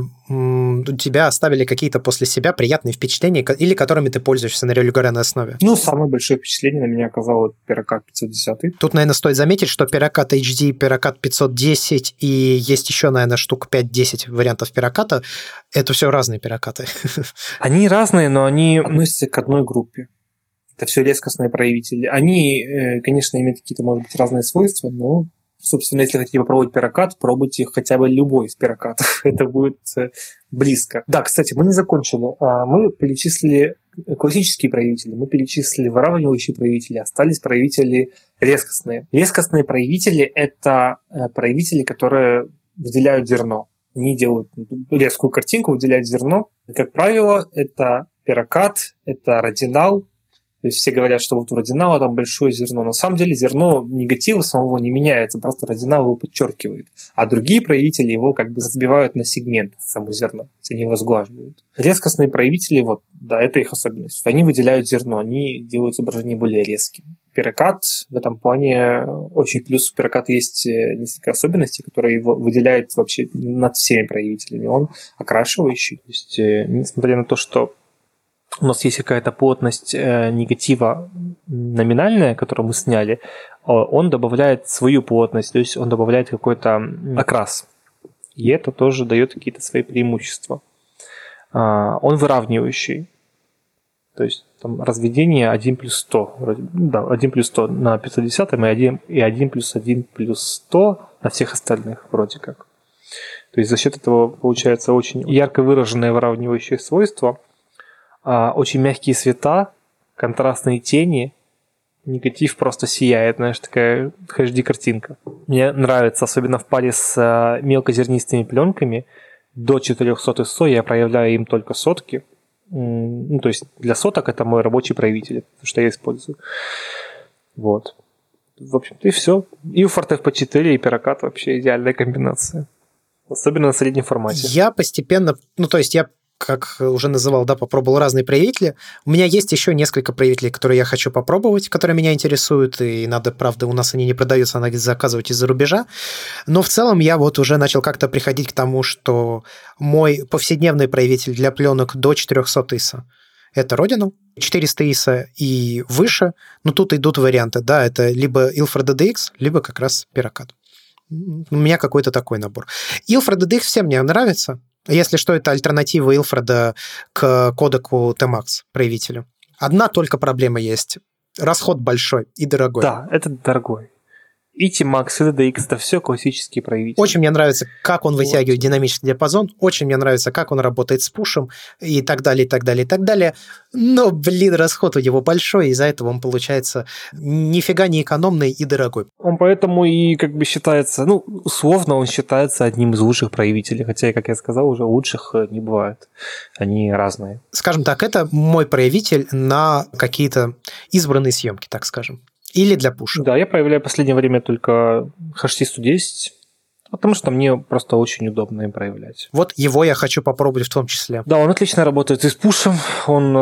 у тебя оставили какие-то после себя приятные впечатления или которыми ты пользуешься на регулярной основе? Ну, самое большое впечатление на меня оказало Perrocat пятьсот десять. Тут, наверное, стоит заметить, что Perrocat эйч ди, Perrocat пятьсот десять и есть еще, наверное, штук пять-десять вариантов Perrocat. Это все разные Perrocat. Они разные, но они... относятся к одной группе. Это все резкостные проявители. Они, конечно, имеют какие-то, может быть, разные свойства, но... Собственно, если хотите попробовать Perrocat, пробуйте хотя бы любой из Perrocat'ов. Это будет близко. Да, кстати, мы не закончили. Мы перечислили классические проявители, мы перечислили выравнивающие проявители, остались проявители резкостные. Резкостные проявители – это проявители, которые выделяют зерно. Они делают резкую картинку, выделяют зерно. Как правило, это Perrocat, это Rodinal. То есть все говорят, что вот у Rodinal там большое зерно. На самом деле зерно негатива самого не меняется, просто Rodinal его подчеркивает. А другие проявители его как бы разбивают на сегмент, само зерно, они его сглаживают. Резкостные проявители, вот, да, это их особенность. Они выделяют зерно, они делают изображение более резким. Perrocat в этом плане очень плюс. У Perrocat есть несколько особенностей, которые его выделяют вообще над всеми проявителями. Он окрашивающий. То есть, несмотря на то, что у нас есть какая-то плотность э, негатива номинальная, которую мы сняли, он добавляет свою плотность, то есть он добавляет какой-то окрас. И это тоже дает какие-то свои преимущества. А, он выравнивающий. То есть там разведение один плюс сто. Да, один плюс сто на пятьсот десять и один, и один плюс один плюс сто на всех остальных вроде как. То есть за счет этого получается очень ярко выраженное выравнивающее свойство. Очень мягкие цвета, контрастные тени, негатив просто сияет, знаешь, такая эйч ди-картинка. Мне нравится, особенно в паре с мелкозернистыми пленками, до четыреста ай эс о я проявляю им только сотки. Ну, то есть для соток это мой рабочий проявитель, что я использую. Вот. В общем-то и все. И у Forte эф пи четыре, и Perrocat вообще идеальная комбинация. Особенно на среднем формате. Я постепенно, ну, то есть я как уже называл, да, попробовал разные проявители. У меня есть еще несколько проявителей, которые я хочу попробовать, которые меня интересуют, и надо, правда, у нас они не продаются, надо заказывать из-за рубежа. Но в целом я вот уже начал как-то приходить к тому, что мой повседневный проявитель для пленок до четыреста ай эс о – это Rodinal, четыреста ай эс о и выше, но тут идут варианты, да, это либо Ilford ди ди экс, либо как раз Perrocat. У меня какой-то такой набор. Ilford ди ди экс всем мне нравится. Если что, это альтернатива Илфреда к кодеку Tmax проявителю. Одна только проблема есть. Расход большой и дорогой. Да, это дорогой. И Tmax, и ди ди экс – это все классические проявители. Очень мне нравится, как он вытягивает вот. Динамический диапазон. Очень мне нравится, как он работает с пушем и так далее, и так далее, и так далее. Но, блин, расход у него большой, и из-за этого он получается нифига не экономный и дорогой. Он поэтому и как бы считается, ну, условно он считается одним из лучших проявителей. Хотя, как я сказал, уже лучших не бывает. Они разные. Скажем так, это мой проявитель на какие-то избранные съемки, так скажем. Или для пуша. Да, я проявляю в последнее время только эйч си сто десять, потому что мне просто очень удобно им проявлять. Вот его я хочу попробовать в том числе. Да, он отлично работает и с пушем, он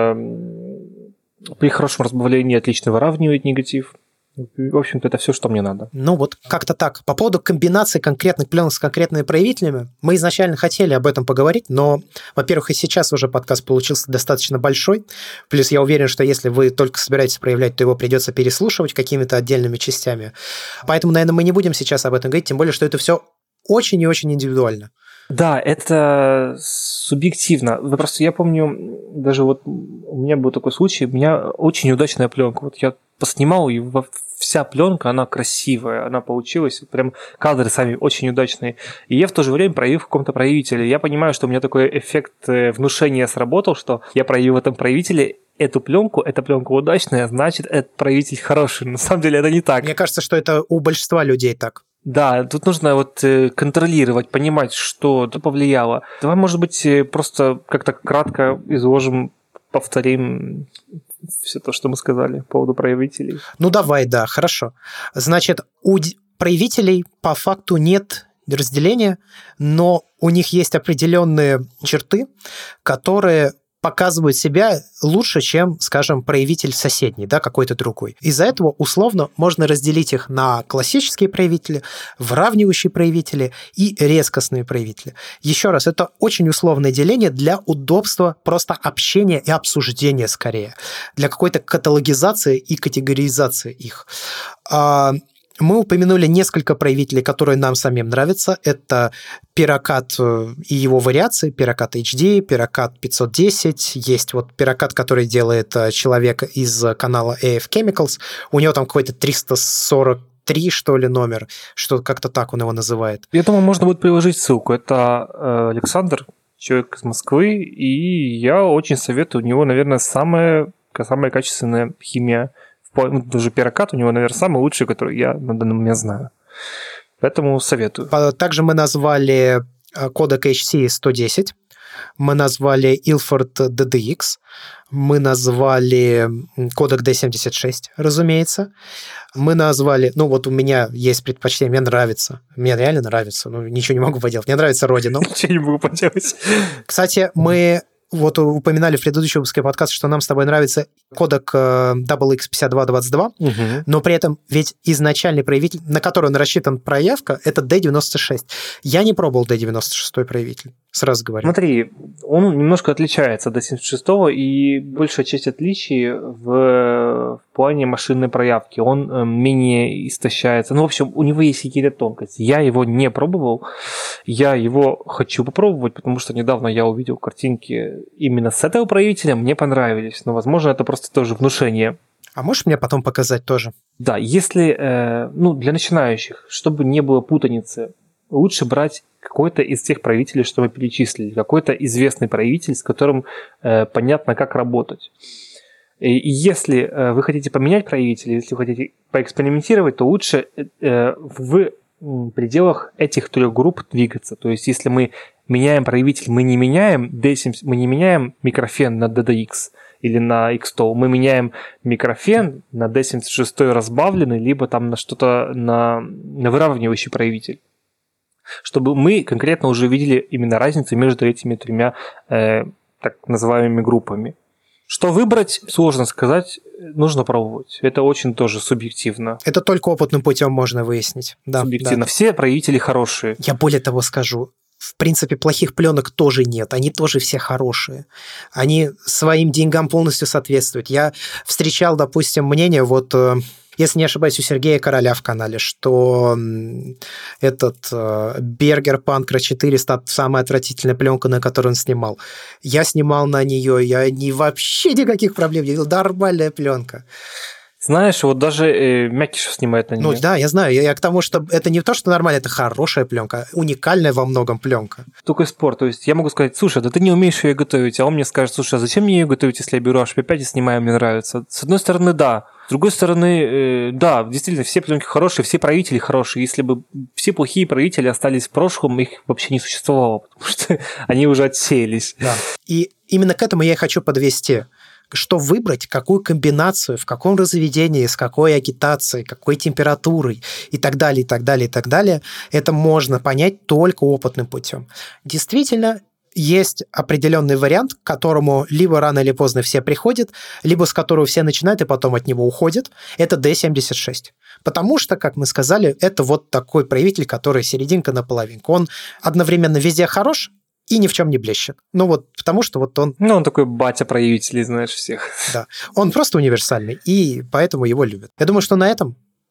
э, при хорошем разбавлении отлично выравнивает негатив. В общем-то, это все, что мне надо. Ну вот, как-то так. По поводу комбинации конкретных пленок с конкретными проявителями, мы изначально хотели об этом поговорить, но, во-первых, и сейчас уже подкаст получился достаточно большой, плюс я уверен, что если вы только собираетесь проявлять, то его придется переслушивать какими-то отдельными частями. Поэтому, наверное, мы не будем сейчас об этом говорить, тем более, что это все очень и очень индивидуально. Да, это субъективно. Просто я помню, даже вот у меня был такой случай, у меня очень удачная пленка. Вот я поснимал, и вся пленка, она красивая, она получилась, прям кадры сами очень удачные. И я в то же время проявил в каком-то проявителе. Я понимаю, что у меня такой эффект внушения сработал, что я проявил в этом проявителе эту пленку, эта пленка удачная, значит, этот проявитель хороший. На самом деле это не так. Мне кажется, что это у большинства людей так. Да, тут нужно вот контролировать, понимать, что это повлияло. Давай, может быть, просто как-то кратко изложим, повторим все то, что мы сказали по поводу проявителей. Ну, давай, да, хорошо. Значит, у проявителей по факту нет разделения, но у них есть определенные черты, которые показывают себя лучше, чем, скажем, проявитель соседний, да, какой-то другой. Из-за этого условно можно разделить их на классические проявители, выравнивающие проявители и резкостные проявители. Еще раз, это очень условное деление для удобства просто общения и обсуждения скорее, для какой-то каталогизации и категоризации их. Мы упомянули несколько проявителей, которые нам самим нравятся. Это Пирокат и его вариации, Пирокат эйч ди, Пирокат пятьсот десять. Есть вот Пирокат, который делает человек из канала эй эф Chemicals. У него там какой-то триста сорок три, что ли, номер. Что как-то так он его называет. Я думаю, можно будет приложить ссылку. Это Александр, человек из Москвы, и я очень советую. У него, наверное, самая, самая качественная химия. Даже Пирокат у него, наверное, самый лучший, который я на данный момент знаю. Поэтому советую. Также мы назвали кодек эйч си сто десять, мы назвали Ilford ди ди икс, мы назвали кодек ди семьдесят шесть, разумеется. Мы назвали, ну вот у меня есть предпочтение, мне нравится, мне реально нравится, ну ничего не могу поделать, мне нравится Родина. Ничего не могу поделать. Кстати, мы... Вот упоминали в предыдущем выпуске подкаста, что нам с тобой нравится кодек дабл ю икс пятьдесят два двадцать два, угу. Но при этом ведь изначальный проявитель, на который он рассчитан проявка, это ди девяносто шесть. Я не пробовал ди девяносто шесть проявитель, сразу говорю. Смотри, он немножко отличается от ди семьдесят шесть, и большая часть отличий в, в плане машинной проявки. Он менее истощается. Ну, в общем, у него есть какие-то тонкости. Я его не пробовал, я его хочу попробовать, потому что недавно я увидел картинки именно с этого проявителя, мне понравились. Но, возможно, это просто тоже внушение. А можешь мне потом показать тоже? Да, если, э, ну, для начинающих, чтобы не было путаницы, лучше брать какой-то из тех проявителей, что мы перечислили, какой-то известный проявитель, с которым э, понятно, как работать. И, и если э, вы хотите поменять проявитель, если вы хотите поэкспериментировать, то лучше э, в пределах этих трех групп двигаться. То есть, если мы меняем проявитель, мы не меняем ди семьдесят, мы не меняем микрофен на ди ди икс или на икс сто, мы меняем микрофен на ди семьдесят шесть разбавленный, либо там на что-то, на, на выравнивающий проявитель. Чтобы мы конкретно уже видели именно разницу между этими тремя э, так называемыми группами. Что выбрать, сложно сказать, нужно пробовать. Это очень тоже субъективно. Это только опытным путем можно выяснить. Да, субъективно. Да. Все проявители хорошие. Я более того скажу. В принципе, плохих пленок тоже нет. Они тоже все хорошие. Они своим деньгам полностью соответствуют. Я встречал, допустим, мнение, вот, если не ошибаюсь, у Сергея Короля в канале, что этот Бергер Панкра четыреста самая отвратительная пленка, на которую он снимал. Я снимал на нее, я не, вообще никаких проблем не видел. Нормальная пленка. Знаешь, вот даже э, Мякишев снимает на нее. Ну да, я знаю. Я, я к тому, что это не то, что нормально, это хорошая пленка, уникальная во многом пленка. Такой спор. То есть я могу сказать, слушай, да ты не умеешь ее готовить, а он мне скажет, слушай, а зачем мне ее готовить, если я беру эйч пи пять и снимаю, мне нравится. С одной стороны, да. С другой стороны, э, да, действительно, все пленки хорошие, все проявители хорошие. Если бы все плохие проявители остались в прошлом, их вообще не существовало, потому что они уже отсеялись. Да. И именно к этому я и хочу подвести. Что выбрать, какую комбинацию, в каком разведении, с какой агитацией, какой температурой и так далее, и так далее, и так далее, это можно понять только опытным путем. Действительно, есть определенный вариант, к которому либо рано или поздно все приходят, либо с которого все начинают и потом от него уходят. Это ди семьдесят шесть. Потому что, как мы сказали, это вот такой проявитель, который серединка на половинку. Он одновременно везде хорош, и ни в чем не блещет. Ну вот, потому что вот он... Ну, он такой батя проявителей, знаешь, всех. Да, он просто универсальный, и поэтому его любят. Я думаю, что на этом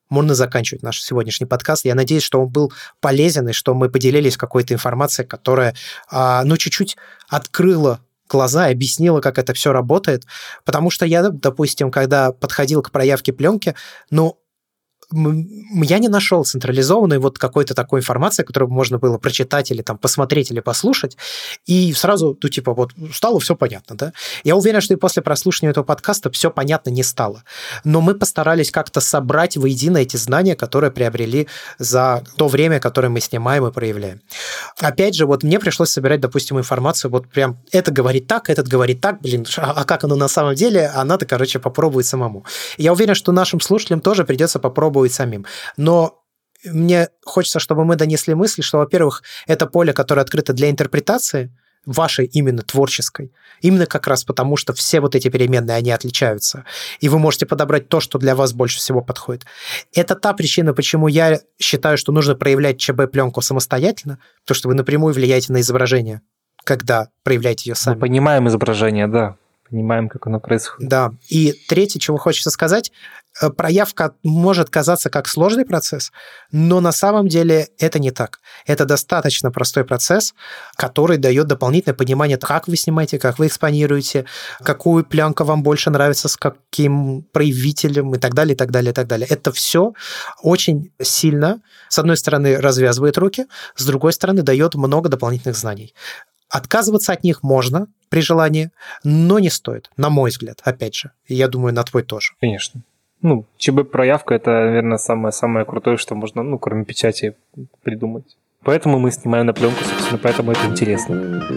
можно заканчивать наш сегодняшний подкаст. Я надеюсь, что он был полезен, и что мы поделились какой-то информацией, которая, ну, чуть-чуть открыла глаза и объяснила, как это все работает. Потому что я, допустим, когда подходил к проявке пленки, ну, я не нашел централизованной вот какой-то такой информации, которую можно было прочитать или там посмотреть или послушать, и сразу, ну, типа, вот стало все понятно, да? Я уверен, что и после прослушивания этого подкаста все понятно не стало. Но мы постарались как-то собрать воедино эти знания, которые приобрели за то время, которое мы снимаем и проявляем. Опять же, вот мне пришлось собирать, допустим, информацию, вот прям это говорит так, этот говорит так, блин, а как оно на самом деле, а надо, короче, попробовать самому. Я уверен, что нашим слушателям тоже придется попробовать самим. Но мне хочется, чтобы мы донесли мысль, что, во-первых, это поле, которое открыто для интерпретации, вашей именно творческой, именно как раз потому, что все вот эти переменные, они отличаются, и вы можете подобрать то, что для вас больше всего подходит. Это та причина, почему я считаю, что нужно проявлять ЧБ-пленку самостоятельно, потому что вы напрямую влияете на изображение, когда проявляете ее сами. Мы понимаем изображение, да, понимаем, как оно происходит. Да, и третье, чего хочется сказать, проявка может казаться как сложный процесс, но на самом деле это не так. Это достаточно простой процесс, который дает дополнительное понимание, как вы снимаете, как вы экспонируете, какую пленку вам больше нравится, с каким проявителем и так далее, и так далее, и так далее. Это все очень сильно, с одной стороны, развязывает руки, с другой стороны, дает много дополнительных знаний. Отказываться от них можно при желании, но не стоит, на мой взгляд, опять же. И я думаю, на твой тоже. Конечно. Ну, ЧБ-проявка – это, наверное, самое-самое крутое, что можно, ну, кроме печати, придумать. Поэтому мы снимаем на пленку, собственно, поэтому это интересно.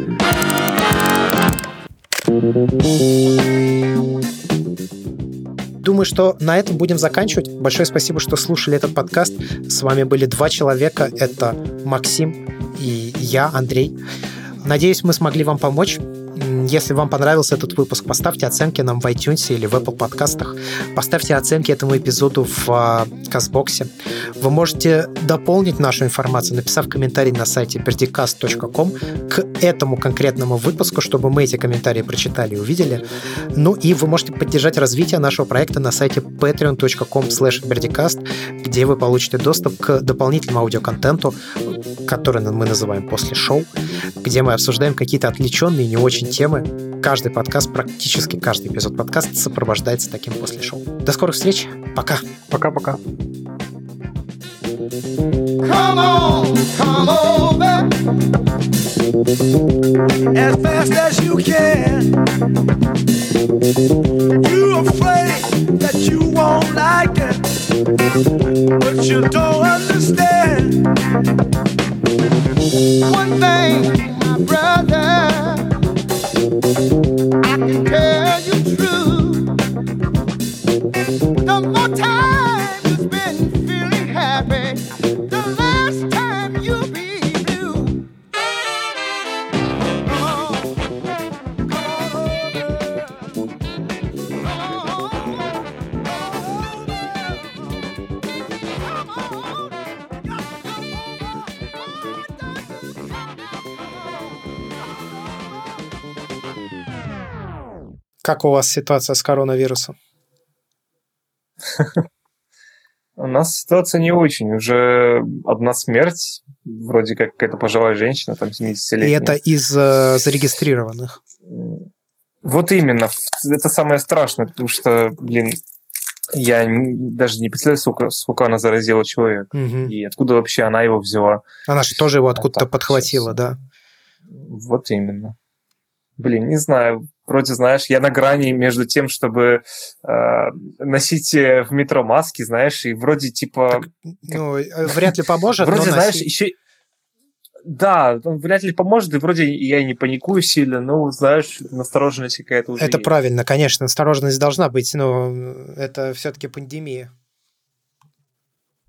Думаю, что на этом будем заканчивать. Большое спасибо, что слушали этот подкаст. С вами были два человека. Это Максим и я, Андрей. Надеюсь, мы смогли вам помочь. Если вам понравился этот выпуск, поставьте оценки нам в iTunes или в Apple подкастах. Поставьте оценки этому эпизоду в Кастбоксе. Вы можете дополнить нашу информацию, написав комментарий на сайте бердикаст точка ком к этому конкретному выпуску, чтобы мы эти комментарии прочитали и увидели. Ну и вы можете поддержать развитие нашего проекта на сайте patreon точка ком слэш бердикаст, где вы получите доступ к дополнительному аудиоконтенту, который мы называем «После шоу», где мы обсуждаем какие-то отвлеченные, не очень темы. Каждый подкаст, практически каждый эпизод подкаста сопровождается таким после шоу. До скорых встреч. Пока. Пока-пока. Come on, come over as fast as you can. You're afraid that you won't like it, but you don't understand. One thing, my brother, I can tell you true. The more time you spend feeling happy, the less time you'll be blue. Come on, come on over. Come on, come on over. Come on, just come over. Как у вас ситуация с коронавирусом? У нас ситуация не очень. Уже одна смерть, вроде как какая-то пожилая женщина, там семидесятилетняя. И это из э, зарегистрированных? Вот именно. Это самое страшное, потому что, блин, я даже не представляю, сколько, сколько она заразила человека. Угу. И откуда вообще она его взяла. Она же тоже его откуда-то так, подхватила, сейчас. Да? Вот именно. Блин, не знаю. Вроде, знаешь, я на грани между тем, чтобы э, носить в метро маски, знаешь, и вроде типа... Так, ну, вряд ли поможет, вроде, но знаешь, носи. еще... Да, вряд ли поможет, и вроде я и не паникую сильно, но, знаешь, настороженность какая-то уже Это есть. правильно, конечно, осторожность должна быть, но это все-таки пандемия.